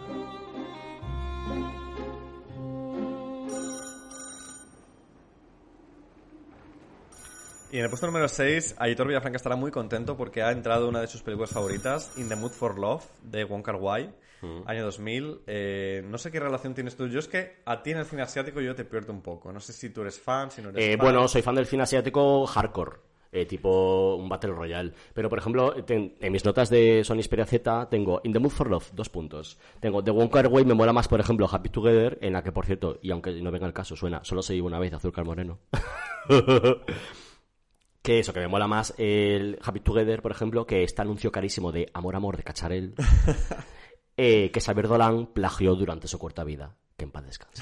[SPEAKER 4] Y en el puesto número seis, Aitor Villafranca estará muy contento porque ha entrado una de sus películas favoritas, In the Mood for Love, de Wong Kar-wai, mm. año dos mil. Eh, no sé qué relación tienes tú. Yo es que a ti en el cine asiático yo te pierdo un poco. No sé si tú eres fan, si no eres
[SPEAKER 5] eh,
[SPEAKER 4] fan.
[SPEAKER 5] Bueno, soy fan del cine asiático hardcore. Eh, tipo un Battle Royale. Pero, por ejemplo, ten, en mis notas de Sony Xperia Z tengo In the Mood for Love, dos puntos. Tengo The Wong Kar-wai, me mola más, por ejemplo, Happy Together, en la que, por cierto, y aunque no venga el caso, suena Solo se vive una vez de Azúcar Moreno. Que eso, que me mola más el Happy Together, por ejemplo, que este anuncio carísimo de Amor, Amor de Cacharel, eh, que Xavier Dolan plagió durante su corta vida. Que en paz descanse.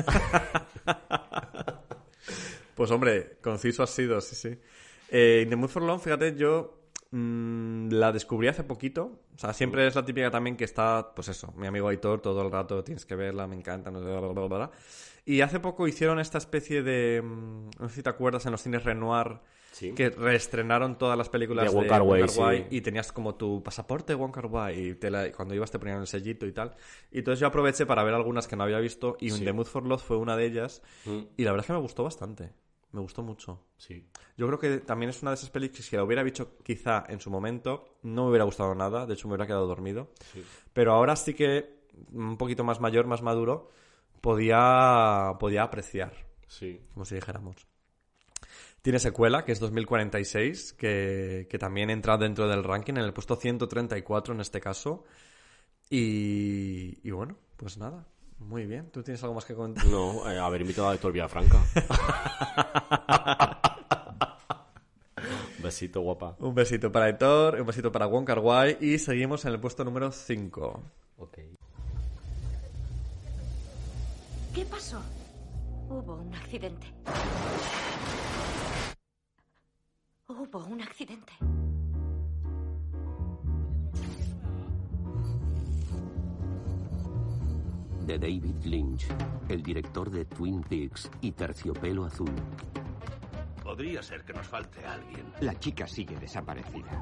[SPEAKER 4] Pues hombre, conciso has sido, sí, sí. Eh, In the Mood for Love, fíjate, yo mmm, la descubrí hace poquito. O sea, siempre es la típica también que está, pues eso, mi amigo Aitor todo el rato, tienes que verla, me encanta, no sé, bla, bla, bla, bla. Y hace poco hicieron esta especie de, no sé si te acuerdas, en los cines Renoir, ¿sí? Que reestrenaron todas las películas de Wong Kar-wai, sí. Y tenías como tu pasaporte Wong Kar-wai y te la, cuando ibas te ponían el sellito y tal. Y entonces yo aproveché para ver algunas que no había visto y sí. In the Mood for Love fue una de ellas mm. y la verdad es que me gustó bastante. Me gustó mucho.
[SPEAKER 5] Sí.
[SPEAKER 4] Yo creo que también es una de esas pelis que si la hubiera visto quizá en su momento no me hubiera gustado nada, de hecho me hubiera quedado dormido.
[SPEAKER 5] Sí.
[SPEAKER 4] Pero ahora sí que un poquito más mayor, más maduro, podía, podía apreciar.
[SPEAKER 5] Sí.
[SPEAKER 4] Como si dijéramos. Tiene secuela, que es dos mil cuarenta y seis, que, que también entra dentro del ranking, en el puesto ciento treinta y cuatro en este caso. Y, y bueno, pues nada. Muy bien. ¿Tú tienes algo más que comentar?
[SPEAKER 5] No, eh, haber invitado a Héctor Villafranca. Un besito, guapa.
[SPEAKER 4] Un besito para Héctor, un besito para Wong Kar-wai y seguimos en el puesto número cinco.
[SPEAKER 5] Ok.
[SPEAKER 14] ¿Qué pasó? Hubo un accidente. Hubo un accidente.
[SPEAKER 18] De David Lynch, el director de Twin Peaks y Terciopelo Azul.
[SPEAKER 19] Podría ser que nos falte alguien.
[SPEAKER 20] La chica sigue desaparecida.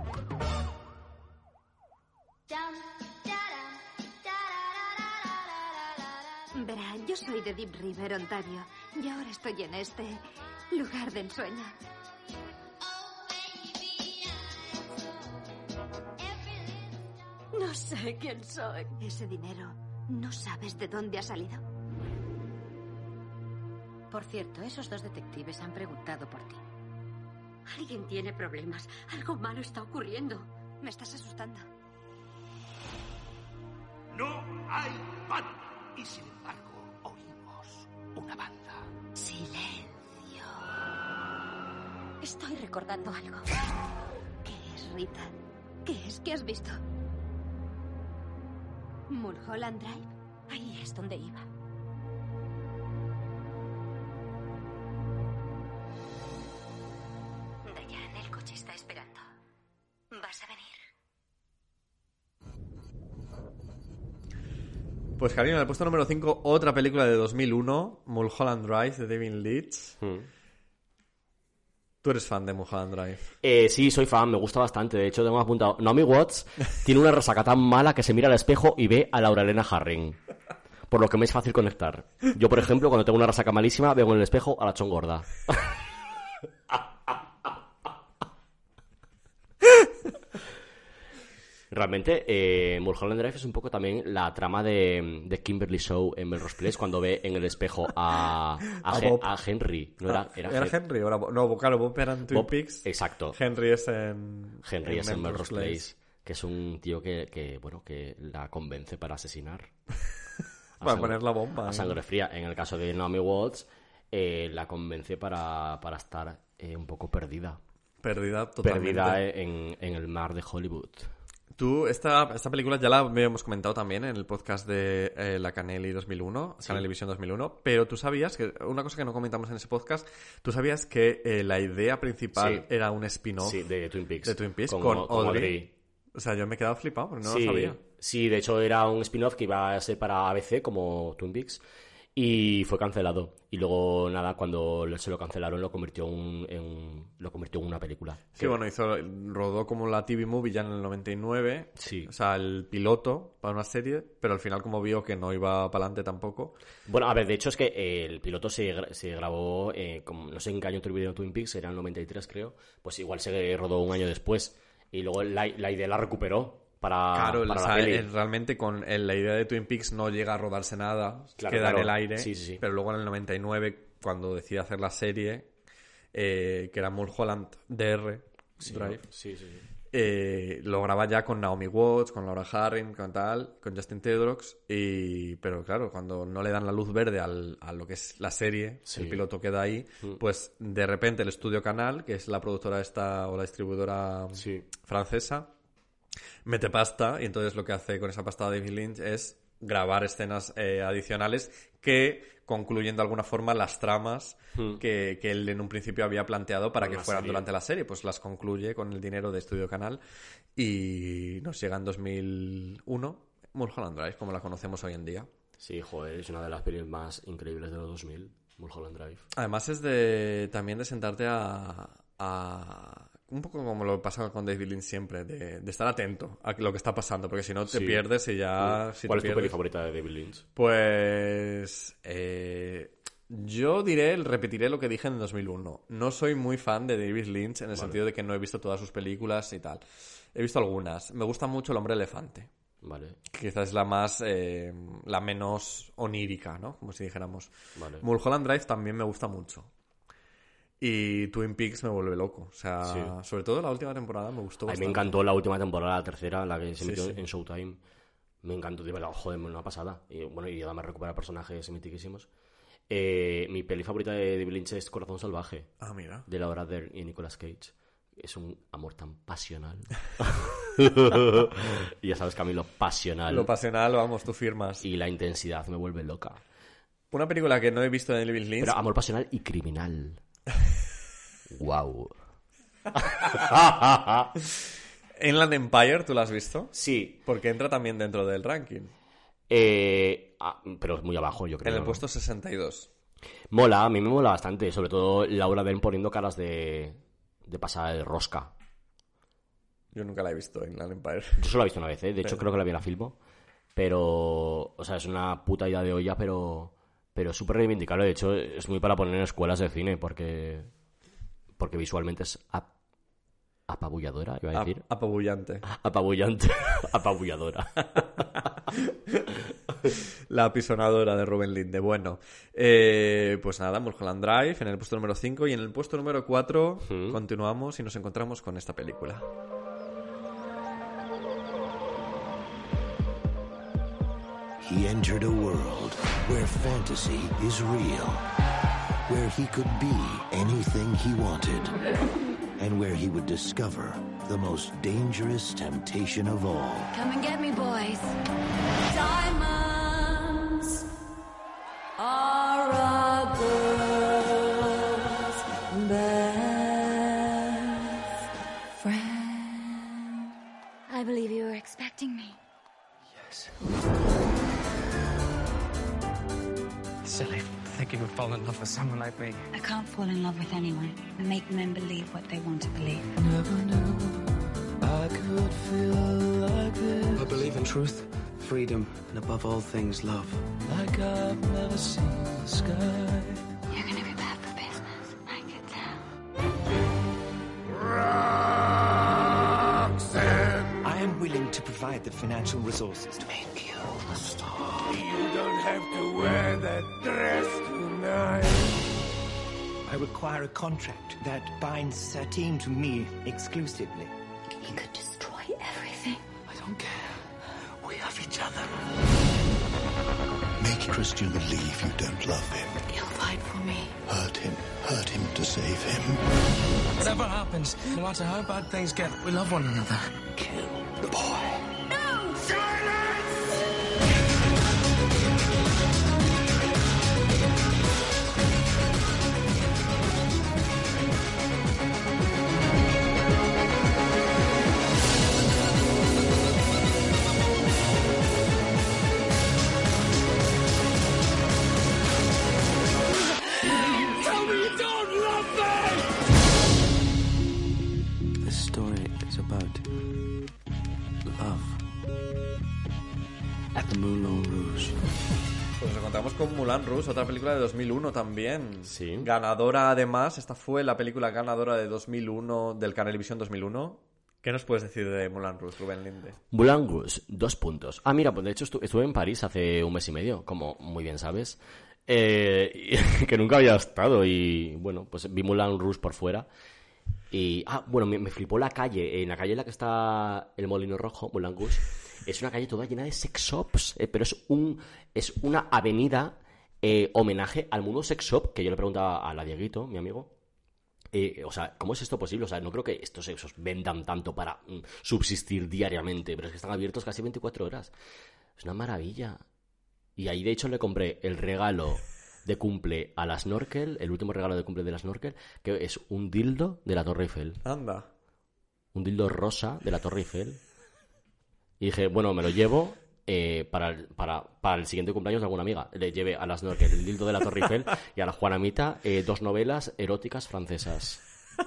[SPEAKER 14] Verá, yo soy de Deep River, Ontario, y ahora estoy en este lugar de ensueño. No sé quién soy. Ese dinero, ¿no sabes de dónde ha salido?
[SPEAKER 21] Por cierto, esos dos detectives han preguntado por ti.
[SPEAKER 14] Alguien tiene problemas. Algo malo está ocurriendo. Me estás asustando.
[SPEAKER 19] No hay banda. Y sin embargo, oímos una banda.
[SPEAKER 14] Silencio. Estoy recordando algo. ¿Qué es, Rita? ¿Qué es? ¿Qué has visto? ¿Mulholland Drive? Ahí es donde iba. Diane, el coche está esperando. ¿Vas a venir?
[SPEAKER 4] Pues cariño, en el puesto número cinco, otra película de dos mil uno, Mulholland Drive, de David Leitch.
[SPEAKER 5] Mm.
[SPEAKER 4] ¿Tú eres fan de Mulholland Drive?
[SPEAKER 5] Eh, sí, soy fan, me gusta bastante. De hecho, tengo apuntado. Naomi Watts tiene una resaca tan mala que se mira al espejo y ve a Laura Elena Harring. Por lo que me es fácil conectar. Yo, por ejemplo, cuando tengo una resaca malísima, veo en el espejo a la chongorda. Realmente, eh, Mulholland Drive es un poco también la trama de, de Kimberly Shaw en Melrose Place cuando ve en el espejo a, a,
[SPEAKER 4] A
[SPEAKER 5] Hen-
[SPEAKER 4] Bob.
[SPEAKER 5] a Henry. ¿No era, era,
[SPEAKER 4] ¿Era
[SPEAKER 5] Hen-
[SPEAKER 4] Henry? ¿O era Bob? No, claro, Bob era en Twin
[SPEAKER 5] Bob,
[SPEAKER 4] Peaks.
[SPEAKER 5] Exacto.
[SPEAKER 4] Henry es en...
[SPEAKER 5] Henry es en Melrose Place, que es un tío que, que, bueno, que la convence para asesinar. A
[SPEAKER 4] Para
[SPEAKER 5] sang-
[SPEAKER 4] poner la bomba.
[SPEAKER 5] A
[SPEAKER 4] ¿eh?
[SPEAKER 5] sangre fría. En el caso de Naomi Watts, eh, la convence para, para estar eh, un poco perdida.
[SPEAKER 4] Perdida totalmente.
[SPEAKER 5] Perdida en, en el mar de Hollywood.
[SPEAKER 4] Tú, esta, esta película ya la habíamos comentado también en el podcast de eh, la Canelli dos mil uno,
[SPEAKER 5] Sí.
[SPEAKER 4] Canelli Vision dos mil uno, pero tú sabías que, una cosa que no comentamos en ese podcast, tú sabías que eh, la idea principal
[SPEAKER 5] Sí.
[SPEAKER 4] era un spin-off
[SPEAKER 5] Sí, de Twin Peaks.
[SPEAKER 4] de Twin Peaks
[SPEAKER 5] Con-
[SPEAKER 4] con,
[SPEAKER 5] con
[SPEAKER 4] Audrey.
[SPEAKER 5] Audrey.
[SPEAKER 4] O sea, yo me he quedado flipado porque no
[SPEAKER 5] sí,
[SPEAKER 4] lo sabía.
[SPEAKER 5] Sí, de hecho era un spin-off que iba a ser para A B C, como Twin Peaks, y fue cancelado. Y luego, nada, cuando se lo cancelaron, lo convirtió en, en- lo convirtió en una película.
[SPEAKER 4] Sí,
[SPEAKER 5] Que-
[SPEAKER 4] bueno, hizo, rodó como la T V movie ya en el noventa y nueve.
[SPEAKER 5] Sí.
[SPEAKER 4] O sea, el piloto para una serie, pero al final como vio que no iba para adelante tampoco.
[SPEAKER 5] Bueno, a ver, de hecho es que eh, el piloto se, gra- se grabó, eh, como, no sé en qué año terminó Twin Peaks, era el noventa y tres creo, pues igual se rodó un año después. Y luego la, la idea la recuperó para,
[SPEAKER 4] Claro,
[SPEAKER 5] para
[SPEAKER 4] o
[SPEAKER 5] la
[SPEAKER 4] sea,
[SPEAKER 5] peli.
[SPEAKER 4] eh, realmente con eh, la idea de Twin Peaks no llega a rodarse nada,
[SPEAKER 5] Claro,
[SPEAKER 4] queda
[SPEAKER 5] claro.
[SPEAKER 4] en el aire,
[SPEAKER 5] Sí, sí, sí.
[SPEAKER 4] pero luego en el noventa y nueve, cuando decide hacer la serie, eh, que era Mulholland D R
[SPEAKER 5] Sí,
[SPEAKER 4] Drive,
[SPEAKER 5] sí, sí, sí.
[SPEAKER 4] eh, lo graba ya con Naomi Watts, con Laura Harring, con tal, con Justin Theroux, y pero claro, cuando no le dan la luz verde al, a lo que es la serie,
[SPEAKER 5] Sí.
[SPEAKER 4] el piloto queda ahí,
[SPEAKER 5] Mm.
[SPEAKER 4] pues de repente el estudio Canal, que es la productora esta o la distribuidora
[SPEAKER 5] Sí.
[SPEAKER 4] francesa, mete pasta y entonces lo que hace con esa pasta David Lynch es grabar escenas eh, adicionales que concluyen de alguna forma las tramas
[SPEAKER 5] Hmm.
[SPEAKER 4] que, que él en un principio había planteado para
[SPEAKER 5] Para
[SPEAKER 4] que
[SPEAKER 5] la
[SPEAKER 4] fueran
[SPEAKER 5] serie.
[SPEAKER 4] durante la serie, pues las concluye con el dinero de Estudio Canal y nos llega en dos mil uno Mulholland Drive, como la conocemos hoy en día.
[SPEAKER 5] Sí, joder, es una de las pelis más increíbles de los dos mil, Mulholland Drive.
[SPEAKER 4] Además es de también de sentarte a, a un poco como lo pasa con David Lynch siempre, de, de estar atento a lo que está pasando, porque si no te
[SPEAKER 5] Sí.
[SPEAKER 4] pierdes y ya...
[SPEAKER 5] Mm.
[SPEAKER 4] Si
[SPEAKER 5] ¿Cuál
[SPEAKER 4] te
[SPEAKER 5] es tu peli
[SPEAKER 4] pierdes-
[SPEAKER 5] favorita de David Lynch?
[SPEAKER 4] Pues... eh, Yo diré, repetiré lo que dije en dos mil uno. No soy muy fan de David Lynch en el
[SPEAKER 5] Vale.
[SPEAKER 4] sentido de que no he visto todas sus películas y tal. He visto algunas. Me gusta mucho El hombre elefante.
[SPEAKER 5] Vale.
[SPEAKER 4] Quizás es la más, eh, la menos onírica, ¿no? Como si dijéramos.
[SPEAKER 5] Vale.
[SPEAKER 4] Mulholland Drive también me gusta mucho. Y Twin Peaks me vuelve loco. O sea,
[SPEAKER 5] Sí.
[SPEAKER 4] sobre todo la última temporada me gustó
[SPEAKER 5] A mí
[SPEAKER 4] bastante.
[SPEAKER 5] me encantó la última temporada, la tercera, la que se
[SPEAKER 4] Sí,
[SPEAKER 5] emitió
[SPEAKER 4] sí.
[SPEAKER 5] en Showtime. Me encantó, tío, la- joder, una pasada. Y bueno, y además recupera personajes mitiquísimos. Eh, mi peli favorita de David Lynch es Corazón Salvaje.
[SPEAKER 4] Ah, mira.
[SPEAKER 5] De Laura Dern y Nicolas Cage. Es un amor tan pasional. Y ya sabes, Camilo, pasional.
[SPEAKER 4] Lo pasional, vamos, tú firmas.
[SPEAKER 5] Y la intensidad me vuelve loca.
[SPEAKER 4] Una película que no he visto de David Lynch.
[SPEAKER 5] Pero amor pasional y criminal. Wow.
[SPEAKER 4] Inland Empire, ¿tú la has visto?
[SPEAKER 5] Sí.
[SPEAKER 4] Porque entra también dentro del ranking.
[SPEAKER 5] Eh, ah, pero es muy abajo, yo creo.
[SPEAKER 4] En el
[SPEAKER 5] ¿no?
[SPEAKER 4] puesto sesenta y dos.
[SPEAKER 5] Mola, a mí me mola bastante. Sobre todo Laura Dern poniendo caras de, de pasada de rosca.
[SPEAKER 4] Yo nunca la he visto, Inland Empire.
[SPEAKER 5] Yo solo la he visto una vez, ¿eh? De hecho,
[SPEAKER 4] Pero-
[SPEAKER 5] creo que la vi en la Filmo. Pero, o sea, es una puta idea de olla, pero pero súper reivindicable. De hecho, es muy para poner en escuelas de cine, porque porque visualmente es ap- apabulladora, iba a decir.
[SPEAKER 4] Ap- apabullante.
[SPEAKER 5] Apabullante. Apabulladora.
[SPEAKER 4] La apisonadora de Rubén Linde. Bueno, eh, pues nada, Mulholland Drive en el puesto número cinco y en el puesto número cuatro
[SPEAKER 5] Mm.
[SPEAKER 4] continuamos y nos encontramos con esta película.
[SPEAKER 3] He entered a world where fantasy is real, where he could be anything he wanted, and where he would discover the most dangerous temptation of all.
[SPEAKER 1] Come and get me, boys. Diamonds are a girl's best friend. I believe you were expecting me.
[SPEAKER 22] Yes. Silly. Think you would fall in love with someone like me.
[SPEAKER 23] I can't fall in love with anyone. Make men believe what they want to believe.
[SPEAKER 22] Never knew I could feel like this. I believe in truth, freedom, and above all things, love. Like I've never seen the sky.
[SPEAKER 23] You're gonna be bad for business. I can tell.
[SPEAKER 22] Roxanne! I am willing to provide the financial resources to make you a star. You don't have to wear that dress tonight. I require a contract that binds Satine to me exclusively.
[SPEAKER 23] He could destroy everything.
[SPEAKER 22] I don't care. We have each other.
[SPEAKER 3] Make Christian believe you don't love him.
[SPEAKER 23] He'll fight for me.
[SPEAKER 3] Hurt him. Hurt him to save him.
[SPEAKER 22] Whatever happens, no matter how bad things get, we love one another.
[SPEAKER 3] Kill the boy.
[SPEAKER 22] No! Silence! Tell me you don't love me! This story is about love at the Moulin Rouge.
[SPEAKER 4] Pues nos encontramos con Moulin Rouge, otra película de dos mil uno también.
[SPEAKER 5] Sí.
[SPEAKER 4] Ganadora además, esta fue la película ganadora de dos mil uno del Canelevisión dos mil uno. ¿Qué nos puedes decir de Moulin Rouge, Rubén Linde?
[SPEAKER 5] Moulin Rouge, dos puntos. Ah, mira, pues de hecho estu- estuve en París hace un mes y medio, como muy bien sabes. Eh, y- que nunca había estado y bueno, pues vi Moulin Rouge por fuera. Y, ah, bueno, me, me flipó la calle. En la calle en la que está el Molino Rojo, Moulin Rouge, es una calle toda llena de sex shops, eh, pero es un es una avenida eh, homenaje al mundo sex shop, que yo le preguntaba a la Dieguito, mi amigo. Eh, o sea, ¿cómo es esto posible? O sea, no creo que estos sexos vendan tanto para mm, subsistir diariamente, pero es que están abiertos casi veinticuatro horas. Es una maravilla. Y ahí, de hecho, le compré el regalo de cumple a la Snorkel, el último regalo de cumple de la Snorkel, que es un dildo de la Torre Eiffel.
[SPEAKER 4] Anda.
[SPEAKER 5] Un dildo rosa de la Torre Eiffel. Y dije, bueno, me lo llevo eh, para, el, para, para el siguiente cumpleaños de alguna amiga. Le llevé a la Snorkel el dildo de la Torre Eiffel y a la Juanamita eh, dos novelas eróticas francesas.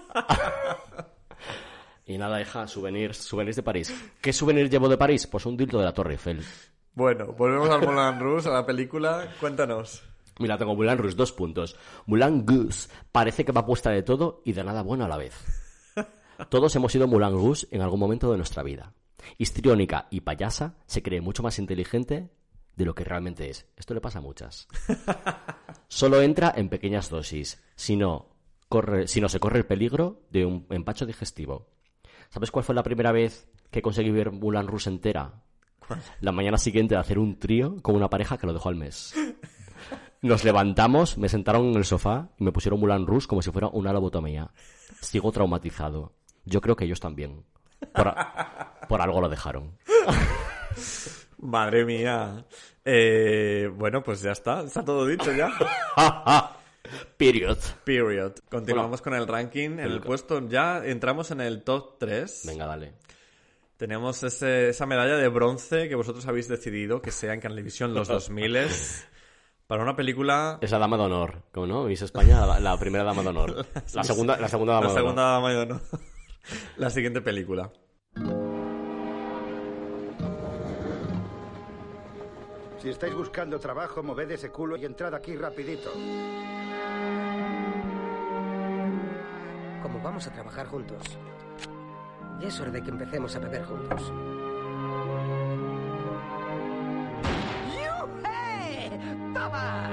[SPEAKER 5] Y nada, hija, souvenirs, souvenirs de París. ¿Qué souvenir llevo de París? Pues un dildo de la Torre Eiffel.
[SPEAKER 4] Bueno, volvemos al Moulin Rouge, a la película. Cuéntanos.
[SPEAKER 5] Mira, tengo Moulin Rouge, dos puntos. Moulin Rouge parece que va puesta de todo y de nada bueno a la vez. Todos hemos sido Moulin Rouge en algún momento de nuestra vida. Histriónica y payasa, se cree mucho más inteligente de lo que realmente es. Esto le pasa a muchas. Solo entra en pequeñas dosis. Si no, corre, si no se corre el peligro de un empacho digestivo. ¿Sabes cuál fue la primera vez que conseguí ver Moulin Rouge entera? La mañana siguiente de hacer un trío con una pareja que lo dejó al mes. Nos levantamos, me sentaron en el sofá y me pusieron Moulin Rouge como si fuera una lobotomía. Sigo traumatizado. Yo creo que ellos también. Por, a, por algo lo dejaron.
[SPEAKER 4] Madre mía. Eh, bueno, pues ya está. Está todo dicho ya.
[SPEAKER 5] Period.
[SPEAKER 4] Period. Continuamos
[SPEAKER 5] Bueno,
[SPEAKER 4] con el ranking. En el puesto ya entramos en el top tres.
[SPEAKER 5] Venga, dale.
[SPEAKER 4] Tenemos ese, esa medalla de bronce que vosotros habéis decidido que sea en Canelevisión los dos mil para una película...
[SPEAKER 5] Es la dama de honor, ¿cómo no? Miss España, la, la primera dama de honor. La segunda, la segunda dama
[SPEAKER 4] la
[SPEAKER 5] de honor.
[SPEAKER 4] segunda dama de honor. La siguiente película.
[SPEAKER 2] Si estáis buscando trabajo, moved ese culo y entrad aquí rapidito.
[SPEAKER 6] Como vamos a trabajar juntos, ya es hora de que empecemos a beber juntos.
[SPEAKER 7] ¡Yuhe! ¡Toma!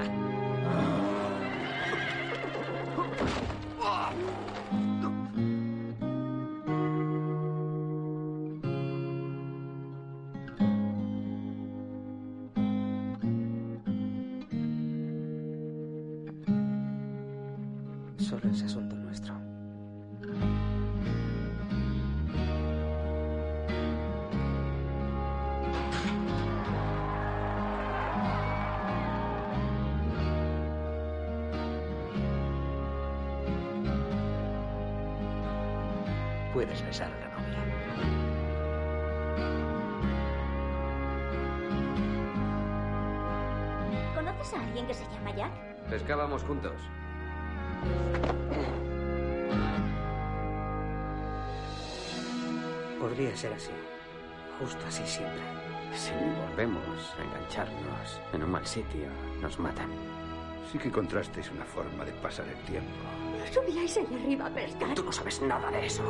[SPEAKER 6] Solo es asunto nuestro. Puedes besar a la novia.
[SPEAKER 11] ¿Conoces a alguien que se llama Jack?
[SPEAKER 15] Pescábamos juntos.
[SPEAKER 6] Podría ser así. Justo así siempre.
[SPEAKER 20] Si volvemos a engancharnos en un mal sitio, nos matan.
[SPEAKER 2] Sí que encontrasteis una forma de pasar el tiempo.
[SPEAKER 11] Subíais allá arriba a pescar.
[SPEAKER 6] Tú no sabes nada de eso.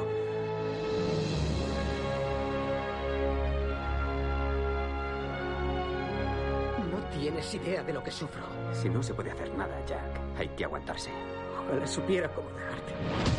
[SPEAKER 6] No tienes idea de lo que sufro.
[SPEAKER 20] Si no se puede hacer nada, Jack, hay que aguantarse.
[SPEAKER 6] Ojalá supiera cómo dejarte.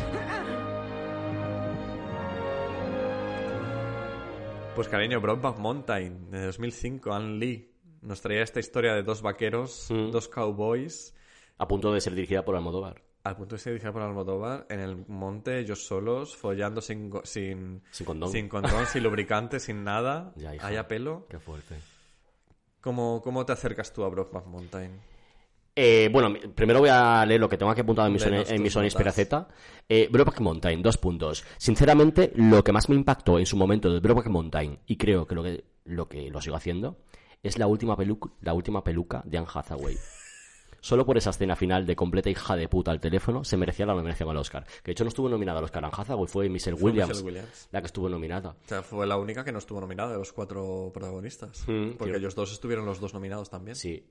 [SPEAKER 4] Pues cariño, Brokeback Mountain de dos mil cinco, Ang Lee nos traía esta historia de dos vaqueros, mm. dos cowboys.
[SPEAKER 5] A punto de ser dirigida por Almodóvar.
[SPEAKER 4] A punto de ser dirigida por Almodóvar, en el monte, ellos solos, follando sin sin,
[SPEAKER 5] sin condón,
[SPEAKER 4] sin, condón, sin lubricante, sin nada,
[SPEAKER 5] ya, hija,
[SPEAKER 4] haya pelo.
[SPEAKER 5] Qué fuerte.
[SPEAKER 4] ¿Cómo, ¿Cómo te acercas tú a Brokeback Mountain?
[SPEAKER 5] Eh, bueno, primero voy a leer lo que tengo aquí apuntado en mi Sony, en mi Sony Xperia Z. Eh, Brokeback Mountain, dos puntos. Sinceramente, lo que más me impactó en su momento de Brokeback Mountain, y creo que lo que lo, que lo sigo haciendo, es la última, pelu- la última peluca de Anne Hathaway. Solo por esa escena final de completa hija de puta al teléfono se merecía la nominación al Oscar. Que de hecho no estuvo nominada al Oscar Anne Hathaway, fue Michelle
[SPEAKER 4] fue
[SPEAKER 5] Williams,
[SPEAKER 4] Michelle Williams
[SPEAKER 5] la que estuvo nominada.
[SPEAKER 4] O sea, fue la única que no estuvo nominada de los cuatro protagonistas. Mm, porque tío. ellos dos estuvieron los dos nominados también.
[SPEAKER 5] Sí.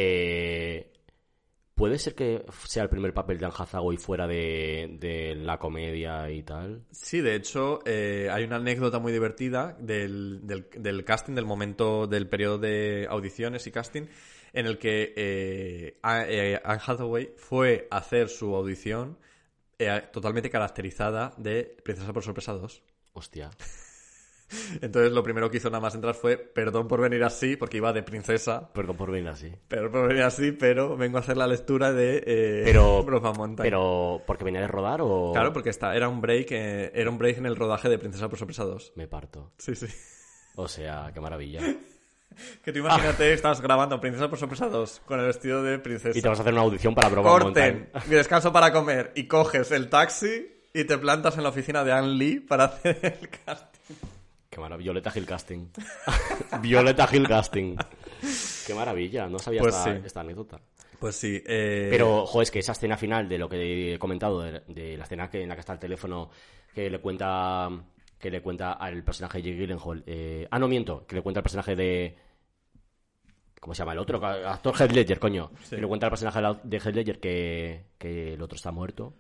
[SPEAKER 5] Eh... ¿Puede ser que sea el primer papel de Anne Hathaway fuera de, de la comedia y tal?
[SPEAKER 4] Sí, de hecho, eh, hay una anécdota muy divertida del, del, del casting, del momento del periodo de audiciones y casting, en el que eh, Anne Hathaway fue a hacer su audición eh, totalmente caracterizada de Princesa por Sorpresa dos.
[SPEAKER 5] Hostia.
[SPEAKER 4] Entonces lo primero que hizo nada más entrar fue perdón por venir así, porque iba de princesa.
[SPEAKER 5] Perdón por venir así.
[SPEAKER 4] Perdón por venir así, pero vengo a hacer la lectura de eh,
[SPEAKER 5] pero,
[SPEAKER 4] Brokeback Mountain.
[SPEAKER 5] Pero ¿porque venía de rodar o...?
[SPEAKER 4] Claro, porque está, era un break eh, era un break en el rodaje de Princesa por Sorpresa dos.
[SPEAKER 5] Me parto.
[SPEAKER 4] Sí, sí.
[SPEAKER 5] O sea, qué maravilla.
[SPEAKER 4] Que tú imagínate, ah. estás grabando Princesa por Sorpresa dos con el vestido de princesa.
[SPEAKER 5] Y te vas a hacer una audición para Brokeback Mountain.
[SPEAKER 4] Corten, descanso para comer, y coges el taxi y te plantas en la oficina de Ang Lee para hacer el casting.
[SPEAKER 5] Qué maravilla. Violeta Hill Casting. Violeta Hill Casting. Qué maravilla. No sabía pues esta, sí. esta anécdota.
[SPEAKER 4] Pues sí. Eh...
[SPEAKER 5] Pero, jo, es que esa escena final de lo que he comentado, de, de la escena que, en la que está el teléfono, que le cuenta que le cuenta al personaje de Jake Gyllenhaal. Eh... Ah, no, miento. Que le cuenta al personaje de... ¿Cómo se llama el otro? Actor Heath Ledger, coño.
[SPEAKER 4] Sí.
[SPEAKER 5] Y le cuenta al personaje de Heath Ledger que, que el otro está muerto.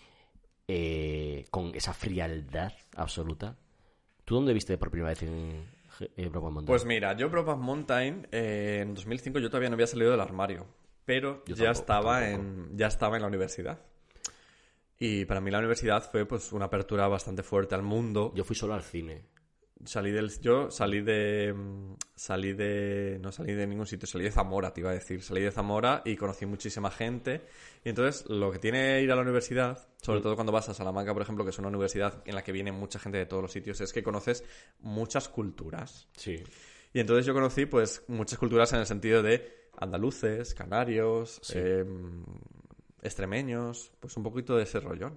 [SPEAKER 5] Eh, con esa frialdad absoluta. ¿Tú dónde viste por primera vez en eh, Brokeback Mountain?
[SPEAKER 4] Pues mira, yo Brokeback Mountain eh, en dos mil cinco yo todavía no había salido del armario, pero
[SPEAKER 5] Yo
[SPEAKER 4] ya
[SPEAKER 5] tampoco,
[SPEAKER 4] estaba
[SPEAKER 5] tampoco.
[SPEAKER 4] en ya estaba en la universidad. Y para mí la universidad fue pues una apertura bastante fuerte al mundo.
[SPEAKER 5] Yo fui solo al cine.
[SPEAKER 4] Salí del yo salí de salí de no salí de ningún sitio, salí de Zamora, te iba a decir, salí de Zamora y conocí muchísima gente. Y entonces lo que tiene ir a la universidad, sobre
[SPEAKER 5] Mm.
[SPEAKER 4] todo cuando vas a Salamanca, por ejemplo, que es una universidad en la que viene mucha gente de todos los sitios, es que conoces muchas culturas.
[SPEAKER 5] Sí.
[SPEAKER 4] Y entonces yo conocí pues muchas culturas en el sentido de andaluces, canarios,
[SPEAKER 5] Sí.
[SPEAKER 4] eh, extremeños, pues un poquito de ese rollo.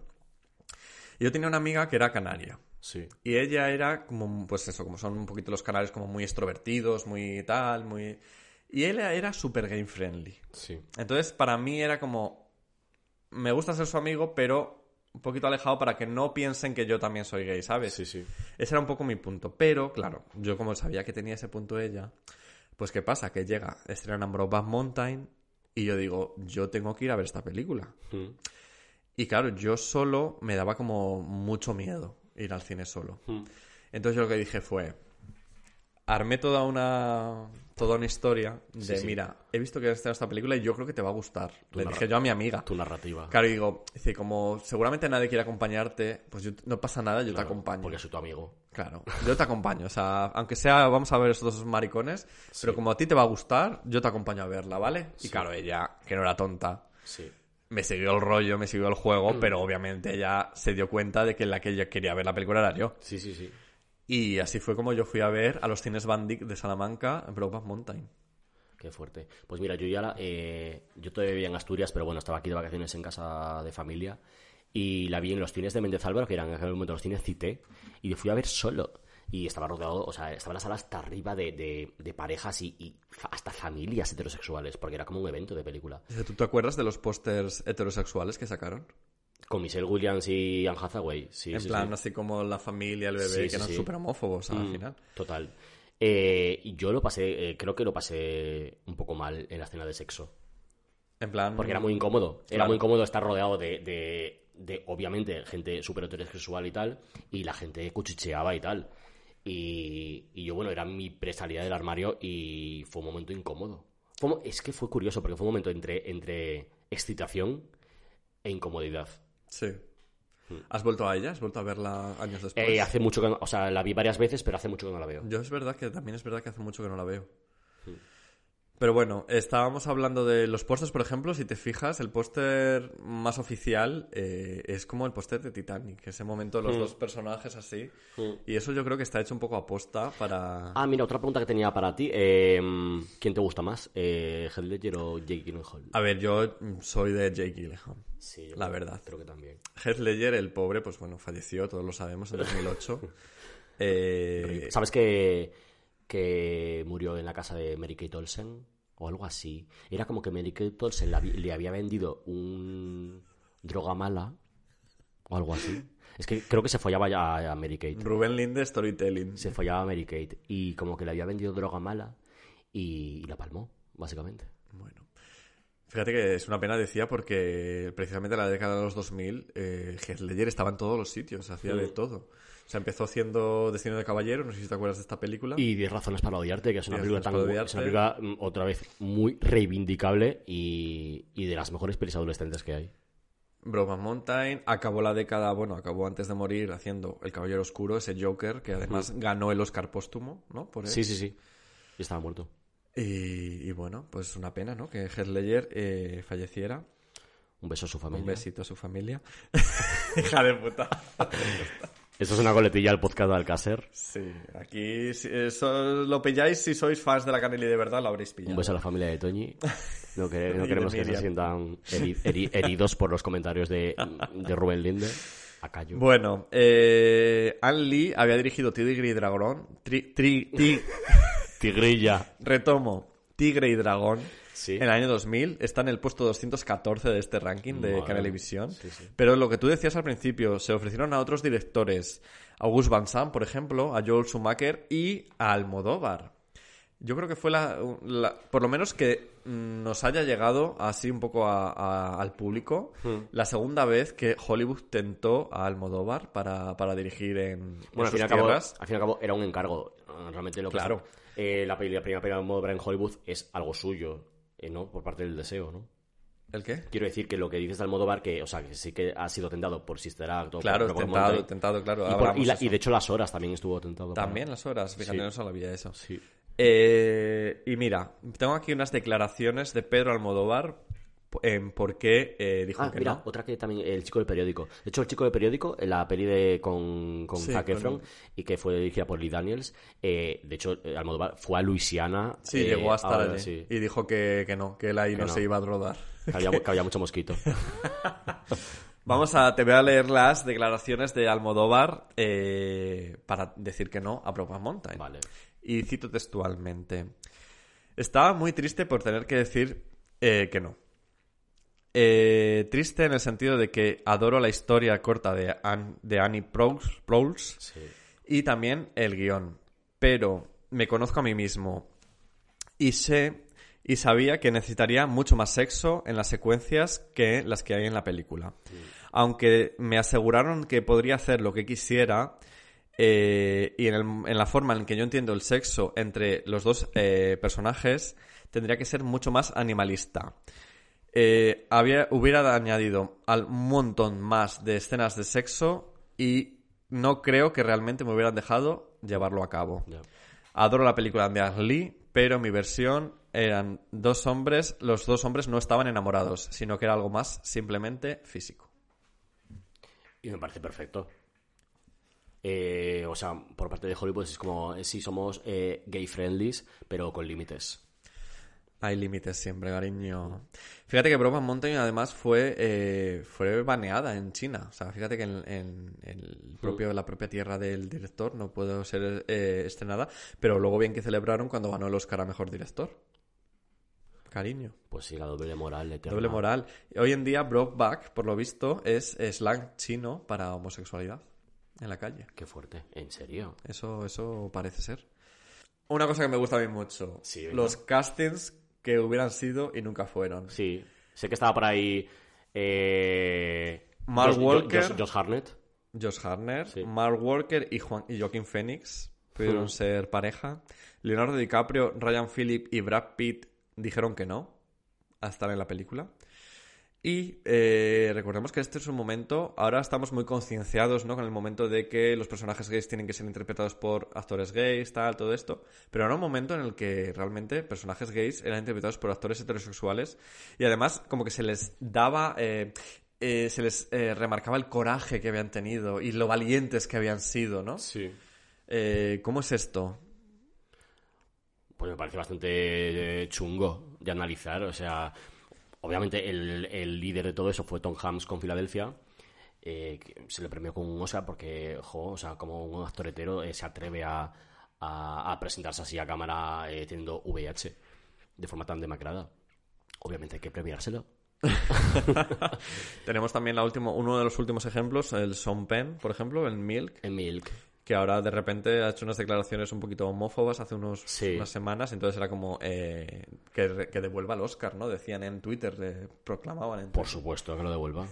[SPEAKER 4] Y yo tenía una amiga que era canaria.
[SPEAKER 5] Sí.
[SPEAKER 4] Y ella era como, pues eso, como son un poquito los canarios como muy extrovertidos, muy tal, muy... Y él era súper game friendly.
[SPEAKER 5] Sí.
[SPEAKER 4] Entonces para mí era como, me gusta ser su amigo, pero un poquito alejado para que no piensen que yo también soy gay, ¿sabes?
[SPEAKER 5] Sí, sí.
[SPEAKER 4] Ese era un poco mi punto. Pero, claro, yo como sabía que tenía ese punto ella, pues ¿qué pasa? Que llega, estrenan Brokeback Mountain y yo digo, yo tengo que ir a ver esta película.
[SPEAKER 5] Mm.
[SPEAKER 4] Y claro, yo solo me daba como mucho miedo ir al cine solo.
[SPEAKER 5] Mm.
[SPEAKER 4] Entonces yo lo que dije fue, armé toda una toda una historia de,
[SPEAKER 5] Sí, sí.
[SPEAKER 4] mira, he visto que estrenado esta película y yo creo que te va a gustar.
[SPEAKER 5] Tu
[SPEAKER 4] Le
[SPEAKER 5] narra-
[SPEAKER 4] dije yo a mi amiga.
[SPEAKER 5] Tu narrativa.
[SPEAKER 4] Claro, y digo, dice, como seguramente nadie quiere acompañarte, pues yo, no pasa nada, yo
[SPEAKER 5] Claro,
[SPEAKER 4] te acompaño.
[SPEAKER 5] porque soy tu amigo.
[SPEAKER 4] Claro, yo te acompaño. O sea, aunque sea, vamos a ver esos dos maricones, pero como a ti te va a gustar, yo te acompaño a verla, ¿vale? Y
[SPEAKER 5] Sí.
[SPEAKER 4] claro, ella, que no era tonta,
[SPEAKER 5] Sí.
[SPEAKER 4] me siguió el rollo, me siguió el juego, pero obviamente ella se dio cuenta de que la que ella quería ver la película era yo.
[SPEAKER 5] Sí, sí, sí.
[SPEAKER 4] Y así fue como yo fui a ver a los cines Van Dyck de Salamanca en Brokeback Mountain.
[SPEAKER 5] Qué fuerte. Pues mira, yo ya la, eh, yo todavía vivía en Asturias, pero bueno, estaba aquí de vacaciones en casa de familia y la vi en los cines de Méndez Álvaro, que eran en aquel momento los cines Cité, y fui a ver solo. Y estaba rodeado, o sea, estaba la sala hasta arriba de, de, de parejas y, y fa- hasta familias heterosexuales, porque era como un evento de película.
[SPEAKER 4] ¿Tú te acuerdas de los pósters heterosexuales que sacaron?
[SPEAKER 5] Con Michelle Williams y Anne Hathaway, sí.
[SPEAKER 4] en
[SPEAKER 5] sí,
[SPEAKER 4] plan,
[SPEAKER 5] sí.
[SPEAKER 4] así como la familia, el bebé,
[SPEAKER 5] Sí,
[SPEAKER 4] que
[SPEAKER 5] sí,
[SPEAKER 4] eran
[SPEAKER 5] sí.
[SPEAKER 4] súper homófobos al
[SPEAKER 5] Mm,
[SPEAKER 4] final.
[SPEAKER 5] Total. Eh, y yo lo pasé, eh, creo que lo pasé un poco mal en la escena de sexo.
[SPEAKER 4] En plan...
[SPEAKER 5] Porque era muy incómodo. Era
[SPEAKER 4] Claro.
[SPEAKER 5] muy incómodo estar rodeado de, de, de obviamente, gente súper heterosexual y tal, y la gente cuchicheaba y tal. Y, y yo, bueno, era mi presalida del armario y fue un momento incómodo. Fue un mo- es que fue curioso porque fue un momento entre, entre excitación e incomodidad.
[SPEAKER 4] Sí. ¿Has vuelto a ella? ¿Has vuelto a verla años después?
[SPEAKER 5] Eh, hace mucho que no, o sea, la vi varias veces, pero hace mucho que no la veo.
[SPEAKER 4] Yo es verdad que también es verdad que hace mucho que no la veo. Pero bueno, estábamos hablando de los pósters, por ejemplo, si te fijas, el póster más oficial eh, es como el póster de Titanic, ese momento de los
[SPEAKER 5] Mm.
[SPEAKER 4] dos personajes así.
[SPEAKER 5] Mm.
[SPEAKER 4] Y eso yo creo que está hecho un poco aposta para...
[SPEAKER 5] Ah, mira, otra pregunta que tenía para ti. Eh, ¿Quién te gusta más? Eh, ¿Heath Ledger o Jake Gyllenhaal?
[SPEAKER 4] A ver, yo mm, soy de Jake Gyllenhaal,
[SPEAKER 5] Sí, yo
[SPEAKER 4] la
[SPEAKER 5] creo-
[SPEAKER 4] verdad.
[SPEAKER 5] Creo que también.
[SPEAKER 4] Heath Ledger, el pobre, pues bueno, falleció, todos lo sabemos, en dos mil ocho. eh...
[SPEAKER 5] ¿Sabes que, que murió en la casa de Mary Kate Olsen? O algo así. Era como que Mary Kate Olsen le, habí- le había vendido un droga mala o algo así. Es que creo que se follaba ya a Mary Kate.
[SPEAKER 4] Rubén Linde Storytelling.
[SPEAKER 5] Se follaba a Mary Kate y como que le había vendido droga mala y, y la palmó, básicamente.
[SPEAKER 4] Bueno. Fíjate que es una pena, decía, porque precisamente en la década de los dos mil eh, Heath Ledger estaba en todos los sitios, hacía
[SPEAKER 5] Mm.
[SPEAKER 4] de todo. O sea, empezó haciendo Destino de Caballero, no sé si te acuerdas de esta película.
[SPEAKER 5] Y diez razones para odiarte, que es una
[SPEAKER 4] Diez
[SPEAKER 5] película
[SPEAKER 4] razones
[SPEAKER 5] tan
[SPEAKER 4] para
[SPEAKER 5] gu-
[SPEAKER 4] odiarte.
[SPEAKER 5] es una película mm, otra vez muy reivindicable y, y de las mejores pelis adolescentes que hay.
[SPEAKER 4] Brokeback Mountain acabó la década, bueno, acabó antes de morir haciendo El Caballero Oscuro, ese Joker, que además
[SPEAKER 5] Mm.
[SPEAKER 4] ganó el Oscar póstumo, ¿no? Por él.
[SPEAKER 5] Sí, sí, sí. Y estaba muerto.
[SPEAKER 4] Y, y bueno, pues una pena, ¿no? Que Heath Ledger eh, falleciera.
[SPEAKER 5] Un beso a su familia.
[SPEAKER 4] Un besito a su familia. Hija de puta.
[SPEAKER 5] Esto es una coletilla al podcast de Alcácer.
[SPEAKER 4] Sí, aquí si eso lo pilláis si sois fans de la Canelli de verdad, lo habréis pillado.
[SPEAKER 5] Un beso a la familia de Toñi. No, quere-
[SPEAKER 4] Y
[SPEAKER 5] no
[SPEAKER 4] de
[SPEAKER 5] queremos que se
[SPEAKER 4] Miriam.
[SPEAKER 5] sientan heri- heri- heridos por los comentarios de, de Rubén Linde. A callo.
[SPEAKER 4] Bueno, eh, Ang Lee había dirigido Tigre y Dragón. Tri, tri, ti-
[SPEAKER 5] Tigrilla.
[SPEAKER 4] Retomo. Tigre y Dragón.
[SPEAKER 5] Sí.
[SPEAKER 4] En el año dos mil. Está en el puesto doscientos catorce de este ranking de
[SPEAKER 5] Madre.
[SPEAKER 4] Canelevisión.
[SPEAKER 5] Sí, sí.
[SPEAKER 4] Pero lo que tú decías al principio, se ofrecieron a otros directores. A Gus Van Sant, por ejemplo, a Joel Schumacher y a Almodóvar. Yo creo que fue la, la por lo menos que nos haya llegado así un poco a, a, al público hmm. la segunda vez que Hollywood tentó a Almodóvar para, para dirigir en,
[SPEAKER 5] bueno,
[SPEAKER 4] en sus
[SPEAKER 5] al fin
[SPEAKER 4] tierras.
[SPEAKER 5] Al fin y al cabo era un encargo. Realmente lo que
[SPEAKER 4] claro.
[SPEAKER 5] es, eh, la, la primera película de Almodóvar en Hollywood es algo suyo, eh, ¿no? Por parte del deseo, ¿no?
[SPEAKER 4] ¿El qué?
[SPEAKER 5] Quiero decir que lo que dices de Almodóvar, que, o sea, que sí que ha sido tentado por Sister Act.
[SPEAKER 4] Claro,
[SPEAKER 5] por
[SPEAKER 4] tentado,
[SPEAKER 5] Monte,
[SPEAKER 4] tentado, claro.
[SPEAKER 5] Y, por, y, la, y de hecho Las Horas también estuvo tentado.
[SPEAKER 4] También
[SPEAKER 5] para...
[SPEAKER 4] Las Horas, fíjate, sí. No sabía eso.
[SPEAKER 5] Sí.
[SPEAKER 4] Eh, y mira, tengo aquí unas declaraciones de Pedro Almodóvar en por qué eh, dijo
[SPEAKER 5] ah,
[SPEAKER 4] que
[SPEAKER 5] mira,
[SPEAKER 4] no.
[SPEAKER 5] Otra que también, El chico del periódico. De hecho, El chico del periódico, en la peli de con, con
[SPEAKER 4] sí,
[SPEAKER 5] Zac Efron,
[SPEAKER 4] con...
[SPEAKER 5] y que fue dirigida por Lee Daniels, eh, de hecho, Almodóvar fue a Luisiana.
[SPEAKER 4] Sí,
[SPEAKER 5] eh,
[SPEAKER 4] llegó hasta
[SPEAKER 5] ahora,
[SPEAKER 4] allí.
[SPEAKER 5] Sí.
[SPEAKER 4] Y dijo que, que no, que él ahí
[SPEAKER 5] que
[SPEAKER 4] no,
[SPEAKER 5] no
[SPEAKER 4] se iba a rodar.
[SPEAKER 5] Que había, que había mucho mosquito.
[SPEAKER 4] Vamos a, te voy a leer las declaraciones de Almodóvar eh, para decir que no a Brokeback Mountain.
[SPEAKER 5] Vale.
[SPEAKER 4] Y cito textualmente: estaba muy triste por tener que decir eh, que no. Eh, triste en el sentido de que adoro la historia corta de, Anne, de Annie Proulx
[SPEAKER 5] sí.
[SPEAKER 4] y también el guión, pero me conozco a mí mismo y sé y sabía que necesitaría mucho más sexo en las secuencias que las que hay en la película. Sí. Aunque me aseguraron que podría hacer lo que quisiera eh, y en, el, en la forma en que yo entiendo el sexo entre los dos eh, personajes tendría que ser mucho más animalista. Eh, había, hubiera añadido un montón más de escenas de sexo y no creo que realmente me hubieran dejado llevarlo a cabo.
[SPEAKER 5] Yeah.
[SPEAKER 4] Adoro la película de Ang Lee, pero mi versión eran dos hombres, los dos hombres no estaban enamorados, sino que era algo más simplemente físico.
[SPEAKER 5] Y me parece perfecto. Eh, o sea, por parte de Hollywood es como si somos eh, gay friendlies, pero con límites.
[SPEAKER 4] Hay límites siempre, cariño. Fíjate que Brokeback Mountain además fue eh, fue baneada en China. O sea, fíjate que en, en, en el propio, mm. la propia tierra del director no pudo ser eh, estrenada, pero luego bien que celebraron cuando ganó el Oscar a Mejor Director. Cariño.
[SPEAKER 5] Pues sí, la doble moral. Eterna.
[SPEAKER 4] Doble moral. Hoy en día Brokeback, por lo visto, es slang chino para homosexualidad en la calle.
[SPEAKER 5] Qué fuerte. ¿En serio?
[SPEAKER 4] Eso, eso parece ser. Una cosa que me gusta a mí mucho.
[SPEAKER 5] Sí,
[SPEAKER 4] los castings que hubieran sido y nunca fueron.
[SPEAKER 5] Sí. Sé que estaba por ahí... Eh...
[SPEAKER 4] Mark
[SPEAKER 5] Josh,
[SPEAKER 4] Walker.
[SPEAKER 5] Josh, Josh Hartnett.
[SPEAKER 4] Josh Hartnett.
[SPEAKER 5] Sí.
[SPEAKER 4] Mark Walker y, Juan, y Joaquin Phoenix pudieron mm. ser pareja. Leonardo DiCaprio, Ryan Phillippe y Brad Pitt dijeron que no a estar en la película. Y eh, recordemos que este es un momento, ahora estamos muy concienciados, ¿no?, con el momento de que los personajes gays tienen que ser interpretados por actores gays, tal, todo esto, pero era un momento en el que realmente personajes gays eran interpretados por actores heterosexuales y además como que se les daba, eh, eh, se les eh, remarcaba el coraje que habían tenido y lo valientes que habían sido, ¿no?
[SPEAKER 5] Sí.
[SPEAKER 4] Eh, ¿cómo es esto?
[SPEAKER 5] Pues me parece bastante chungo de analizar, o sea... Obviamente el, el líder de todo eso fue Tom Hanks con Filadelfia, eh, que se le premió con un Oscar porque, jo, o sea, como un actor hetero eh, se atreve a, a, a presentarse así a cámara eh, teniendo V I H de forma tan demacrada. Obviamente hay que premiárselo.
[SPEAKER 4] Tenemos también la última, uno de los últimos ejemplos, el Sean Penn, por ejemplo, en Milk.
[SPEAKER 5] En Milk.
[SPEAKER 4] Que ahora de repente ha hecho unas declaraciones un poquito homófobas hace unos,
[SPEAKER 5] sí.
[SPEAKER 4] unas semanas, entonces era como eh, que, que devuelva el Oscar, ¿no? Decían en Twitter, eh, proclamaban en Twitter.
[SPEAKER 5] Por supuesto que lo devuelva.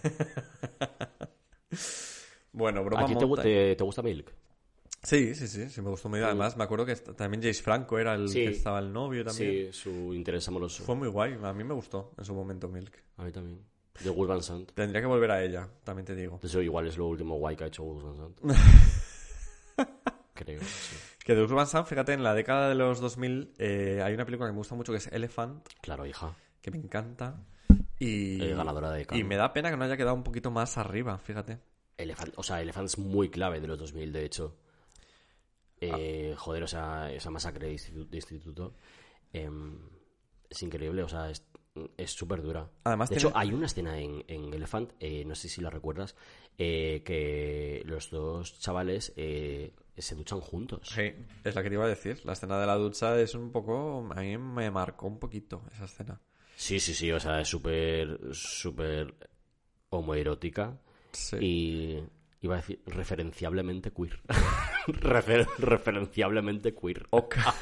[SPEAKER 4] Bueno, broma.
[SPEAKER 5] ¿A ti te, te, te gusta Milk?
[SPEAKER 4] Sí, sí, sí, sí, me gustó muy bien. Además, me acuerdo que también James Franco era el
[SPEAKER 5] sí.
[SPEAKER 4] que estaba el novio también.
[SPEAKER 5] Sí, su interés amoroso.
[SPEAKER 4] Fue muy guay, a mí me gustó en su momento Milk.
[SPEAKER 5] A mí también. De Gus Van Sant.
[SPEAKER 4] Tendría que volver a ella, también te digo.
[SPEAKER 5] Eso igual es lo último guay que ha hecho Gus Van Sant. Creo, sí.
[SPEAKER 4] Que de Gus Van Sant, fíjate, en la década de los dos mil eh, hay una película que me gusta mucho que es Elephant.
[SPEAKER 5] Claro, hija.
[SPEAKER 4] Que me encanta. Y,
[SPEAKER 5] eh, ganadora de Cannes.
[SPEAKER 4] Y me da pena que no haya quedado un poquito más arriba, fíjate.
[SPEAKER 5] Elephant, o sea, Elephant es muy clave de los dos mil, de hecho. Eh, ah. Joder, o sea, esa masacre de instituto, de instituto eh, es increíble, o sea, es es súper dura.
[SPEAKER 4] Además,
[SPEAKER 5] de
[SPEAKER 4] tiene...
[SPEAKER 5] hecho, hay una escena en, en Elephant, eh, no sé si la recuerdas, eh, que los dos chavales eh, se duchan juntos.
[SPEAKER 4] Sí, es la que te iba a decir. La escena de la ducha es un poco... A mí me marcó un poquito esa escena.
[SPEAKER 5] Sí, sí, sí, o sea, es súper, súper homoerótica.
[SPEAKER 4] Sí.
[SPEAKER 5] Y iba a decir referenciablemente queer. Refer, referenciablemente queer.
[SPEAKER 4] Ok.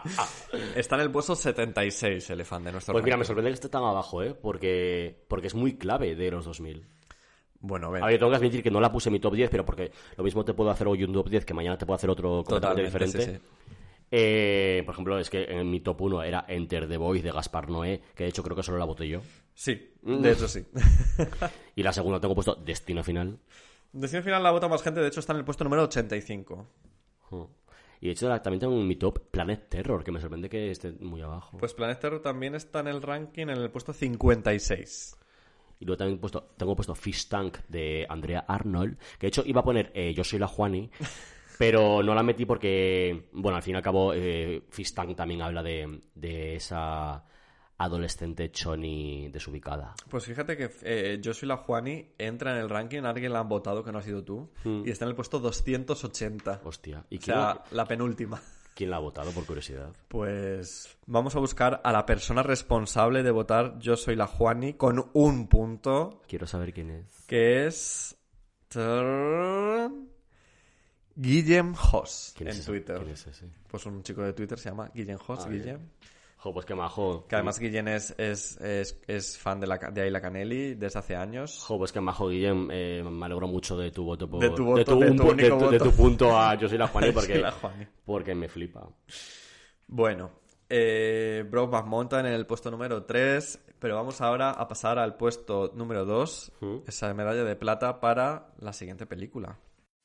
[SPEAKER 4] Está en el puesto setenta y seis, Elefante, de nuestro
[SPEAKER 5] Pues mira,
[SPEAKER 4] ranking.
[SPEAKER 5] me sorprende que esté tan abajo, ¿eh? Porque, porque es muy clave de los dos mil.
[SPEAKER 4] Bueno, ven.
[SPEAKER 5] A ver, tengo que admitir que no la puse en mi top diez, pero porque lo mismo te puedo hacer hoy un top diez que mañana te puedo hacer otro completamente
[SPEAKER 4] Totalmente,
[SPEAKER 5] diferente.
[SPEAKER 4] sí, sí.
[SPEAKER 5] Eh, por ejemplo, es que en mi top uno era Enter the Voice de Gaspar Noé, que de hecho creo que solo la voté yo.
[SPEAKER 4] Sí, de hecho sí.
[SPEAKER 5] Y la segunda tengo puesto Destino Final.
[SPEAKER 4] Destino Final la vota más gente, de hecho está en el puesto número ochenta y cinco.
[SPEAKER 5] Uh. Y de hecho también tengo en mi top Planet Terror, que me sorprende que esté muy abajo.
[SPEAKER 4] Pues Planet Terror también está en el ranking en el puesto cincuenta y seis.
[SPEAKER 5] Y luego también puesto, tengo puesto Fish Tank de Andrea Arnold, que de hecho iba a poner eh, Yo soy la Juani, pero no la metí porque, bueno, al fin y al cabo eh, Fish Tank también habla de, de esa adolescente choni desubicada.
[SPEAKER 4] Pues fíjate que eh, Yo soy la Juani entra en el ranking, alguien la han votado que no ha sido tú,
[SPEAKER 5] Mm.
[SPEAKER 4] y está en el puesto doscientos ochenta.
[SPEAKER 5] Hostia. ¿Y
[SPEAKER 4] O
[SPEAKER 5] quién,
[SPEAKER 4] sea,
[SPEAKER 5] la,
[SPEAKER 4] la penúltima.
[SPEAKER 5] quién la ha votado, por curiosidad?
[SPEAKER 4] Pues vamos a buscar a la persona responsable de votar Yo soy la Juani con un punto,
[SPEAKER 5] Quiero saber quién es.
[SPEAKER 4] que es Guillem Hoss
[SPEAKER 5] ¿Quién
[SPEAKER 4] en
[SPEAKER 5] es ese?
[SPEAKER 4] Twitter.
[SPEAKER 5] ¿Quién es ese?
[SPEAKER 4] Pues un chico de Twitter se llama Guillem Hoss,
[SPEAKER 5] Ah,
[SPEAKER 4] Guillem.
[SPEAKER 5] bien. Jo, pues qué majo.
[SPEAKER 4] Que además Guillem es, es, es, es fan de, la, de Ayla Canelli desde hace años.
[SPEAKER 5] Jo, pues qué majo, Guillem. Eh, me alegro mucho de tu voto. Por,
[SPEAKER 4] De tu voto,
[SPEAKER 5] de tu,
[SPEAKER 4] de
[SPEAKER 5] un
[SPEAKER 4] tu
[SPEAKER 5] pu-
[SPEAKER 4] único
[SPEAKER 5] de tu- de
[SPEAKER 4] voto.
[SPEAKER 5] tu punto a Yo soy la Juani, porque,
[SPEAKER 4] Soy la Juani.
[SPEAKER 5] porque me flipa.
[SPEAKER 4] Bueno, eh, Brokeback Mountain en el puesto número tres, pero vamos ahora a pasar al puesto número dos,
[SPEAKER 5] ¿Mm?
[SPEAKER 4] esa medalla de plata para la siguiente película.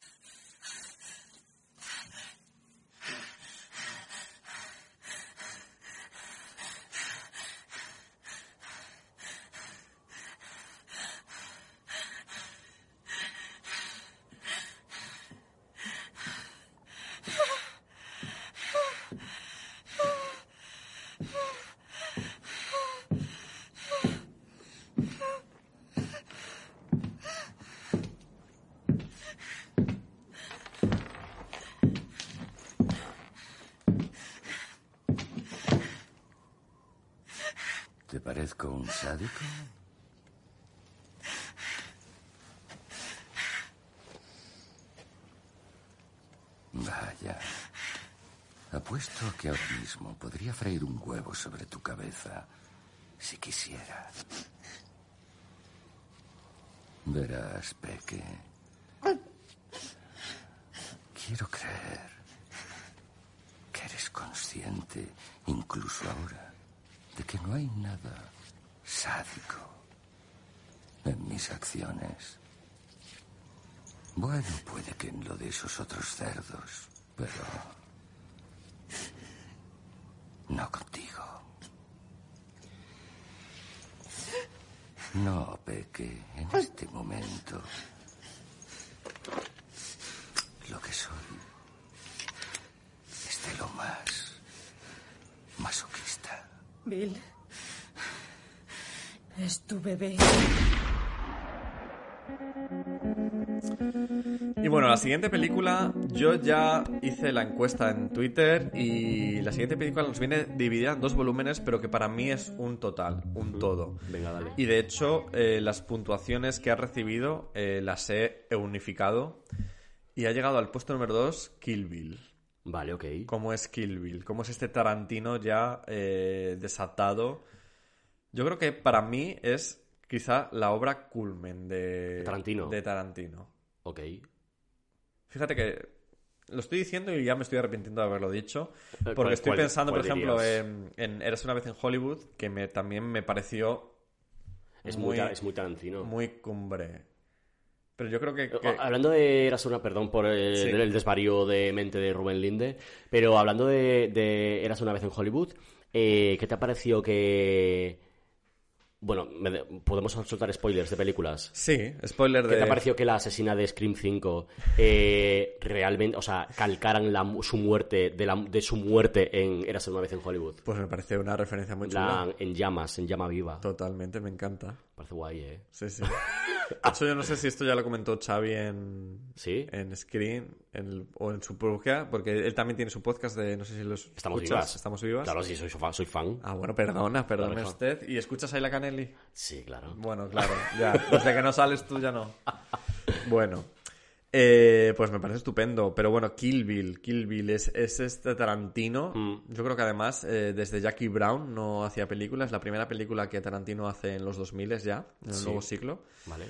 [SPEAKER 18] ¿Te parezco un sádico? Vaya. Apuesto a que ahora mismo podría freír un huevo sobre tu cabeza si quisiera. Verás, Peque. Quiero creer que eres consciente, incluso ahora, de que no hay nada sádico en mis acciones. Bueno, puede que en lo de esos otros cerdos, pero no contigo. No, Peque, en este momento lo que soy es de lo más masoquista.
[SPEAKER 8] Bill, es tu bebé.
[SPEAKER 4] Y bueno, la siguiente película, yo ya hice la encuesta en Twitter y la siguiente película nos viene dividida en dos volúmenes, pero que para mí es un total, un todo.
[SPEAKER 5] Venga, dale.
[SPEAKER 4] Y de hecho, eh, las puntuaciones que ha recibido eh, las he unificado y ha llegado al puesto número dos, Kill Bill.
[SPEAKER 5] Vale, ok.
[SPEAKER 4] ¿Cómo es Kill Bill? ¿Cómo es este Tarantino ya eh, desatado? Yo creo que para mí es quizá la obra culmen de
[SPEAKER 5] Tarantino.
[SPEAKER 4] De Tarantino.
[SPEAKER 5] Ok.
[SPEAKER 4] Fíjate que lo estoy diciendo y ya me estoy arrepintiendo de haberlo dicho,
[SPEAKER 5] ¿Cuál-
[SPEAKER 4] porque estoy
[SPEAKER 5] cuál-
[SPEAKER 4] pensando, por
[SPEAKER 5] cuál
[SPEAKER 4] ejemplo,
[SPEAKER 5] dirías?
[SPEAKER 4] en, en Eras una vez en Hollywood, que me, también me pareció
[SPEAKER 5] Es muy, ta- es muy Tarantino.
[SPEAKER 4] muy cumbre. Pero yo creo que... que-
[SPEAKER 5] Eh, Hablando de Eras una, perdón por el,
[SPEAKER 4] Sí.
[SPEAKER 5] el desvarío de mente de Rubén Linde, pero hablando de, de Eras una vez en Hollywood, eh, ¿qué te ha parecido que... Bueno, me de- podemos soltar spoilers de películas.
[SPEAKER 4] Sí, spoiler
[SPEAKER 5] ¿Qué
[SPEAKER 4] de...
[SPEAKER 5] te ha parecido que la asesina de Scream cinco eh, realmente, o sea, calcaran la, mu- su muerte de, la, de su muerte en Eras una vez en Hollywood?
[SPEAKER 4] Pues me parece una referencia muy
[SPEAKER 5] La-
[SPEAKER 4] chula.
[SPEAKER 5] en llamas, en llama viva.
[SPEAKER 4] Totalmente, me encanta.
[SPEAKER 5] Parece guay, ¿eh?
[SPEAKER 4] Sí, sí. De hecho, yo no sé si esto ya lo comentó Xavi en,
[SPEAKER 5] ¿Sí?
[SPEAKER 4] en Screen en el- o en su podcast, porque él también tiene su podcast de, no sé si los
[SPEAKER 5] Estamos
[SPEAKER 4] escuchas,
[SPEAKER 5] vivas.
[SPEAKER 4] Estamos vivas.
[SPEAKER 5] Claro, sí, soy fan. Soy fan.
[SPEAKER 4] Ah, bueno, perdona, perdone
[SPEAKER 5] Claro,
[SPEAKER 4] usted. ¿Y escuchas ahí la Canelli?
[SPEAKER 5] Sí, claro.
[SPEAKER 4] Bueno, claro, ya. Desde que no sales tú ya no. Bueno. Eh, pues me parece estupendo. Pero bueno, Kill Bill. Kill Bill es, es este Tarantino. Mm. Yo creo que además, eh, desde Jackie Brown no hacía películas. La primera película que Tarantino hace en los dos mil ya, en el sí. nuevo siglo. Vale.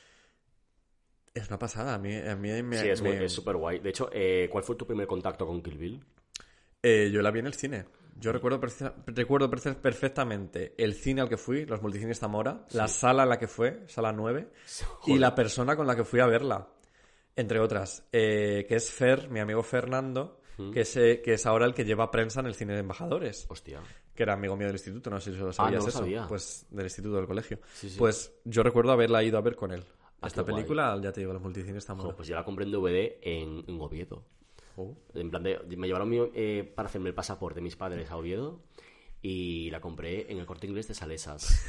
[SPEAKER 4] Es una pasada. A mí, a mí me...
[SPEAKER 5] Sí, es
[SPEAKER 4] me...
[SPEAKER 5] súper guay. De hecho, eh, ¿cuál fue tu primer contacto con Kill Bill?
[SPEAKER 4] Eh, yo la vi en el cine. Yo recuerdo, recuerdo perfectamente el cine al que fui, los Multicines Zamora, sí. la sala en la que fue, sala nueve, Joder. y la persona con la que fui a verla. Entre otras, eh, que es Fer, mi amigo Fernando, ¿Mm? que, es, eh, que es ahora el que lleva prensa en el cine de embajadores.
[SPEAKER 5] Hostia.
[SPEAKER 4] Que era amigo mío del instituto, no sé si lo sabías.
[SPEAKER 5] Ah, no lo
[SPEAKER 4] eso.
[SPEAKER 5] sabía.
[SPEAKER 4] Pues del instituto del colegio.
[SPEAKER 5] Sí, sí.
[SPEAKER 4] Pues yo recuerdo haberla ido a ver con él.
[SPEAKER 5] Ah,
[SPEAKER 4] Esta película, guay. Ya te digo, los Multicines Zamora.
[SPEAKER 5] Joder, pues yo la compré en D V D en, en Oviedo. Oh. En plan de, me llevaron mi, eh, para hacerme el pasaporte mis padres a Oviedo y la compré en el Corte Inglés de Salesas.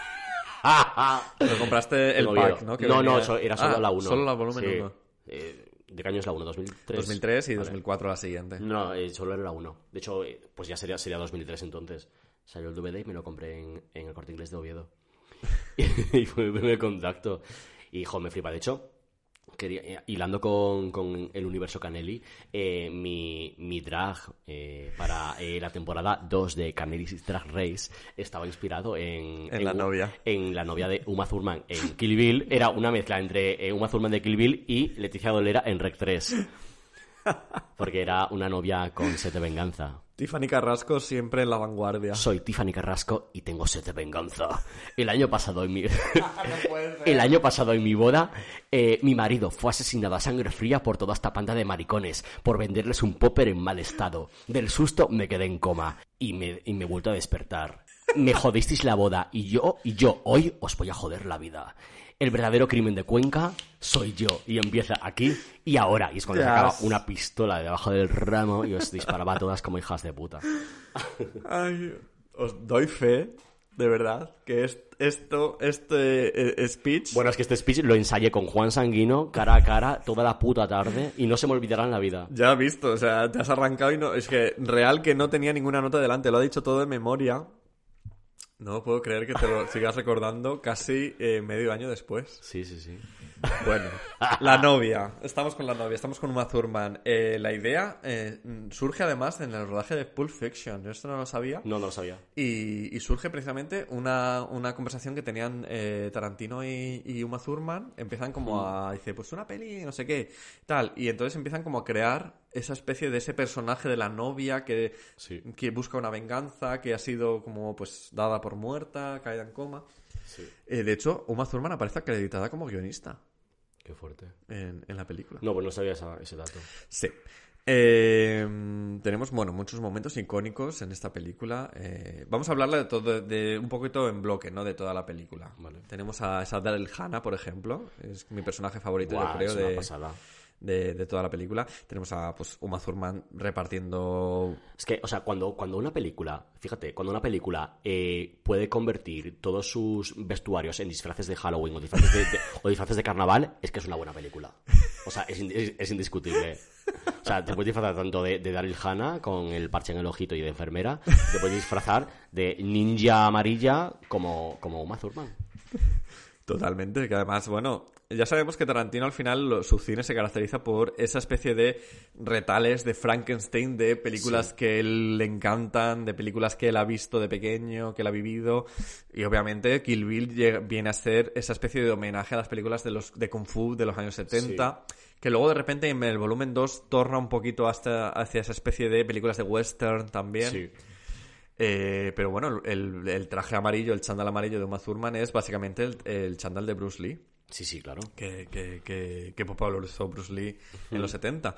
[SPEAKER 4] Pero compraste el pack, ¿no? Que
[SPEAKER 5] no,
[SPEAKER 4] venía...
[SPEAKER 5] no, so, era solo
[SPEAKER 4] ah,
[SPEAKER 5] la uno.
[SPEAKER 4] Solo la volumen
[SPEAKER 5] sí.
[SPEAKER 4] uno.
[SPEAKER 5] Eh, ¿De qué año es la uno? ¿dos mil tres?
[SPEAKER 4] dos mil tres y vale. dos mil cuatro la siguiente.
[SPEAKER 5] No, eh, solo era la uno. De hecho, eh, pues ya sería, sería dos mil tres entonces. Salió el D V D y me lo compré en, en el Corte Inglés de Oviedo. Y fue mi primer contacto. Y, jo, me flipa. De hecho... Quería, eh, hilando con, con el universo Canelli, eh, mi, mi drag eh, para eh, la temporada dos de Canelli's Drag Race estaba inspirado en...
[SPEAKER 4] En, en la novia.
[SPEAKER 5] En la novia de Uma Thurman en Kill Bill. Era una mezcla entre eh, Uma Thurman de Kill Bill y Leticia Dolera en Rec tres. Porque era una novia con sed de venganza.
[SPEAKER 4] Tiffany Carrasco siempre en la vanguardia.
[SPEAKER 5] Soy Tiffany Carrasco y tengo sed de venganza. El año pasado en mi... no El año pasado en mi boda, eh, mi marido fue asesinado a sangre fría por toda esta panda de maricones por venderles un popper en mal estado. Del susto me quedé en coma y me, y me he vuelto a despertar. Me jodisteis la boda y yo, y yo hoy os voy a joder la vida. El verdadero crimen de Cuenca soy yo. Y empieza aquí y ahora. Y es cuando yes. sacaba una pistola debajo del ramo y os disparaba a todas como hijas de puta.
[SPEAKER 4] Ay, os doy fe, de verdad, que es, esto, este eh, speech...
[SPEAKER 5] Bueno, es que este speech lo ensayé con Juan Sanguino, cara a cara, toda la puta tarde, y no se me olvidará en la vida.
[SPEAKER 4] Ya has visto, o sea, te has arrancado y no... Es que real que no tenía ninguna nota delante, lo ha dicho todo de memoria... No puedo creer que te lo sigas recordando casi eh, medio año después.
[SPEAKER 5] Sí, sí, sí.
[SPEAKER 4] Bueno, la novia. Estamos con la novia, estamos con Uma Thurman. Eh, la idea eh, surge además en el rodaje de Pulp Fiction. Yo esto no lo sabía.
[SPEAKER 5] No, no lo sabía.
[SPEAKER 4] Y, y surge precisamente una, una conversación que tenían eh, Tarantino y, y Uma Thurman. Empiezan como a... Dice, pues una peli, no sé qué, tal. Y entonces empiezan como a crear esa especie de ese personaje de la novia que,
[SPEAKER 5] sí.
[SPEAKER 4] que busca una venganza, que ha sido como pues dada por muerta, caída en coma.
[SPEAKER 5] Sí.
[SPEAKER 4] Eh, de hecho, Uma Thurman aparece acreditada como guionista.
[SPEAKER 5] Qué fuerte.
[SPEAKER 4] En, en la película.
[SPEAKER 5] No, pues no sabía esa, ese dato.
[SPEAKER 4] Sí. Eh, tenemos, bueno, muchos momentos icónicos en esta película. Eh, vamos a hablarle de todo, de un poquito en bloque, ¿no? De toda la película.
[SPEAKER 5] Vale.
[SPEAKER 4] Tenemos a esa Daryl Hannah, por ejemplo. Es mi personaje favorito,
[SPEAKER 5] Buah,
[SPEAKER 4] yo creo,
[SPEAKER 5] es
[SPEAKER 4] de...
[SPEAKER 5] una pasada.
[SPEAKER 4] De, de toda la película. Tenemos a pues Uma Thurman repartiendo...
[SPEAKER 5] Es que, o sea, cuando, cuando una película, fíjate, cuando una película eh, puede convertir todos sus vestuarios en disfraces de Halloween o disfraces de, de, o disfraces de carnaval, es que es una buena película. O sea, es, es, es indiscutible. O sea, te puedes disfrazar tanto de, de Daryl Hannah con el parche en el ojito y de enfermera, te puedes disfrazar de ninja amarilla como, como Uma Thurman.
[SPEAKER 4] Totalmente, que además, bueno, ya sabemos que Tarantino al final lo, su cine se caracteriza por esa especie de retales de Frankenstein, de películas sí. que él le encantan, de películas que él ha visto de pequeño, que él ha vivido, y obviamente Kill Bill llega, viene a ser esa especie de homenaje a las películas de los de Kung Fu de los años setenta, sí. que luego de repente en el volumen dos torna un poquito hasta hacia esa especie de películas de western también.
[SPEAKER 5] Sí.
[SPEAKER 4] Eh, pero bueno, el, el traje amarillo, el chándal amarillo de Uma Thurman es básicamente el, el chándal de Bruce Lee.
[SPEAKER 5] Sí, sí, claro.
[SPEAKER 4] Que, que, que, que popularizó Bruce Lee uh-huh. en los setenta.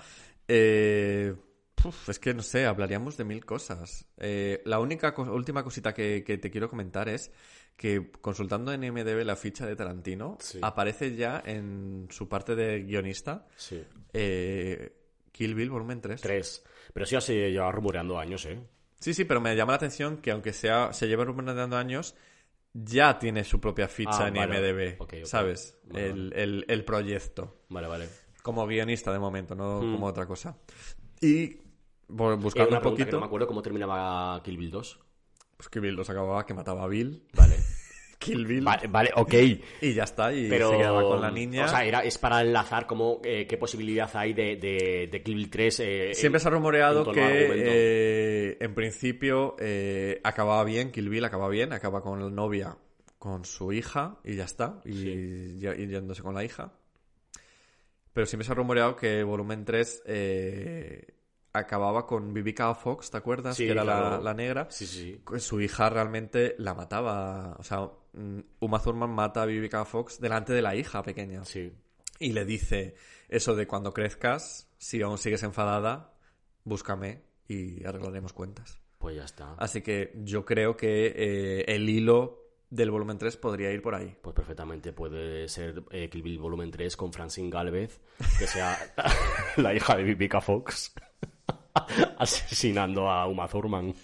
[SPEAKER 4] Eh, uf, es que no sé, hablaríamos de mil cosas. Eh, la única co- última cosita que, que te quiero comentar es que consultando en I M D B la ficha de Tarantino, sí. aparece ya en su parte de guionista
[SPEAKER 5] sí.
[SPEAKER 4] eh, Kill Bill volumen tres.
[SPEAKER 5] tres. Pero eso ya se lleva rumoreando años, ¿eh?
[SPEAKER 4] Sí, sí, pero me llama la atención que aunque sea se lleve rumoreando años, ya tiene su propia ficha
[SPEAKER 5] ah,
[SPEAKER 4] en
[SPEAKER 5] vale.
[SPEAKER 4] I M D B,
[SPEAKER 5] okay, okay.
[SPEAKER 4] ¿sabes?
[SPEAKER 5] Vale,
[SPEAKER 4] el,
[SPEAKER 5] vale.
[SPEAKER 4] El, el proyecto.
[SPEAKER 5] Vale, vale.
[SPEAKER 4] Como guionista de momento, no
[SPEAKER 5] mm.
[SPEAKER 4] como otra cosa. Y buscando
[SPEAKER 5] una
[SPEAKER 4] un poquito...
[SPEAKER 5] Que no me acuerdo cómo terminaba Kill Bill dos.
[SPEAKER 4] Pues Kill Bill dos acababa que mataba a Bill.
[SPEAKER 5] Vale.
[SPEAKER 4] Kill Bill.
[SPEAKER 5] Vale, vale, ok.
[SPEAKER 4] Y ya está, y
[SPEAKER 5] pero,
[SPEAKER 4] se quedaba con la niña.
[SPEAKER 5] O sea, era, es para enlazar como, eh, qué posibilidad hay de, de, de Kill Bill tres. Eh,
[SPEAKER 4] Siempre se ha rumoreado
[SPEAKER 5] en
[SPEAKER 4] que,
[SPEAKER 5] eh,
[SPEAKER 4] en principio, eh, acababa bien, Kill Bill acaba bien, acaba con la novia, con su hija, y ya está, y, sí. y, y yéndose con la hija. Pero siempre se ha rumoreado que volumen tres eh, acababa con Vivica Fox, ¿te acuerdas?
[SPEAKER 5] Sí,
[SPEAKER 4] que era
[SPEAKER 5] claro.
[SPEAKER 4] la, la negra.
[SPEAKER 5] Sí, sí.
[SPEAKER 4] Su hija realmente la mataba. O sea, Uma Thurman mata a Vivica Fox delante de la hija pequeña.
[SPEAKER 5] Sí.
[SPEAKER 4] Y le dice eso de cuando crezcas, si aún sigues enfadada, búscame y arreglaremos cuentas.
[SPEAKER 5] Pues ya está.
[SPEAKER 4] Así que yo creo que eh, el hilo del volumen tres podría ir por ahí.
[SPEAKER 5] Pues perfectamente puede ser eh, Kill Bill volumen tres con Francine Gálvez, que sea la hija de Vivica Fox, asesinando a Uma Thurman.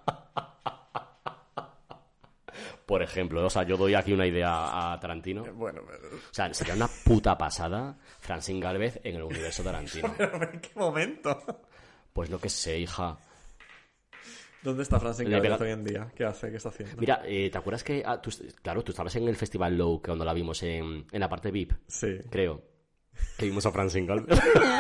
[SPEAKER 5] Por ejemplo, o sea, yo doy aquí una idea a Tarantino.
[SPEAKER 4] Bueno, pero...
[SPEAKER 5] O sea, sería una puta pasada Francine Gálvez en el universo Tarantino.
[SPEAKER 4] ¿Pero en qué momento?
[SPEAKER 5] Pues no que sé, hija.
[SPEAKER 4] ¿Dónde está Francine
[SPEAKER 5] Le
[SPEAKER 4] Gálvez
[SPEAKER 5] pega-
[SPEAKER 4] hoy en día? ¿Qué hace? ¿Qué está haciendo?
[SPEAKER 5] Mira, eh, ¿te acuerdas que... ah, tú, claro, tú estabas en el Festival Low cuando la vimos en, en la parte V I P.
[SPEAKER 4] Sí.
[SPEAKER 5] Creo. Que vimos a Francine Gálvez.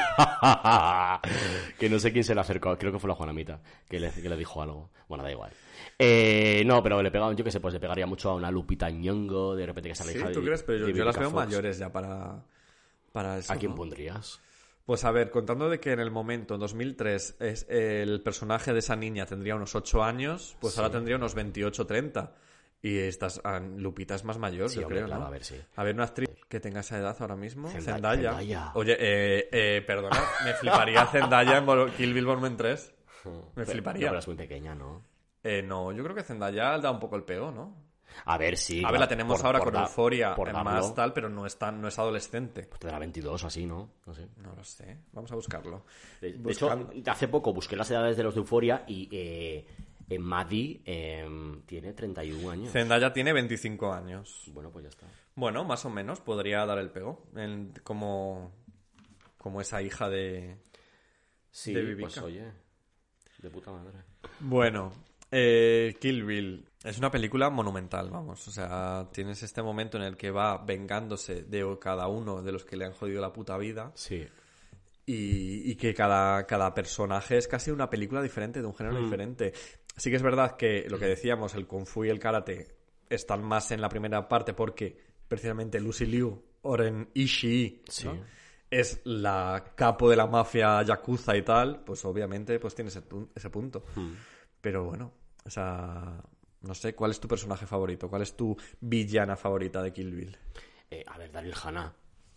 [SPEAKER 5] Que no sé quién se le acercó. Creo que fue la Juanamita. Que le, que le dijo algo. Bueno, da igual. Eh, no, pero le pegaban, yo qué sé, pues le pegaría mucho a una Lupita Nyong'o. De repente que sale
[SPEAKER 4] Sí,
[SPEAKER 5] hija de...
[SPEAKER 4] ¿tú crees? Pero yo,
[SPEAKER 5] de
[SPEAKER 4] yo las
[SPEAKER 5] Vivica
[SPEAKER 4] veo
[SPEAKER 5] Fox.
[SPEAKER 4] mayores ya para, para eso,
[SPEAKER 5] ¿A quién
[SPEAKER 4] ¿no?
[SPEAKER 5] pondrías?
[SPEAKER 4] Pues a ver, contando de que en el momento, en dos mil tres, es, el personaje de esa niña tendría unos ocho años, pues
[SPEAKER 5] Sí.
[SPEAKER 4] ahora tendría unos veintiocho, treinta. Y estas, ah, Lupita es más mayor,
[SPEAKER 5] Sí,
[SPEAKER 4] yo
[SPEAKER 5] hombre,
[SPEAKER 4] creo,
[SPEAKER 5] claro,
[SPEAKER 4] ¿no?
[SPEAKER 5] a ver, sí.
[SPEAKER 4] A ver, una actriz que tenga esa edad ahora mismo.
[SPEAKER 5] Zenda-
[SPEAKER 4] Zendaya.
[SPEAKER 5] Zendaya.
[SPEAKER 4] Oye, eh, eh, perdona, me fliparía Zendaya en Vol- Kill Bill Volumen tres. Me
[SPEAKER 5] Pero-
[SPEAKER 4] fliparía.
[SPEAKER 5] no, pero es muy pequeña, ¿no?
[SPEAKER 4] Eh, no, yo creo que Zendaya da un poco el pego, ¿no?
[SPEAKER 5] A ver, sí.
[SPEAKER 4] A ver, la tenemos
[SPEAKER 5] por-
[SPEAKER 4] ahora
[SPEAKER 5] por
[SPEAKER 4] con
[SPEAKER 5] da-
[SPEAKER 4] Euforia
[SPEAKER 5] por
[SPEAKER 4] en
[SPEAKER 5] darlo.
[SPEAKER 4] más tal, pero no es, tan, no es adolescente.
[SPEAKER 5] Pues tendrá veintidós o así, ¿no? No sé.
[SPEAKER 4] No lo sé. Vamos a buscarlo.
[SPEAKER 5] De, de
[SPEAKER 4] Buscando-
[SPEAKER 5] hecho, hace poco busqué las edades de los de Euforia y eh, eh, Maddie eh, tiene treinta y un años.
[SPEAKER 4] Zendaya tiene veinticinco años.
[SPEAKER 5] Bueno, pues ya está.
[SPEAKER 4] Bueno, más o menos podría dar el pego. En- como, como esa hija de,
[SPEAKER 5] Sí,
[SPEAKER 4] de Vivica.
[SPEAKER 5] pues oye, de puta madre.
[SPEAKER 4] Bueno, eh, Kill Bill. Es una película monumental, vamos. O sea, tienes este momento en el que va vengándose de cada uno de los que le han jodido la puta vida.
[SPEAKER 5] Sí.
[SPEAKER 4] Y, y que cada, cada personaje es casi una película diferente, de un género
[SPEAKER 5] Mm.
[SPEAKER 4] diferente. Sí que es verdad que lo que decíamos, el Kung Fu y el Karate están más en la primera parte porque precisamente Lucy Liu, Oren Ishii, ¿no?
[SPEAKER 5] Sí.
[SPEAKER 4] es la capo de la mafia yakuza y tal, pues obviamente pues tiene ese, pu- ese punto.
[SPEAKER 5] Hmm.
[SPEAKER 4] Pero bueno, o sea, no sé, ¿cuál es tu personaje favorito? ¿Cuál es tu villana favorita de Kill Bill?
[SPEAKER 5] Eh, a ver, Daryl Hannah.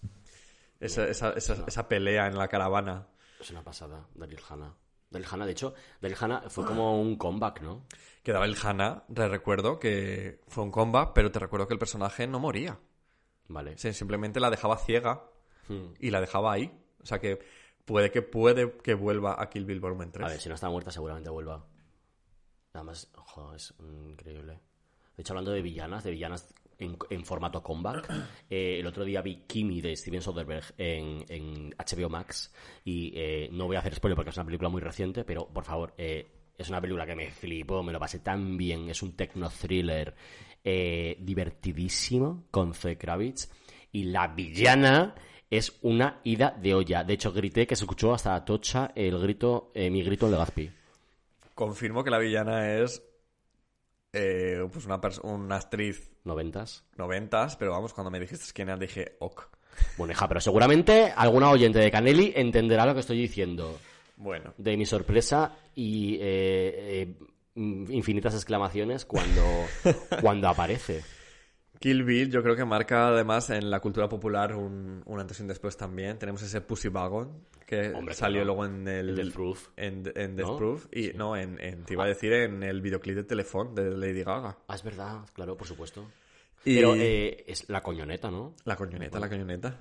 [SPEAKER 4] Esa, esa, esa, esa pelea en la caravana.
[SPEAKER 5] Es una pasada, Daryl Hannah. Daryl Hannah, de hecho, Daryl Hannah fue como un comeback, ¿no?
[SPEAKER 4] Que Daryl Hannah, te recuerdo que fue un combat, pero te recuerdo que el personaje no moría.
[SPEAKER 5] Vale.
[SPEAKER 4] Sí, simplemente la dejaba ciega
[SPEAKER 5] Hmm.
[SPEAKER 4] y la dejaba ahí. O sea que puede que puede que vuelva a Kill Bill Volumen tres.
[SPEAKER 5] A ver, si no está muerta seguramente vuelva. Además, ojo, es increíble. De hecho, hablando de villanas, de villanas en, en formato comeback, eh, el otro día vi Kimi de Steven Soderbergh en, en H B O Max y eh, no voy a hacer spoiler porque es una película muy reciente, pero por favor, eh, es una película que me flipó, me lo pasé tan bien, es un techno thriller eh, divertidísimo con Zoe Kravitz y la villana es una ida de olla. De hecho, grité que se escuchó hasta Atocha el grito, eh, mi grito en Legazpi.
[SPEAKER 4] Confirmo que la villana es eh, pues una, pers- una actriz
[SPEAKER 5] ¿Noventas?
[SPEAKER 4] noventas, pero vamos, cuando me dijiste quién era dije ok.
[SPEAKER 5] Bueno, hija, pero seguramente alguna oyente de Canelli entenderá lo que estoy diciendo.
[SPEAKER 4] Bueno.
[SPEAKER 5] De mi sorpresa y eh, eh, infinitas exclamaciones cuando, cuando aparece.
[SPEAKER 4] Kill Bill yo creo que marca además en la cultura popular un, un antes y un después también. Tenemos ese Pussy Wagon que
[SPEAKER 5] Hombre,
[SPEAKER 4] salió
[SPEAKER 5] claro.
[SPEAKER 4] luego en el,
[SPEAKER 5] El Death Proof.
[SPEAKER 4] En, en Death
[SPEAKER 5] ¿No?
[SPEAKER 4] Proof y
[SPEAKER 5] Sí.
[SPEAKER 4] no, en, en- te iba a decir en el videoclip de Telefón de Lady Gaga.
[SPEAKER 5] Ah, es verdad, claro, por supuesto.
[SPEAKER 4] Y-
[SPEAKER 5] Pero eh, es la coñoneta, ¿no?
[SPEAKER 4] La coñoneta, la coñoneta.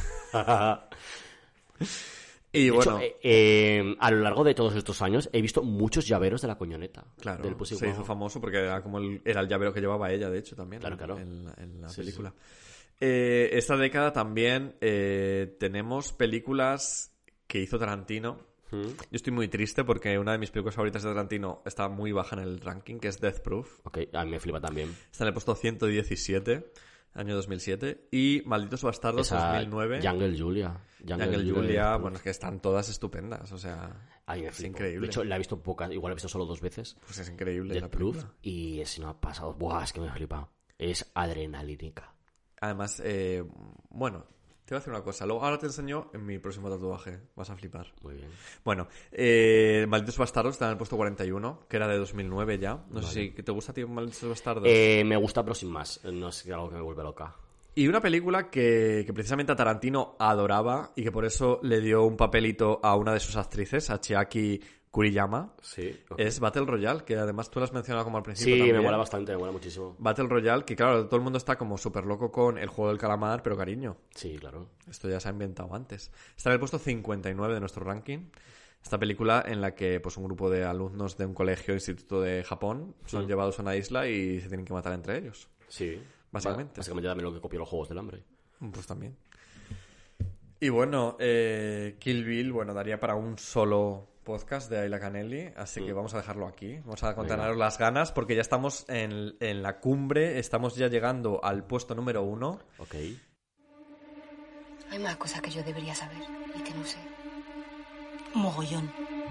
[SPEAKER 5] Y
[SPEAKER 4] Y
[SPEAKER 5] de
[SPEAKER 4] bueno,
[SPEAKER 5] hecho, eh, eh, a lo largo de todos estos años he visto muchos llaveros de la coñoneta.
[SPEAKER 4] claro,
[SPEAKER 5] Del Pussy
[SPEAKER 4] se hizo
[SPEAKER 5] Wagon.
[SPEAKER 4] famoso porque era como el, era el llavero que llevaba ella, de hecho, también.
[SPEAKER 5] Claro,
[SPEAKER 4] en,
[SPEAKER 5] claro.
[SPEAKER 4] En, la- en la
[SPEAKER 5] Sí,
[SPEAKER 4] película. Eh, esta década también eh, tenemos películas que hizo Tarantino Yo estoy muy triste porque una de mis películas favoritas de Tarantino está muy baja en el ranking, que es Death Proof.
[SPEAKER 5] Ok, a mí me flipa también.
[SPEAKER 4] Está en el puesto ciento diecisiete, año dos mil siete. Y Malditos Bastardos,
[SPEAKER 5] Esa
[SPEAKER 4] dos mil nueve.
[SPEAKER 5] Jungle Julia.
[SPEAKER 4] Jungle, Jungle Julia, bueno, es que están todas estupendas, o sea,
[SPEAKER 5] a mí me
[SPEAKER 4] es
[SPEAKER 5] flipo.
[SPEAKER 4] increíble.
[SPEAKER 5] De hecho, la he visto pocas, igual la he visto solo dos veces.
[SPEAKER 4] Pues es increíble
[SPEAKER 5] Death
[SPEAKER 4] la
[SPEAKER 5] Proof,
[SPEAKER 4] película.
[SPEAKER 5] y es no ha pasado. Buah, es que me flipa. Es adrenalínica.
[SPEAKER 4] Además, eh, bueno, te voy a decir una cosa. Luego, ahora te enseño en mi próximo tatuaje. Vas a flipar.
[SPEAKER 5] Muy bien.
[SPEAKER 4] Bueno, eh, Malditos Bastardos está en el puesto cuarenta y uno, que era de dos mil nueve ya. No
[SPEAKER 5] Vale.
[SPEAKER 4] sé si te gusta a ti Malditos Bastardos.
[SPEAKER 5] Eh, me gusta, pero sin más. No es algo que me vuelve loca.
[SPEAKER 4] Y una película que, que precisamente a Tarantino adoraba y que por eso le dio un papelito a una de sus actrices, a Chiaki Kuriyama,
[SPEAKER 5] sí, okay.
[SPEAKER 4] Es Battle Royale, que además tú lo has mencionado como al principio.
[SPEAKER 5] Sí,
[SPEAKER 4] también.
[SPEAKER 5] me mola bastante, me mola muchísimo.
[SPEAKER 4] Battle Royale, que claro, todo el mundo está como súper loco con el juego del calamar, pero cariño.
[SPEAKER 5] Sí, claro.
[SPEAKER 4] Esto ya se ha inventado antes. Está en el puesto cincuenta y nueve de nuestro ranking. Esta película en la que pues un grupo de alumnos de un colegio instituto de Japón son
[SPEAKER 5] Mm.
[SPEAKER 4] llevados a una isla y se tienen que matar entre ellos.
[SPEAKER 5] Sí.
[SPEAKER 4] Básicamente.
[SPEAKER 5] Básicamente también lo que copió los Juegos del Hambre.
[SPEAKER 4] Pues también. Y bueno, eh, Kill Bill, bueno, daría para un solo podcast de Ayla Canelli, así
[SPEAKER 5] Mm.
[SPEAKER 4] que vamos a dejarlo aquí. Vamos a contener
[SPEAKER 5] Venga.
[SPEAKER 4] las ganas porque ya estamos en, en la cumbre, estamos ya llegando al puesto número uno.
[SPEAKER 5] Ok.
[SPEAKER 8] Hay más cosas que yo debería saber y que no sé.
[SPEAKER 21] Mogollón.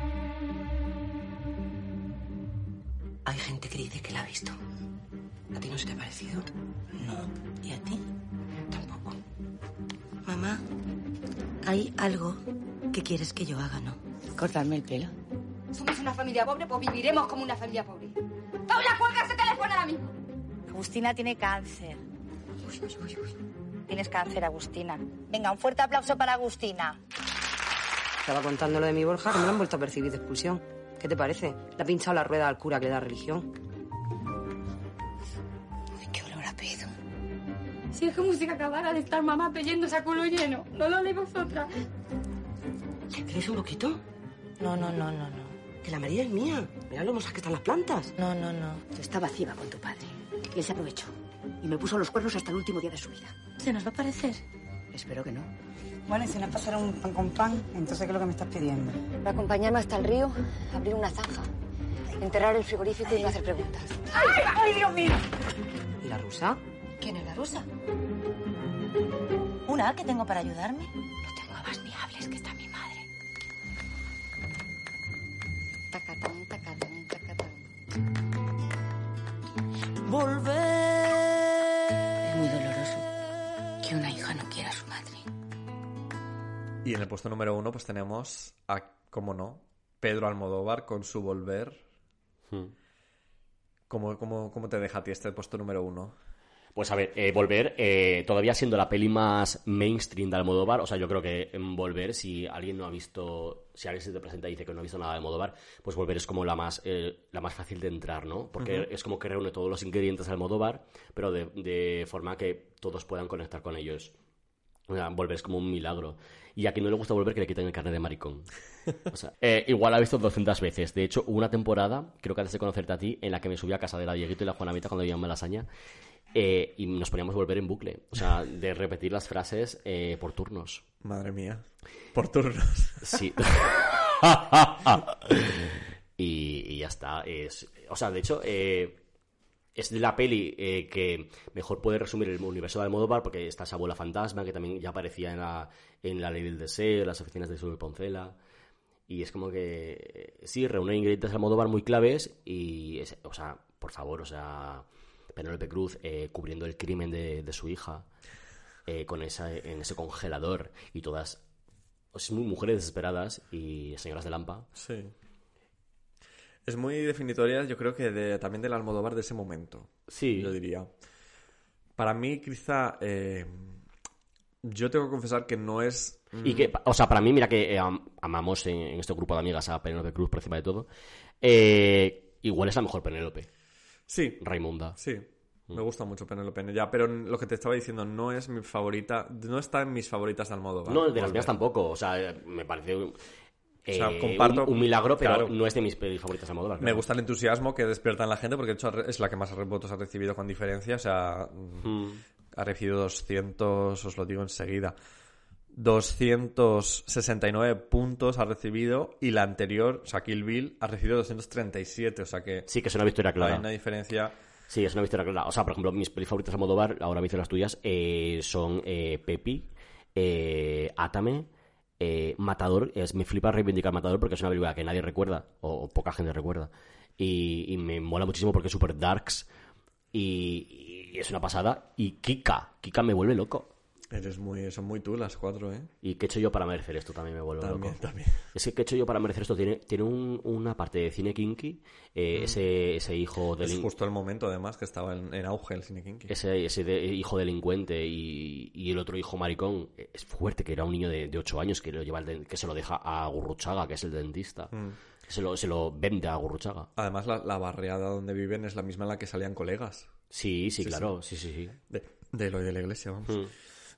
[SPEAKER 8] Hay gente que dice que la ha visto. ¿A ti no se te ha parecido?
[SPEAKER 21] No. ¿Y a ti?
[SPEAKER 8] Tampoco.
[SPEAKER 21] Mamá, hay algo que quieres que yo haga, ¿no? Cortarme el pelo.
[SPEAKER 14] Somos una familia pobre, pues viviremos como una familia pobre. ¡Paula, cuelga ese teléfono ahora mismo!
[SPEAKER 9] Agustina tiene cáncer.
[SPEAKER 14] Uy, uy, uy, uy.
[SPEAKER 9] Tienes cáncer, Agustina. Venga, un fuerte aplauso para Agustina.
[SPEAKER 6] Estaba contando lo de mi Borja, que me lo han vuelto a percibir de expulsión. ¿Qué te parece? Le ha pinchado la rueda al cura que le da religión.
[SPEAKER 9] Uy, qué olor a pedo.
[SPEAKER 14] Si es como si acabara de estar mamá peyéndose a culo lleno. No lo de vosotras.
[SPEAKER 6] ¿Le crees un poquito?
[SPEAKER 21] No, no, no, no, no.
[SPEAKER 6] Que la María es mía. Mira lo mozas que están las plantas.
[SPEAKER 21] No, no, no.
[SPEAKER 8] Yo estaba ciega con tu padre. Y él se aprovechó. Y me puso los cuernos hasta el último día de su vida.
[SPEAKER 21] ¿Se nos va a parecer?
[SPEAKER 8] Espero que no.
[SPEAKER 21] Bueno, y si no es pasar un pan con pan, entonces ¿qué es lo que me estás pidiendo?
[SPEAKER 8] Va a acompañarme hasta el río, abrir una zanja, enterrar el frigorífico y no hacer preguntas.
[SPEAKER 21] ¡Ay, ay, Dios mío!
[SPEAKER 6] ¿Y la rusa?
[SPEAKER 8] ¿Quién es la rusa?
[SPEAKER 21] ¿Una que tengo para ayudarme?
[SPEAKER 8] No te muevas ni hables, que está mi madre. Tacatán, tacatán, tacatán.
[SPEAKER 21] Volver. Es muy doloroso que una hija no quiera a su madre.
[SPEAKER 4] Y en el puesto número uno pues tenemos a, cómo no, Pedro Almodóvar con su Volver.
[SPEAKER 5] Hmm.
[SPEAKER 4] ¿Cómo, cómo, ¿Cómo te deja a ti este puesto número uno?
[SPEAKER 5] Pues a ver, eh, Volver, eh, todavía siendo la peli más mainstream de Almodóvar, o sea, yo creo que en Volver, si alguien no ha visto, si alguien se te presenta y dice que no ha visto nada de Almodóvar, pues Volver es como la más eh, la más fácil de entrar, ¿no? Porque
[SPEAKER 4] Ujú.
[SPEAKER 5] es como que reúne todos los ingredientes de Almodóvar, pero de, de forma que todos puedan conectar con ellos. O sea, Volver es como un milagro. Y a quien no le gusta Volver, que le quiten el carnet de maricón. O sea, eh, igual la he visto doscientas veces. De hecho, hubo una temporada, creo que antes de conocerte a ti, en la que me subí a casa de la Dieguito y la Juanamita cuando vivían en Malasaña. Eh, y nos poníamos Volver en bucle. O sea, de repetir las frases eh, por turnos.
[SPEAKER 4] Madre mía. Por turnos.
[SPEAKER 5] Sí. y, y ya está. Es, o sea, de hecho, eh, es la peli eh, que mejor puede resumir el universo de Almodóvar, porque está esa abuela fantasma que también ya aparecía en la, en la Ley del Deseo, en las oficinas de Sube Poncela. Y es como que sí, reúne ingredientes de Almodóvar muy claves y, es, o sea, por favor, o sea, Penélope Cruz eh, cubriendo el crimen de, de su hija eh, con esa, en ese congelador y todas, o sea, muy mujeres desesperadas y señoras de Lampa.
[SPEAKER 4] Sí. Es muy definitoria, yo creo que de, también del Almodóvar de ese momento.
[SPEAKER 5] Sí.
[SPEAKER 4] Yo diría. Para mí, quizá, eh, yo tengo que confesar que no es...
[SPEAKER 5] Y que, o sea, para mí, mira que eh, am- amamos en, en este grupo de amigas a Penélope Cruz por encima de todo. Eh, igual es la mejor Penélope.
[SPEAKER 4] Sí.
[SPEAKER 5] Raimunda.
[SPEAKER 4] Sí. Me gusta mucho Penélope ya, pero lo que te estaba diciendo no es mi favorita, no está en mis favoritas de Almodóvar.
[SPEAKER 5] No, de las mías tampoco. O sea, me parece un,
[SPEAKER 4] O sea,
[SPEAKER 5] eh,
[SPEAKER 4] comparto-
[SPEAKER 5] un, un milagro, pero
[SPEAKER 4] claro.
[SPEAKER 5] no es de mis pelis favoritas de Almodóvar.
[SPEAKER 4] Me
[SPEAKER 5] claro.
[SPEAKER 4] gusta el entusiasmo que despierta en la gente, porque de hecho es la que más votos ha recibido con diferencia. O sea,
[SPEAKER 5] Hmm.
[SPEAKER 4] ha recibido doscientos, os lo digo enseguida. doscientos sesenta y nueve puntos ha recibido y la anterior, o sea, Kill Bill, ha recibido doscientos treinta y siete, o sea que...
[SPEAKER 5] Sí, que es una victoria clara.
[SPEAKER 4] Hay una diferencia...
[SPEAKER 5] Sí, es una victoria clara. O sea, por ejemplo, mis pelis favoritas de Almodóvar, ahora me hice las tuyas, eh, son eh, Pepi, eh, Átame, eh, Matador. Es, me flipa reivindicar Matador porque es una película que nadie recuerda, o, o poca gente recuerda. Y, y me mola muchísimo porque es súper darks y, y es una pasada. Y Kika, Kika me vuelve loco.
[SPEAKER 4] Eres muy, son muy tú las cuatro, ¿eh?
[SPEAKER 5] ¿Y qué he hecho yo para merecer esto? También me vuelvo
[SPEAKER 4] también,
[SPEAKER 5] loco.
[SPEAKER 4] También.
[SPEAKER 5] Es que ¿qué he hecho yo para merecer esto? Tiene, tiene un, una parte de cine kinky, eh, mm. ese, ese hijo del...
[SPEAKER 4] Es justo el momento, además, que estaba en, en auge el cine kinky.
[SPEAKER 5] Ese, ese de, hijo delincuente y, y el otro hijo maricón. Es fuerte, que era un niño de, de ocho años que, lo lleva el, que se lo deja a Gurruchaga, que es el dentista. Mm. Se, lo, se lo vende a Gurruchaga.
[SPEAKER 4] Además, la, la barriada donde viven es la misma en la que salían Colegas.
[SPEAKER 5] Sí, sí, sí claro. Sí, sí, sí. sí.
[SPEAKER 4] De, de Eloy de la Iglesia, vamos.
[SPEAKER 5] Mm.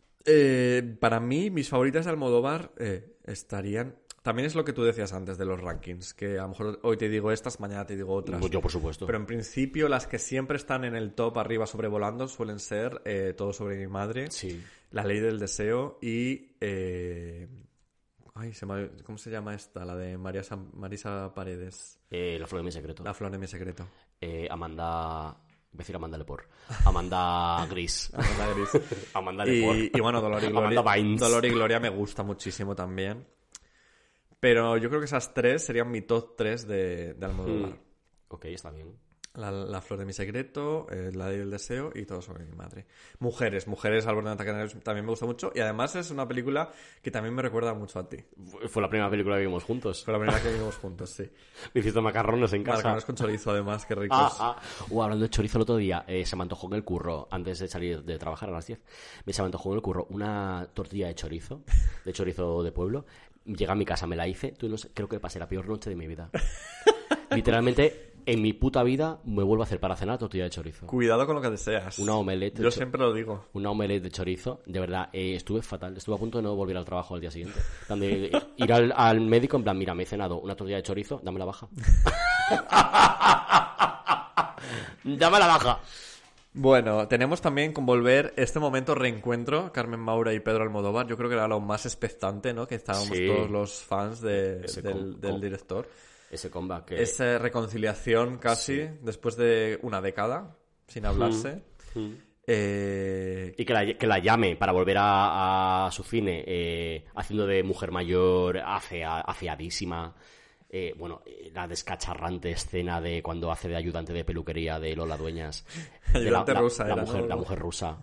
[SPEAKER 4] Eh, para mí, mis favoritas de Almodóvar eh, estarían... También es lo que tú decías antes de los rankings, que a lo mejor hoy te digo estas, mañana te digo otras.
[SPEAKER 5] Yo, por supuesto.
[SPEAKER 4] Pero en principio, las que siempre están en el top arriba sobrevolando suelen ser eh, Todo sobre mi madre,
[SPEAKER 5] sí.
[SPEAKER 4] La ley del deseo y... Eh... Ay, se me... ¿cómo se llama esta? La de María San... Marisa Paredes.
[SPEAKER 5] Eh, La flor de mi secreto.
[SPEAKER 4] La flor de mi secreto.
[SPEAKER 5] Eh, Amanda... Voy a decir Amanda Lepore. Amanda Gris.
[SPEAKER 4] Amanda Gris.
[SPEAKER 5] Amanda Lepore.
[SPEAKER 4] Y, y bueno, Dolor y Gloria. Dolor y Gloria me gusta muchísimo también. Pero yo creo que esas tres serían mi top tres de, de Almodóvar.
[SPEAKER 5] Hmm. Ok, está bien.
[SPEAKER 4] La, la flor de mi secreto, eh, La ley del deseo y Todo sobre mi madre. Mujeres, Mujeres al borde de un ataque nervioso también me gusta mucho. Y además es una película que también me recuerda mucho a ti.
[SPEAKER 5] Fue la primera película que vimos juntos.
[SPEAKER 4] Fue la primera que vimos juntos, sí.
[SPEAKER 5] Me hiciste macarrones en casa.
[SPEAKER 4] Macarrones con chorizo, además, qué ricos.
[SPEAKER 5] Ah, ah. Uh, hablando de chorizo, el otro día eh, se me antojó en el curro, antes de salir de trabajar a las diez, me se me antojó en el curro una tortilla de chorizo, de chorizo de pueblo. Llegué a mi casa, me la hice. Tú no sé, creo que pasé la peor noche de mi vida. Literalmente... En mi puta vida me vuelvo a hacer para cenar tortilla de chorizo.
[SPEAKER 4] Cuidado con lo que deseas.
[SPEAKER 5] Una omelette.
[SPEAKER 4] Yo siempre lo digo.
[SPEAKER 5] Una omelette de chorizo. De verdad, eh, estuve fatal. Estuve a punto de no volver al trabajo al día siguiente. De ir al, al médico en plan, mira, me he cenado una tortilla de chorizo, dame la baja. Dame la baja.
[SPEAKER 4] Bueno, tenemos también con volver este momento reencuentro, Carmen Maura y Pedro Almodóvar. Yo creo que era lo más expectante, ¿no? Que estábamos sí. todos los fans de, del, com- del director.
[SPEAKER 5] Ese comeback. Que...
[SPEAKER 4] Esa reconciliación casi, sí. después de una década sin hablarse.
[SPEAKER 5] Mm. Mm.
[SPEAKER 4] Eh...
[SPEAKER 5] Y que la, que la llame para volver a, a su cine, eh, haciendo de mujer mayor, afea, afeadísima. Eh, bueno, la descacharrante escena de cuando hace de ayudante de peluquería de Lola Dueñas.
[SPEAKER 4] Ayudante
[SPEAKER 5] de la,
[SPEAKER 4] rusa,
[SPEAKER 5] la,
[SPEAKER 4] era,
[SPEAKER 5] la mujer,
[SPEAKER 4] ¿no?
[SPEAKER 5] la mujer rusa.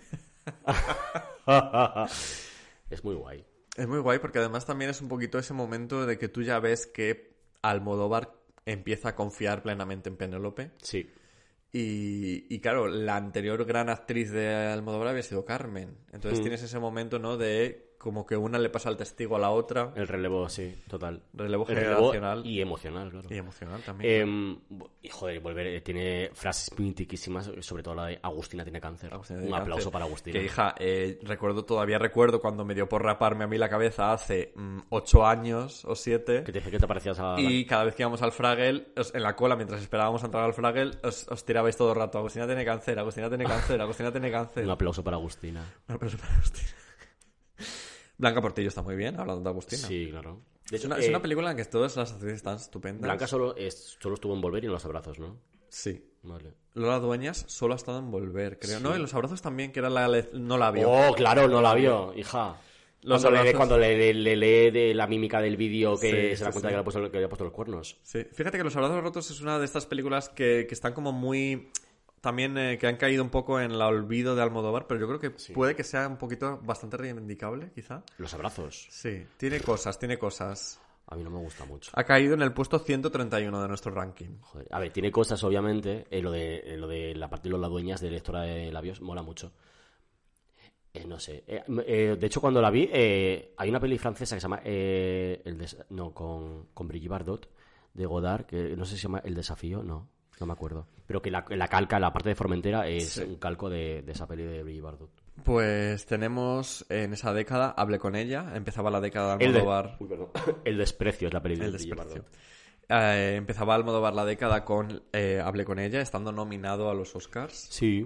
[SPEAKER 5] Es muy guay.
[SPEAKER 4] Es muy guay porque además también es un poquito ese momento de que tú ya ves que Almodóvar empieza a confiar plenamente en Penélope.
[SPEAKER 5] Sí.
[SPEAKER 4] Y, y claro, la anterior gran actriz de Almodóvar había sido Carmen. Entonces mm. tienes ese momento, ¿no? De como que una le pasa el testigo a la otra.
[SPEAKER 5] El relevo, sí, total.
[SPEAKER 4] Relevo
[SPEAKER 5] el
[SPEAKER 4] generacional.
[SPEAKER 5] Relevo y emocional, claro.
[SPEAKER 4] Y emocional también.
[SPEAKER 5] Eh, y joder, volver, tiene frases mítiquísimas, sobre todo la de Agustina tiene cáncer.
[SPEAKER 4] Agustina
[SPEAKER 5] Un
[SPEAKER 4] tiene
[SPEAKER 5] aplauso
[SPEAKER 4] cáncer.
[SPEAKER 5] para Agustina.
[SPEAKER 4] Que hija, eh, recuerdo, todavía recuerdo cuando me dio por raparme a mí la cabeza hace mmm, ocho años o siete.
[SPEAKER 5] Que te dije que te parecías a...
[SPEAKER 4] Y cada vez que íbamos al Fraggle, os, en la cola, mientras esperábamos a entrar al Fraggle, os, os tirabais todo el rato. Agustina tiene cáncer, Agustina tiene cáncer, Agustina tiene cáncer.
[SPEAKER 5] Un aplauso para Agustina.
[SPEAKER 4] Un aplauso para Agustina. Blanca Portillo está muy bien, hablando de Agustina.
[SPEAKER 5] Sí, claro.
[SPEAKER 4] De hecho, es, una, eh, es una película en que todas las actrices están estupendas.
[SPEAKER 5] Blanca solo, es, solo estuvo en Volver y en Los Abrazos, ¿no?
[SPEAKER 4] Sí.
[SPEAKER 5] Vale.
[SPEAKER 4] Lola Dueñas solo ha estado en Volver, creo. Sí. No, en Los Abrazos también, que era la... No la vio.
[SPEAKER 5] Oh, claro, no la vio, hija. Los cuando, le, cuando le, le, le lee de la mímica del vídeo que sí, se da cuenta sí. de que le ha puesto, que le ha puesto los cuernos.
[SPEAKER 4] Sí. Fíjate que Los Abrazos Rotos es una de estas películas que, que están como muy... También eh, que han caído un poco en el olvido de Almodóvar, pero yo creo que sí. puede que sea un poquito bastante reivindicable, quizá.
[SPEAKER 5] Los Abrazos.
[SPEAKER 4] Sí, tiene cosas, tiene cosas.
[SPEAKER 5] A mí no me gusta mucho.
[SPEAKER 4] Ha caído en el puesto ciento treinta y uno de nuestro ranking.
[SPEAKER 5] Joder. A ver, tiene cosas, obviamente. Eh, lo, de, eh, lo de la parte de los Dueñas de lectora de labios mola mucho. Eh, no sé. Eh, eh, de hecho, cuando la vi, eh, hay una peli francesa que se llama... Eh, el des... No, con, con Brigitte Bardot, de Godard, que no sé si se llama El Desafío, no. No me acuerdo. Pero que la, la calca, la parte de Formentera, es sí. un calco de, de esa peli de Brigitte Bardot.
[SPEAKER 4] Pues tenemos en esa década, Hablé con ella. Empezaba la década de Almodóvar.
[SPEAKER 5] El, de, uy, perdón. El Desprecio es la peli de
[SPEAKER 4] El
[SPEAKER 5] Brigitte
[SPEAKER 4] Desprecio.
[SPEAKER 5] Bardot.
[SPEAKER 4] Eh, empezaba Almodóvar la década con eh, Hablé con ella, estando nominado a los Oscars.
[SPEAKER 5] Sí.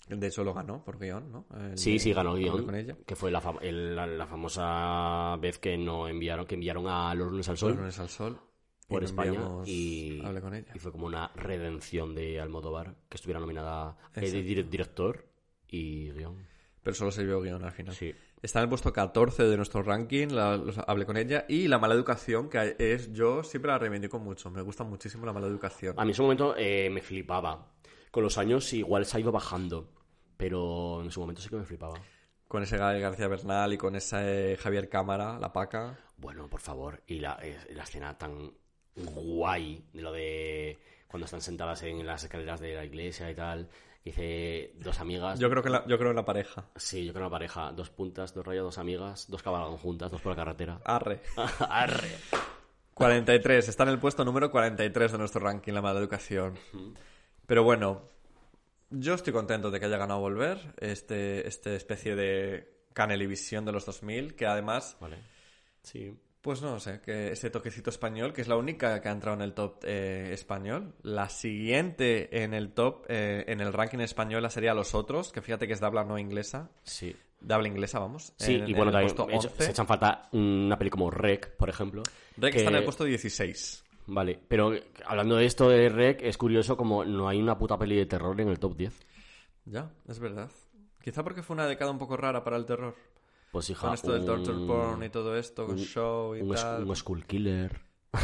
[SPEAKER 4] De hecho lo ganó por guión, ¿no? El
[SPEAKER 5] Sí,
[SPEAKER 4] de-
[SPEAKER 5] sí, ganó
[SPEAKER 4] Hable
[SPEAKER 5] guión,
[SPEAKER 4] con ella.
[SPEAKER 5] que fue la, fam- el- la, la famosa vez que no enviaron, que enviaron a Los lunes al sol.
[SPEAKER 4] Los lunes al sol.
[SPEAKER 5] Por
[SPEAKER 4] Y
[SPEAKER 5] España
[SPEAKER 4] enviamos
[SPEAKER 5] y,
[SPEAKER 4] Hable con ella.
[SPEAKER 5] y fue como una redención de Almodóvar, que estuviera nominada eh,
[SPEAKER 4] Exacto.
[SPEAKER 5] de dir- director y guión.
[SPEAKER 4] Pero solo se vio guión al final.
[SPEAKER 5] Sí.
[SPEAKER 4] Está en el puesto catorce de nuestro ranking, la, los- Hablé con ella. Y La mala educación, que es, yo siempre la reivindico mucho. Me gusta muchísimo La mala educación.
[SPEAKER 5] A mí en su momento eh, me flipaba. Con los años igual se ha ido bajando, pero en su momento sí que me flipaba.
[SPEAKER 4] Con ese Gael García Bernal y con ese Javier Cámara, la paca.
[SPEAKER 5] Bueno, por favor, y la, eh, la escena tan guay de lo de cuando están sentadas en las escaleras de la iglesia y tal, que dice dos amigas.
[SPEAKER 4] Yo creo que la, yo creo en la pareja.
[SPEAKER 5] Sí, yo creo en la pareja. Dos puntas, dos rayas, dos amigas, dos cabalgan juntas, dos por la carretera.
[SPEAKER 4] Arre.
[SPEAKER 5] Arre.
[SPEAKER 4] cuarenta y tres, está en el puesto número cuarenta y tres de nuestro ranking, La mala educación. Pero bueno, yo estoy contento de que haya ganado Volver, este, este especie de Canelivisión de los dos mil, que además,
[SPEAKER 5] Vale. Sí.
[SPEAKER 4] pues no sé, que ese toquecito español, que es la única que ha entrado en el top eh, español. La siguiente en el top, eh, en el ranking español, sería Los Otros, que fíjate que es de habla no inglesa.
[SPEAKER 5] Sí.
[SPEAKER 4] De habla inglesa, vamos.
[SPEAKER 5] Sí,
[SPEAKER 4] en,
[SPEAKER 5] y bueno,
[SPEAKER 4] en el
[SPEAKER 5] también
[SPEAKER 4] puesto
[SPEAKER 5] hecho-
[SPEAKER 4] once.
[SPEAKER 5] se echan falta una peli como Rec, por ejemplo.
[SPEAKER 4] Rec
[SPEAKER 5] que-
[SPEAKER 4] está en el puesto dieciséis.
[SPEAKER 5] Vale, pero hablando de esto de Rec, es curioso como no hay una puta peli de terror en el top diez.
[SPEAKER 4] Ya, es verdad. Quizá porque fue una década un poco rara para el terror.
[SPEAKER 5] Pues hija,
[SPEAKER 4] Con esto del
[SPEAKER 5] un-
[SPEAKER 4] torture porn y todo esto, con
[SPEAKER 5] un-
[SPEAKER 4] show y
[SPEAKER 5] un, es-
[SPEAKER 4] tal.
[SPEAKER 5] un Skull Killer.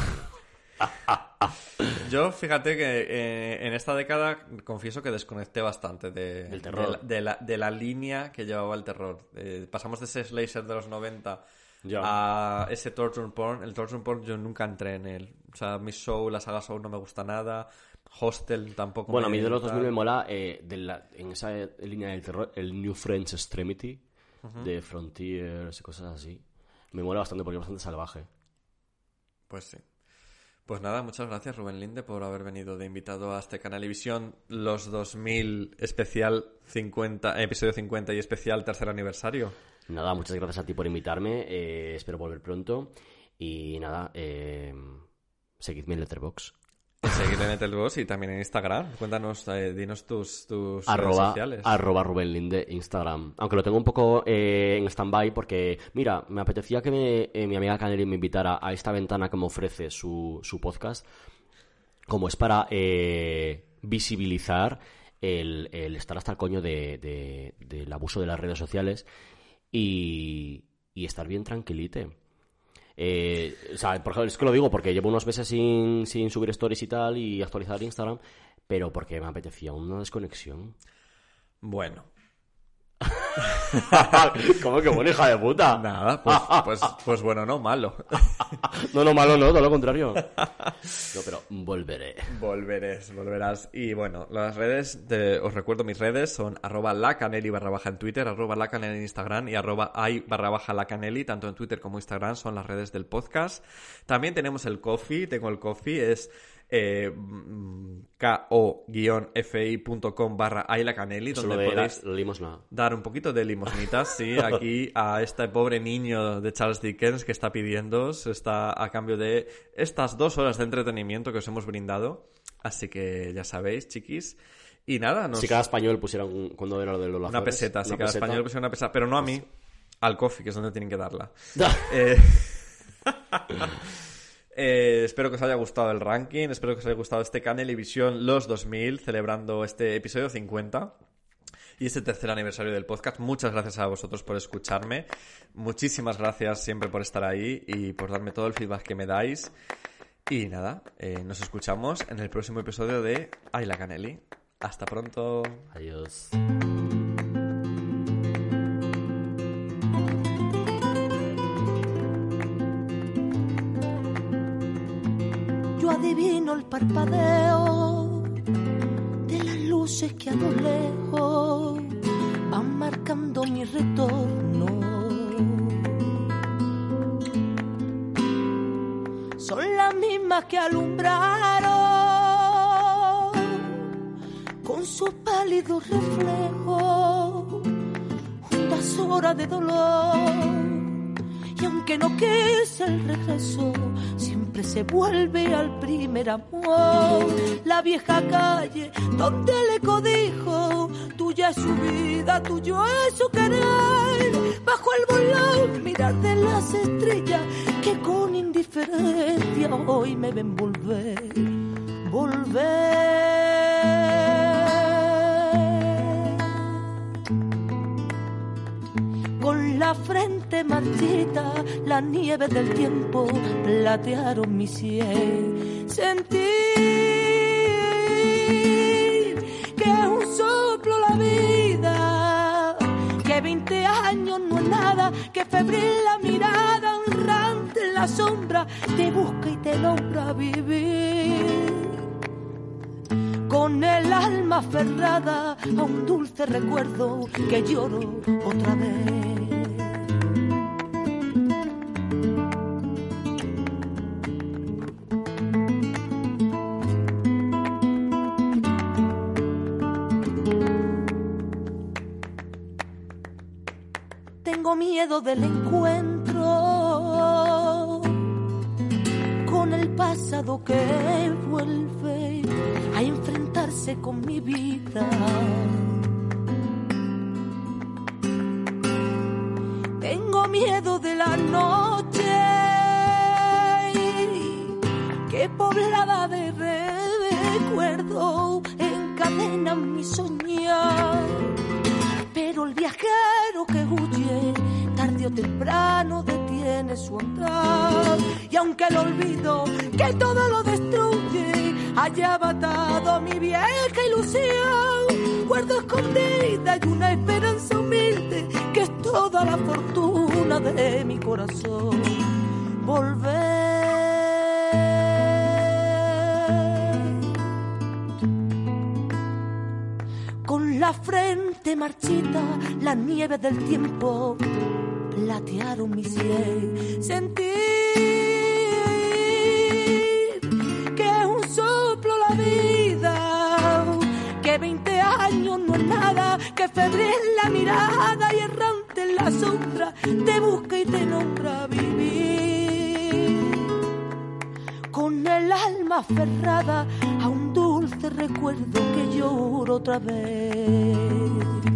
[SPEAKER 4] Yo, fíjate que eh, en esta década confieso que desconecté bastante de,
[SPEAKER 5] Del terror.
[SPEAKER 4] de, la, de, la, de la línea que llevaba el terror. Eh, pasamos de ese slasher de los noventa
[SPEAKER 5] Ya.
[SPEAKER 4] a ese torture porn. El torture porn yo nunca entré en él. O sea, mi show, la saga Show no me gusta nada. Hostel tampoco
[SPEAKER 5] Bueno, a
[SPEAKER 4] me
[SPEAKER 5] mí de los
[SPEAKER 4] tal.
[SPEAKER 5] dos mil me mola eh, de la- en esa línea del terror el New French Extremity
[SPEAKER 4] Ujú.
[SPEAKER 5] de Frontiers y cosas así. Me mola bastante porque es bastante salvaje.
[SPEAKER 4] Pues sí. Pues nada, muchas gracias Rubén Linde por haber venido de invitado a este Canelivisión Los dos mil especial cincuenta, episodio cincuenta y especial tercer aniversario.
[SPEAKER 5] Nada, muchas gracias a ti por invitarme. eh, espero volver pronto. Y nada, eh, seguidme en Letterboxd.
[SPEAKER 4] Seguir en Letterboxd y también en Instagram. Cuéntanos, eh, dinos tus, tus redes
[SPEAKER 5] Arroba,
[SPEAKER 4] sociales.
[SPEAKER 5] arroba Rubén Linde Instagram. Aunque lo tengo un poco eh, en stand-by porque, mira, me apetecía que me- eh, mi amiga Caneli me invitara a esta ventana que me ofrece su, su podcast, como es para eh, visibilizar el, el estar hasta el coño de, de- del abuso de las redes sociales y, y estar bien tranquilite. Eh, o sea, por ejemplo, es que lo digo porque llevo unos meses sin, sin subir stories y tal y actualizar Instagram, pero porque me apetecía una desconexión.
[SPEAKER 4] Bueno.
[SPEAKER 5] ¿Cómo que buena hija de puta?
[SPEAKER 4] Nada, pues, pues, pues bueno, no malo.
[SPEAKER 5] No, no, malo no, todo lo contrario. No, pero volveré.
[SPEAKER 4] Volverás, volverás. Y bueno, las redes, de- os recuerdo mis redes, son arroba lacaneli barra baja en Twitter, arroba lacaneli en Instagram y arroba ai barra baja lacaneli, tanto en Twitter como Instagram son las redes del podcast. También tenemos el Coffee, tengo el Coffee, es eh, ko-fi.com barra ailacaneli,
[SPEAKER 5] Eso
[SPEAKER 4] donde
[SPEAKER 5] lo de
[SPEAKER 4] podéis
[SPEAKER 5] la- la limosna.
[SPEAKER 4] dar un poquito de limosnitas, sí, aquí a este pobre niño de Charles Dickens que está pidiendo, está a cambio de estas dos horas de entretenimiento que os hemos brindado. Así que ya sabéis, chiquis. Y nada, nos...
[SPEAKER 5] Si cada español pusiera un, cuando era lo de los
[SPEAKER 4] una
[SPEAKER 5] Azores,
[SPEAKER 4] peseta, si
[SPEAKER 5] una
[SPEAKER 4] cada
[SPEAKER 5] peseta.
[SPEAKER 4] español pusiera una peseta, pero no a mí, al Coffee, que es donde tienen que darla. Eh, eh, espero que os haya gustado el ranking, espero que os haya gustado este Canelivisión Los dos mil, celebrando este episodio cincuenta y este tercer aniversario del podcast. Muchas gracias a vosotros por escucharme, muchísimas gracias siempre por estar ahí y por darme todo el feedback que me dais. Y nada, eh, nos escuchamos en el próximo episodio de Ay la Caneli. Hasta pronto.
[SPEAKER 5] Adiós.
[SPEAKER 1] Yo adivino el parpadeo de las luces que a lo lejos van marcando mi retorno. Son las mismas que alumbraron con sus pálidos reflejos juntas horas de dolor. Y aunque no quise el regreso, siempre se vuelve al primer amor. La vieja calle donde el eco dijo,
[SPEAKER 10] tuya es su vida, tuyo es su querer. Bajo el volón, mirar de las estrellas que con indiferencia hoy me ven volver, volver. Con la frente marchita, la nieve del tiempo platearon mi sien. Sentir que es un soplo la vida, que veinte años no es nada, que febril la mirada, honrante en la sombra, te busca y te logra vivir. Con el alma aferrada a un dulce recuerdo que lloro otra vez. Tengo miedo del encuentro con el pasado que vuelve a enfrentarse con mi vida. Tengo miedo de la noche que poblada de recuerdo encadena mi soñar. Pero el viajero que huye tarde o temprano detiene su andar. Y aunque el olvido que todo lo destruye haya matado mi vieja ilusión, guardo escondida y una esperanza humilde que es toda la fortuna de mi corazón. Volver. Con la frente marchita, la nieve del tiempo platearon mi sien. Sentir que es un soplo la vida, que veinte años no es nada, que febril la mirada y errante en la sombra te busca y te nombra vivir. Con el alma aferrada a un dulce recuerdo que lloro otra vez.